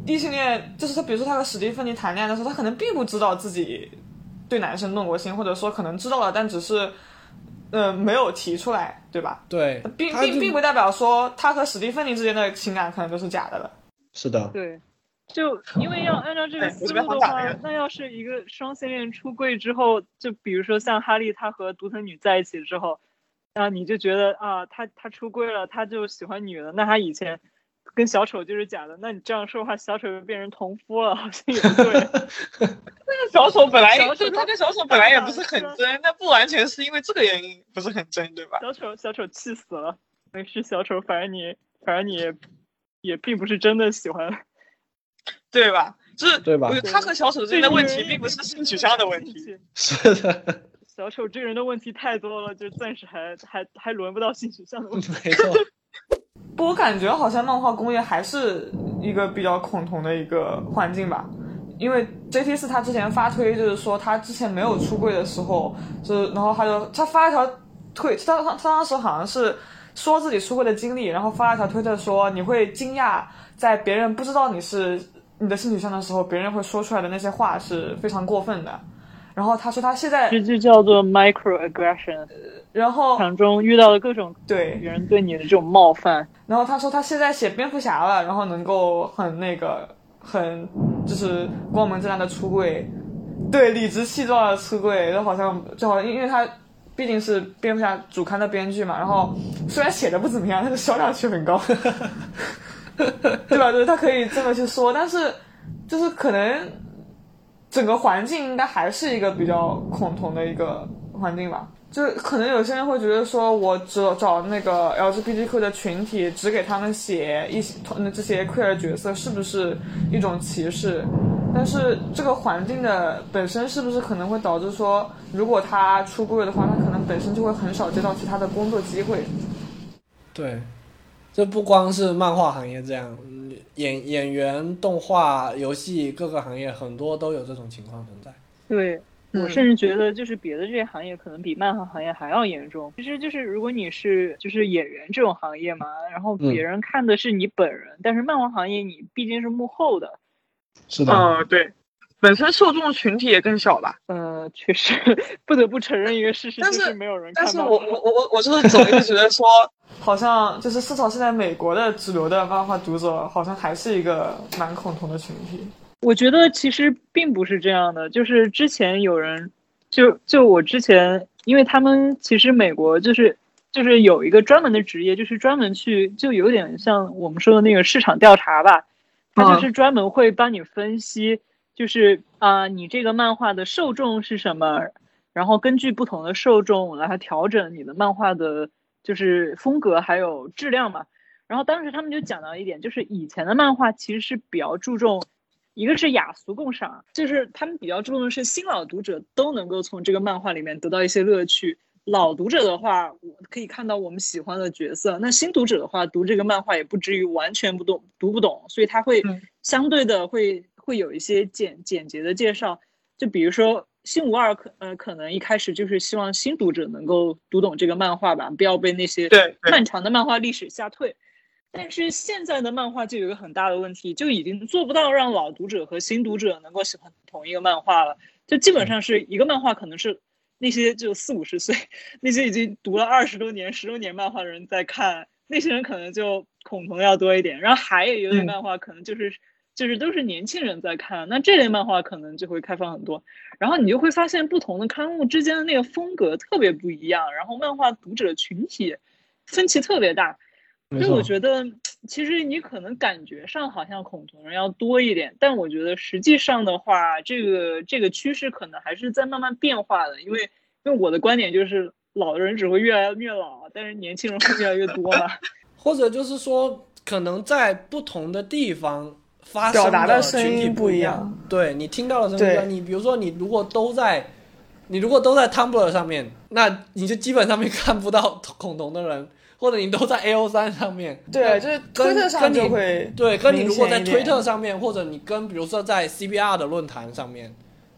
异性恋，就是他，比如说他和史蒂芬妮谈恋爱的时候，他可能并不知道自己对男生动过心，或者说可能知道了，但只是呃没有提出来，对吧？ 对， 并并并不代表说他和史蒂芬妮之间的情感可能都是假的了。 是的， 对。就因为要按照这个思路的话，那要是一个双性恋出柜之后，就比如说像哈利他和独藤女在一起之后，啊，你就觉得啊，他他出柜了，他就喜欢女的，那他以前跟小丑就是假的，那你这样说的话，小丑就变成同夫了，好像也不对。 那个小丑本来就他跟小丑本来也不是很真，那不完全是因为这个原因不是很真，对吧？ 小丑小丑气死了，没事，小丑，反正你反正你也也并不是真的喜欢。 对吧？就是对吧？ 我觉得他和小丑之间的问题并不是性取向的问题。 是的， 小丑这个人的问题太多了，就暂时还还还轮不到性取向的问题。 没错。 不过我感觉好像漫画工业还是一个比较恐同的一个环境吧，因为 J T 四他之前发推就是说他之前没有出柜的时候，就然后他就他发一条推，他他当时好像是说自己出柜的经历，然后发了一条推特说你会惊讶在别人不知道你是你的性取向的时候，别人会说出来的那些话是非常过分的。然后他说他现在这就叫做 microaggression， 然后场中遇到了各种对别人对你的这种冒犯。 然后他说他现在写蝙蝠侠了，然后能够很那个很就是光明正大的出柜，对，理直气壮的出柜，就好像就好像因为他毕竟是蝙蝠侠主刊的编剧嘛，然后虽然写的不怎么样，但是销量却很高。对吧？对，他可以这么去说，但是就是可能整个环境应该还是一个比较恐同的一个环境吧。就可能有些人会觉得说，我只找那个 L G B T Q 的群体，只给他们写一些这些 queer 角色，是不是一种歧视？但是这个环境的本身是不是可能会导致说，如果他出柜的话，他可能本身就会很少接到其他的工作机会。 对。这不光是漫画行业这样，演演员、动画、游戏各个行业很多都有这种情况存在。 对，我甚至觉得就是别的这些行业可能比漫画行业还要严重。其实就是如果你是就是演员这种行业嘛，然后别人看的是你本人，嗯、但是漫画行业你毕竟是幕后的。 是的。 嗯、呃，对。本身受众群体也更小吧？ 呃，确实不得不承认一个事实，就是没有人看。 但是我我我我就是总一直觉得说， 好像就是至少现在美国的主流的漫画读者，好像还是一个蛮恐同的群体。 我觉得其实并不是这样的，就是之前有人，就就我之前，因为他们其实美国就是就是有一个专门的职业，就是专门去，就有点像我们说的那个市场调查吧，他就是专门会帮你分析。就是啊、呃，你这个漫画的受众是什么？然后根据不同的受众来调整你的漫画的，就是风格还有质量嘛。然后当时他们就讲到一点，就是以前的漫画其实是比较注重，一个是雅俗共赏，就是他们比较注重的是新老读者都能够从这个漫画里面得到一些乐趣。老读者的话，我可以看到我们喜欢的角色；那新读者的话，读这个漫画也不至于完全不懂、读不懂，所以他会相对的会。会有一些简简洁的介绍，就比如说新五二可呃可能一开始就是希望新读者能够读懂这个漫画吧，不要被那些漫长的漫画历史吓退。但是现在的漫画就有一个很大的问题，就已经做不到让老读者和新读者能够喜欢同一个漫画了。就基本上是一个漫画可能是那些就四五十岁那些已经读了二十多年十多年漫画的人在看，那些人可能就恐同要多一点。然后还有一类漫画可能就是、嗯就是都是年轻人在看，那这类漫画可能就会开放很多，然后你就会发现不同的刊物之间的那个风格特别不一样，然后漫画读者群体分歧特别大。所以我觉得其实你可能感觉上好像恐同人要多一点，但我觉得实际上的话，这个这个趋势可能还是在慢慢变化的，因为因为我的观点就是老人只会越来越老，但是年轻人会越来越多嘛。 或者就是说可能在不同的地方发表达的声声音不一样，对，你听到的声音不一样。你比如说，你如果都在，你如果都在 Tumblr 上面，那你就基本上面看不到恐同的人，或者你都在 A O 三 上面， 对，就是推特上就会对，跟你如果在推特上面，或者你跟比如说在 C B R 的论坛上面，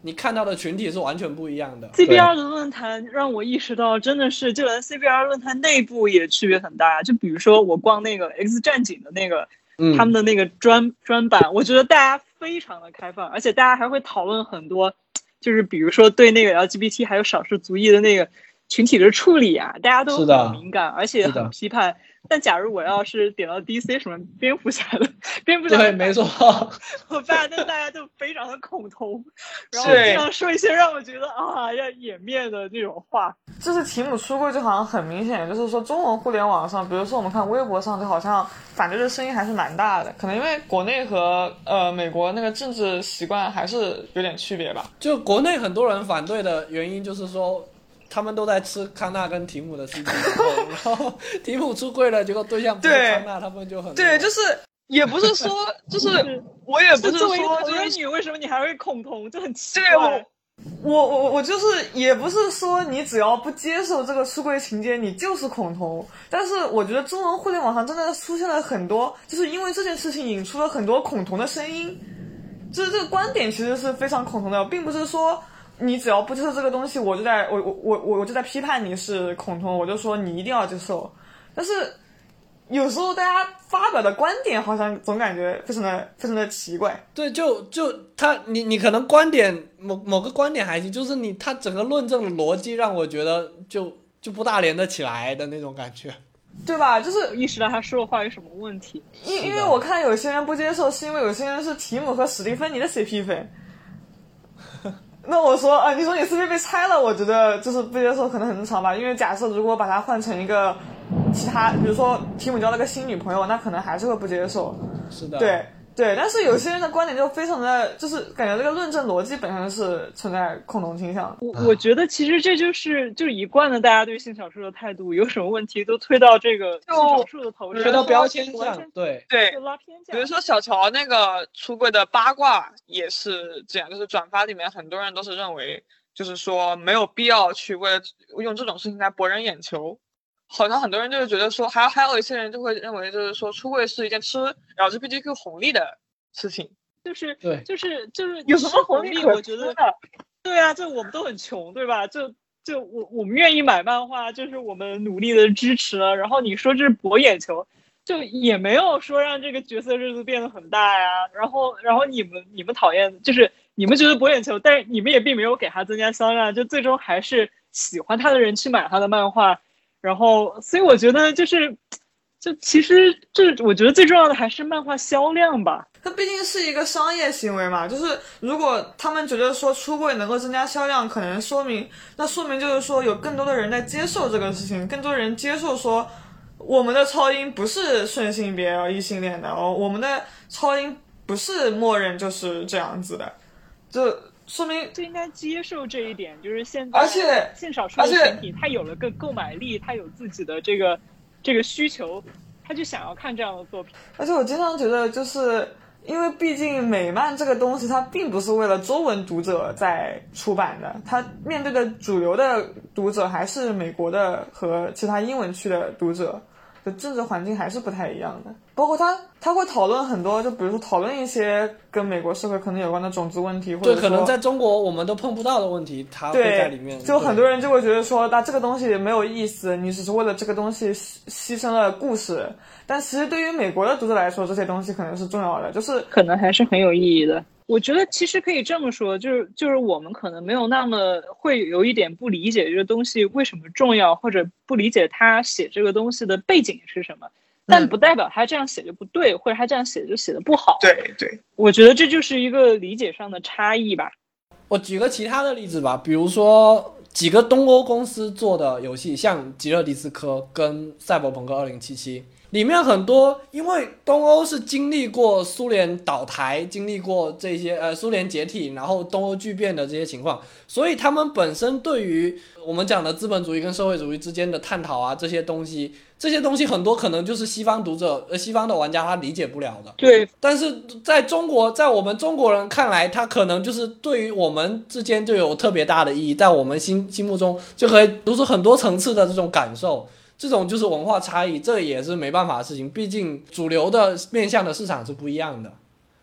你看到的群体是完全不一样的。 C B R 的论坛让我意识到，真的是就连 C B R 论坛内部也区别很大。就比如说我逛那个 X 战警的那个、嗯、他们的那个专专版，我觉得大家非常的开放，而且大家还会讨论很多，就是比如说对那个 L G B T 还有少数族裔的那个群体的处理啊，大家都很敏感，而且很批判。但假如我要是点到 D C 什么蝙蝠侠的蝙蝠侠的， 对，没错， 我发现大家就非常的恐同，然后经常说一些让我觉得啊要掩面的这种话。 就是题目出柜就好像很明显，就是说中文互联网上，比如说我们看微博上，就好像反对的声音还是蛮大的。可能因为国内和呃美国那个政治习惯还是有点区别吧。 就国内很多人反对的原因就是说。他们都在吃康纳跟提姆的 C P， 然后提姆出柜了，结果对象不是康纳，他们就很对，就是也不是说，就是我也不是说， 就是你为什么你还会恐同，就很奇怪。 我我我就是也不是说你只要不接受这个出柜情节，你就是恐同。但是我觉得中文互联网上真的出现了很多，就是因为这件事情引出了很多恐同的声音，就是这个观点其实是非常恐同的，并不是说。你只要不接受这个东西，我就在我我我我就在批判你是恐同，我就说你一定要接受。但是有时候大家发表的观点好像总感觉非常的非常的奇怪。 对，就就他你你可能观点某某个观点还行，就是你他整个论证的逻辑让我觉得就就不大连得起来的那种感觉。 对吧？就是意识到他说的话有什么问题。 因因为我看有些人不接受，是因为有些人是提姆和史蒂芬妮的 C P 粉。那我说啊，你说你 C P 被拆了，我觉得就是不接受可能很正常吧。因为假设如果把它换成一个其他，比如说提姆交了个新女朋友，那可能还是会不接受。 是的， 对对。但是有些人的观点就非常的，就是感觉这个论证逻辑本身是存在恐同倾向。 我我觉得其实这就是就是一贯的大家对性少数的态度，有什么问题都推到这个性少数的头上， 推到标签上，对对， 拉偏架。 比如说小乔那个出柜的八卦也是这样，就是转发里面很多人都是认为，就是说没有必要去为了用这种事情来博人眼球。好像很多人就是觉得说，还还有一些人就会认为，就是说出柜是一件吃 L G B T Q 红利的事情。 就是对， 就是就是有什么红利？ 我觉得，对啊，就我们都很穷，对吧？就就我我们愿意买漫画，就是我们努力的支持了。然后你说这是博眼球，就也没有说让这个角色热度变得很大呀。然后然后你们你们讨厌，就是你们觉得博眼球，但是你们也并没有给他增加销量，就最终还是喜欢他的人去买他的漫画。然后，所以我觉得就是。就其实这我觉得最重要的还是漫画销量吧。 它毕竟是一个商业行为嘛，就是如果他们觉得说出柜能够增加销量，可能说明那说明就是说有更多的人在接受这个事情，更多人接受说我们的超英不是顺性别异性恋的，哦，我们的超英不是默认就是这样子的，就说明就应该接受这一点，就是现在而且性少数的群体他有了个购买力，他有自己的这个这个需求，他就想要看这样的作品。 而且我经常觉得，就是因为毕竟美漫这个东西，它并不是为了中文读者在出版的，它面对的主流的读者还是美国的和其他英文区的读者，的政治环境还是不太一样的。包括他他会讨论很多，就比如说讨论一些跟美国社会可能有关的种族问题，或者对，可能在中国我们都碰不到的问题，他会在里面。 就很多人就会觉得说，那这个东西没有意思，你只是为了这个东西牺牲了故事。但其实对于美国的读者来说，这些东西可能是重要的，就是可能还是很有意义的。我觉得其实可以这么说，就是就是我们可能没有那么会有一点不理解这个东西为什么重要，或者不理解他写这个东西的背景是什么。但不代表他这样写就不对，或者他这样写就写的不好。 对对， 我觉得这就是一个理解上的差异吧。 我举个其他的例子吧，比如说几个东欧公司做的游戏，像极乐迪斯科跟赛博朋克二零七七，里面很多因为东欧是经历过苏联倒台，经历过这些呃苏联解体，然后东欧剧变的这些情况，所以他们本身对于我们讲的资本主义跟社会主义之间的探讨啊，这些东西这些东西很多可能就是西方读者呃西方的玩家他理解不了的。 对， 但是在中国，在我们中国人看来，他可能就是对于我们之间就有特别大的意义，在我们心心目中就可以读出很多层次的这种感受。这种就是文化差异，这也是没办法的事情，毕竟主流的面向的市场是不一样的。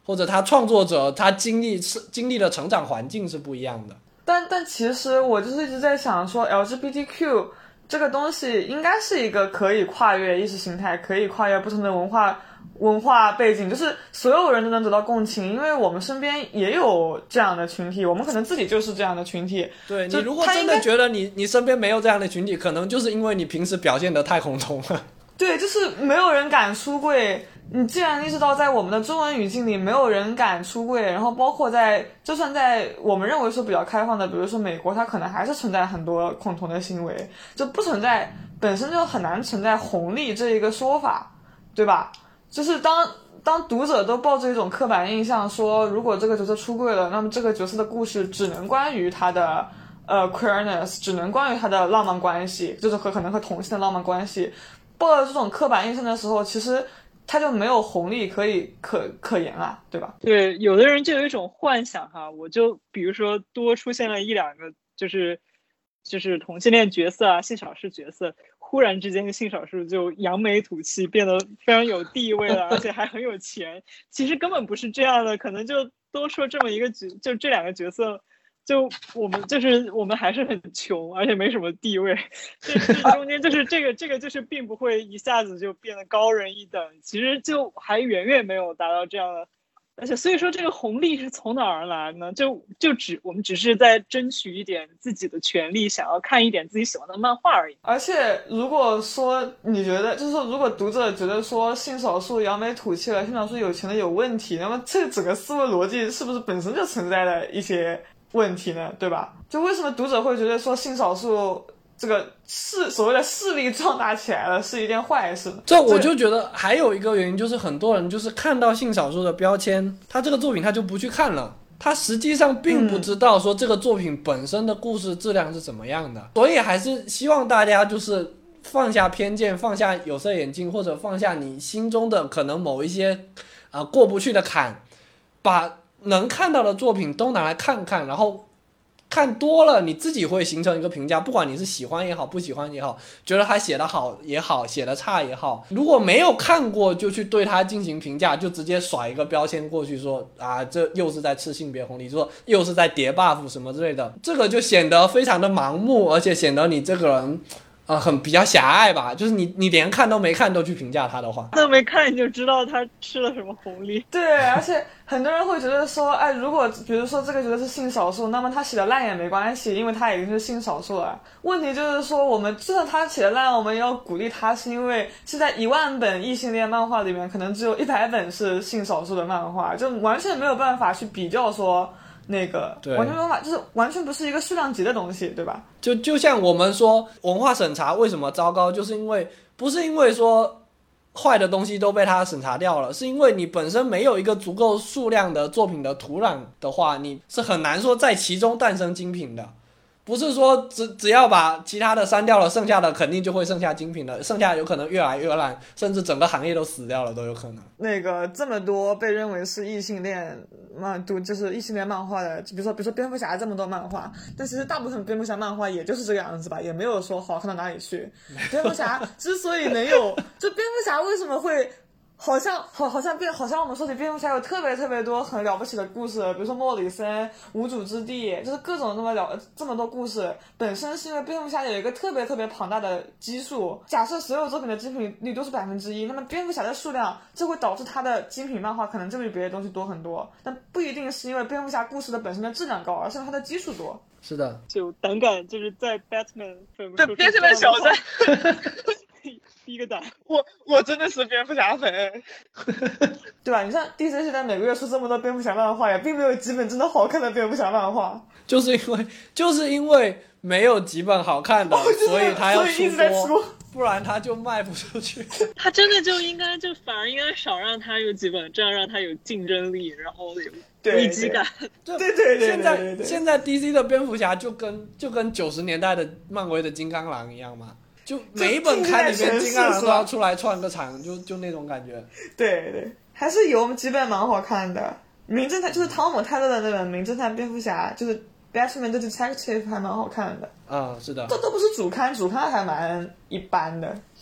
或者他创作者他经历经历的成长环境是不一样的。 但但其实我就是一直在想说 L G B T Q 这个东西应该是一个可以跨越意识形态，可以跨越不同的文化文化背景，就是所有人都能得到共情，因为我们身边也有这样的群体，我们可能自己就是这样的群体。 对，你如果真的觉得你你身边没有这样的群体，可能就是因为你平时表现得太恐同了。 对，就是没有人敢出柜。你既然意识到在我们的中文语境里没有人敢出柜，然后包括在就算在我们认为说比较开放的，比如说美国，它可能还是存在很多恐同的行为，就不存在，本身就很难存在红利这一个说法，对吧？就是当当读者都抱着一种刻板印象说，如果这个角色出柜了，那么这个角色的故事只能关于他的呃 queerness， 只能关于他的浪漫关系，就是和可能和同性的浪漫关系。抱着这种刻板印象的时候，其实他就没有红利可以可可言啊，对吧？ 对，有的人就有一种幻想哈，我就比如说多出现了一两个就是就是同性恋角色啊，性少数角色，忽然之间性少数就扬眉吐气，变得非常有地位了，而且还很有钱。其实根本不是这样的，可能就多说这么一个角，就这两个角色。就我们就是我们还是很穷，而且没什么地位，这这中间就是这个这个就是并不会一下子就变得高人一等，其实就还远远没有达到这样的，而且所以说这个红利是从哪儿来呢？就就只我们只是在争取一点自己的权利，想要看一点自己喜欢的漫画而已。 而且如果说你觉得就是说如果读者觉得说性少数扬眉吐气了，性少数有钱的有问题，那么这整个思维逻辑是不是本身就存在了一些问题呢，对吧？就为什么读者会觉得说性少数这个势所谓的势力壮大起来了是一件坏事呢？ 这我就觉得还有一个原因，就是很多人就是看到性少数的标签，他这个作品他就不去看了，他实际上并不知道说这个作品本身的故事质量是怎么样的，所以还是希望大家就是放下偏见，放下有色眼镜，或者放下你心中的可能某一些呃过不去的坎，把能看到的作品都拿来看看，然后看多了你自己会形成一个评价，不管你是喜欢也好不喜欢也好，觉得他写得好也好写得差也好，如果没有看过就去对他进行评价，就直接甩一个标签过去说啊这又是在吃性别红利，说又是在叠 buff 什么之类的，这个就显得非常的盲目，而且显得你这个人呃，很比较狭隘吧，就是你你连看都没看都去评价他的话， 都没看你就知道他吃了什么红利。 对，而且很多人会觉得说，哎，如果比如说这个角色是性少数，那么他写的烂也没关系，因为他已经是性少数了。问题就是说，我们就算他写的烂，我们也要鼓励他，是因为是在一万本异性恋漫画里面，可能只有一百本是性少数的漫画，就完全没有办法去比较说。那个完全没有办法，就是完全不是一个数量级的东西，对吧？ 就就像我们说文化审查为什么糟糕，就是因为不是因为说坏的东西都被他审查掉了，是因为你本身没有一个足够数量的作品的土壤的话，你是很难说在其中诞生精品的。不是说只只要把其他的删掉了，剩下的肯定就会剩下精品的，剩下有可能越来越烂，甚至整个行业都死掉了都有可能。 那个这么多被认为是异性恋漫读就是异性恋漫画的，比如说比如说蝙蝠侠这么多漫画，但其实大部分蝙蝠侠漫画也就是这个样子吧，也没有说好看到哪里去。蝙蝠侠之所以能有，就蝙蝠侠为什么会？好像好好像变好像我们说起蝙蝠侠有特别特别多很了不起的故事，比如说莫里森、无主之地，就是各种这么了这么多故事，本身是因为蝙蝠侠有一个特别特别庞大的基数。假设所有作品的精品率都是百分之一，那么蝙蝠侠的数量就会导致它的精品漫画可能就比别的东西多很多，但不一定是因为蝙蝠侠故事的本身的质量高，而是因为它的基数多。 是的， 就胆敢就是在 Batman 对 Batman 小站。 第一个胆， 我我真的是蝙蝠侠粉， 对吧？你像 D C 现在每个月出这么多蝙蝠侠漫画，也并没有几本真的好看的蝙蝠侠漫画， 就是因为就是因为没有几本好看的， 哦就是、 所以他要出播， 不然他就卖不出去。 他真的就应该就反而应该少让他有几本，这样让他有竞争力，然后有危机感。 对对对对， 现在现在 D C 的蝙蝠侠就跟就跟九十年代的漫威的金刚狼一样嘛。就每一本刊里面金刚狼都要出来串个场，就就那种感觉。 对对，还是有几本蛮好看的。名侦探就是汤姆泰勒的那本《名侦探蝙蝠侠》，就是 Batman the Detective 还蛮好看的。 啊、嗯，是的。 这都不是主刊，主刊还蛮一般的。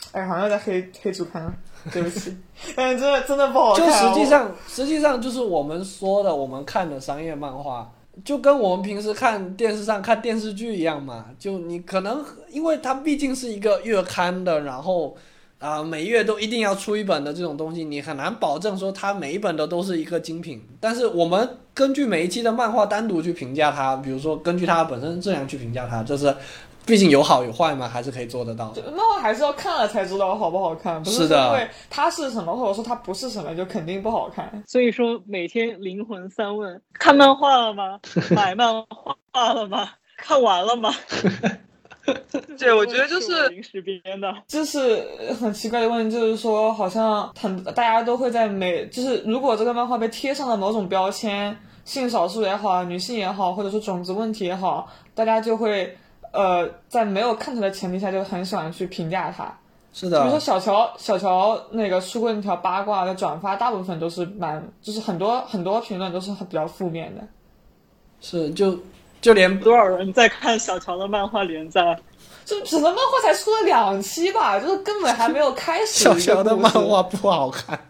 哎，好像在黑黑主刊，对不起，但是真的真的不好看。 就实际上，实际上就是我们说的，我们看的商业漫画，就跟我们平时看电视上看电视剧一样嘛。就你可能因为它毕竟是一个月刊的，然后啊、呃、每月都一定要出一本的这种东西，你很难保证说它每一本的都是一个精品。但是我们根据每一期的漫画单独去评价它，比如说根据它本身质量去评价它，这是。毕竟有好有坏嘛，还是可以做得到的。 漫画还是要看了才知道好不好看，不是因为它是什么或者说它不是什么就肯定不好看。 所以说每天灵魂三问：看漫画了吗？买漫画了吗？看完了吗？ 对，我觉得就是临时编的， 就是很奇怪的问题，就是说好像很大家都会在每就是如果这个漫画被贴上了某种标签，性少数也好，女性也好，或者说种族问题也好，大家就会。呃，在没有看出的前提下，就很喜欢去评价他。 是的， 比如说小乔，小乔那个出过那条八卦的转发，大部分都是蛮，就是很多很多评论都是比较负面的。 是，就就连多少人在看小乔的漫画连载？ 就整个漫画才出了两期吧，就是根本还没有开始。 小乔的漫画不好看。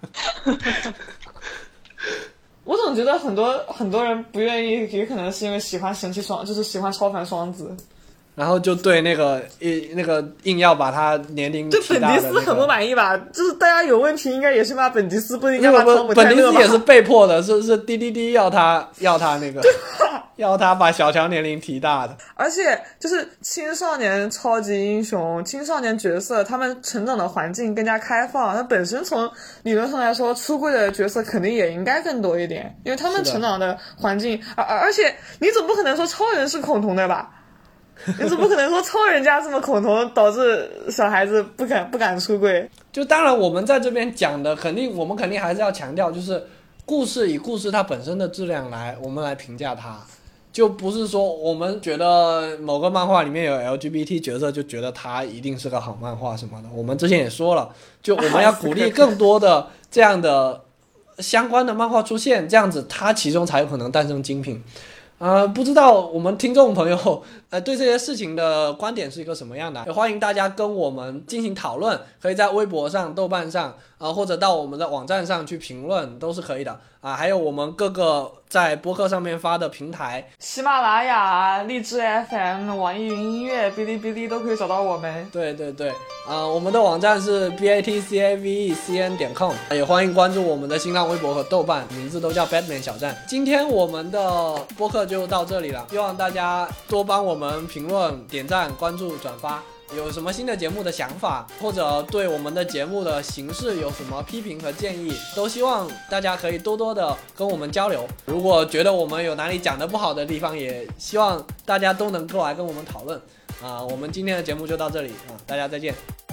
我总觉得很多很多人不愿意，也可能是因为喜欢神奇双，就是喜欢超凡双子。 然后就对那个硬那个硬要把他年龄对提大的、那个、 本迪斯很不满意吧？就是大家有问题，应该也是骂本迪斯，不应该骂汤姆泰勒吧？ 本迪斯也是被迫的，是是滴滴滴要他要他那个要他把小乔年龄提大的。 而且就是青少年超级英雄、青少年角色，他们成长的环境更加开放，那本身从理论上来说，出柜的角色肯定也应该更多一点，因为他们成长的环境，而而且你总不可能说超人是恐同的吧？你总不可能说超人家这么恐同，导致小孩子不敢不敢出柜。 就当然我们在这边讲的，肯定我们肯定还是要强调，就是故事以故事它本身的质量来，我们来评价它，就不是说我们觉得某个漫画里面有 L G B T 角色就觉得它一定是个好漫画什么的。我们之前也说了，就我们要鼓励更多的这样的相关的漫画出现，这样子它其中才有可能诞生精品。呃，不知道我们听众朋友呃对这些事情的观点是一个什么样的，也欢迎大家跟我们进行讨论，可以在微博上、豆瓣上啊、呃，或者到我们的网站上去评论都是可以的啊、呃。还有我们各个在播客上面发的平台， 喜马拉雅、荔枝 F M、网易云音乐、哔哩哔哩都可以找到我们。 对对对，啊、呃，我们的网站是 b a t c a v e c n 点 com， 也欢迎关注我们的新浪微博和豆瓣，名字都叫 Batman 小站。今天我们的播客就到这里了，希望大家多帮我们评论、点赞、关注、转发。有什么新的节目的想法，或者对我们的节目的形式有什么批评和建议，都希望大家可以多多的跟我们交流。如果觉得我们有哪里讲的不好的地方，也希望大家都能过来跟我们讨论。啊、呃，我们今天的节目就到这里啊，大家再见。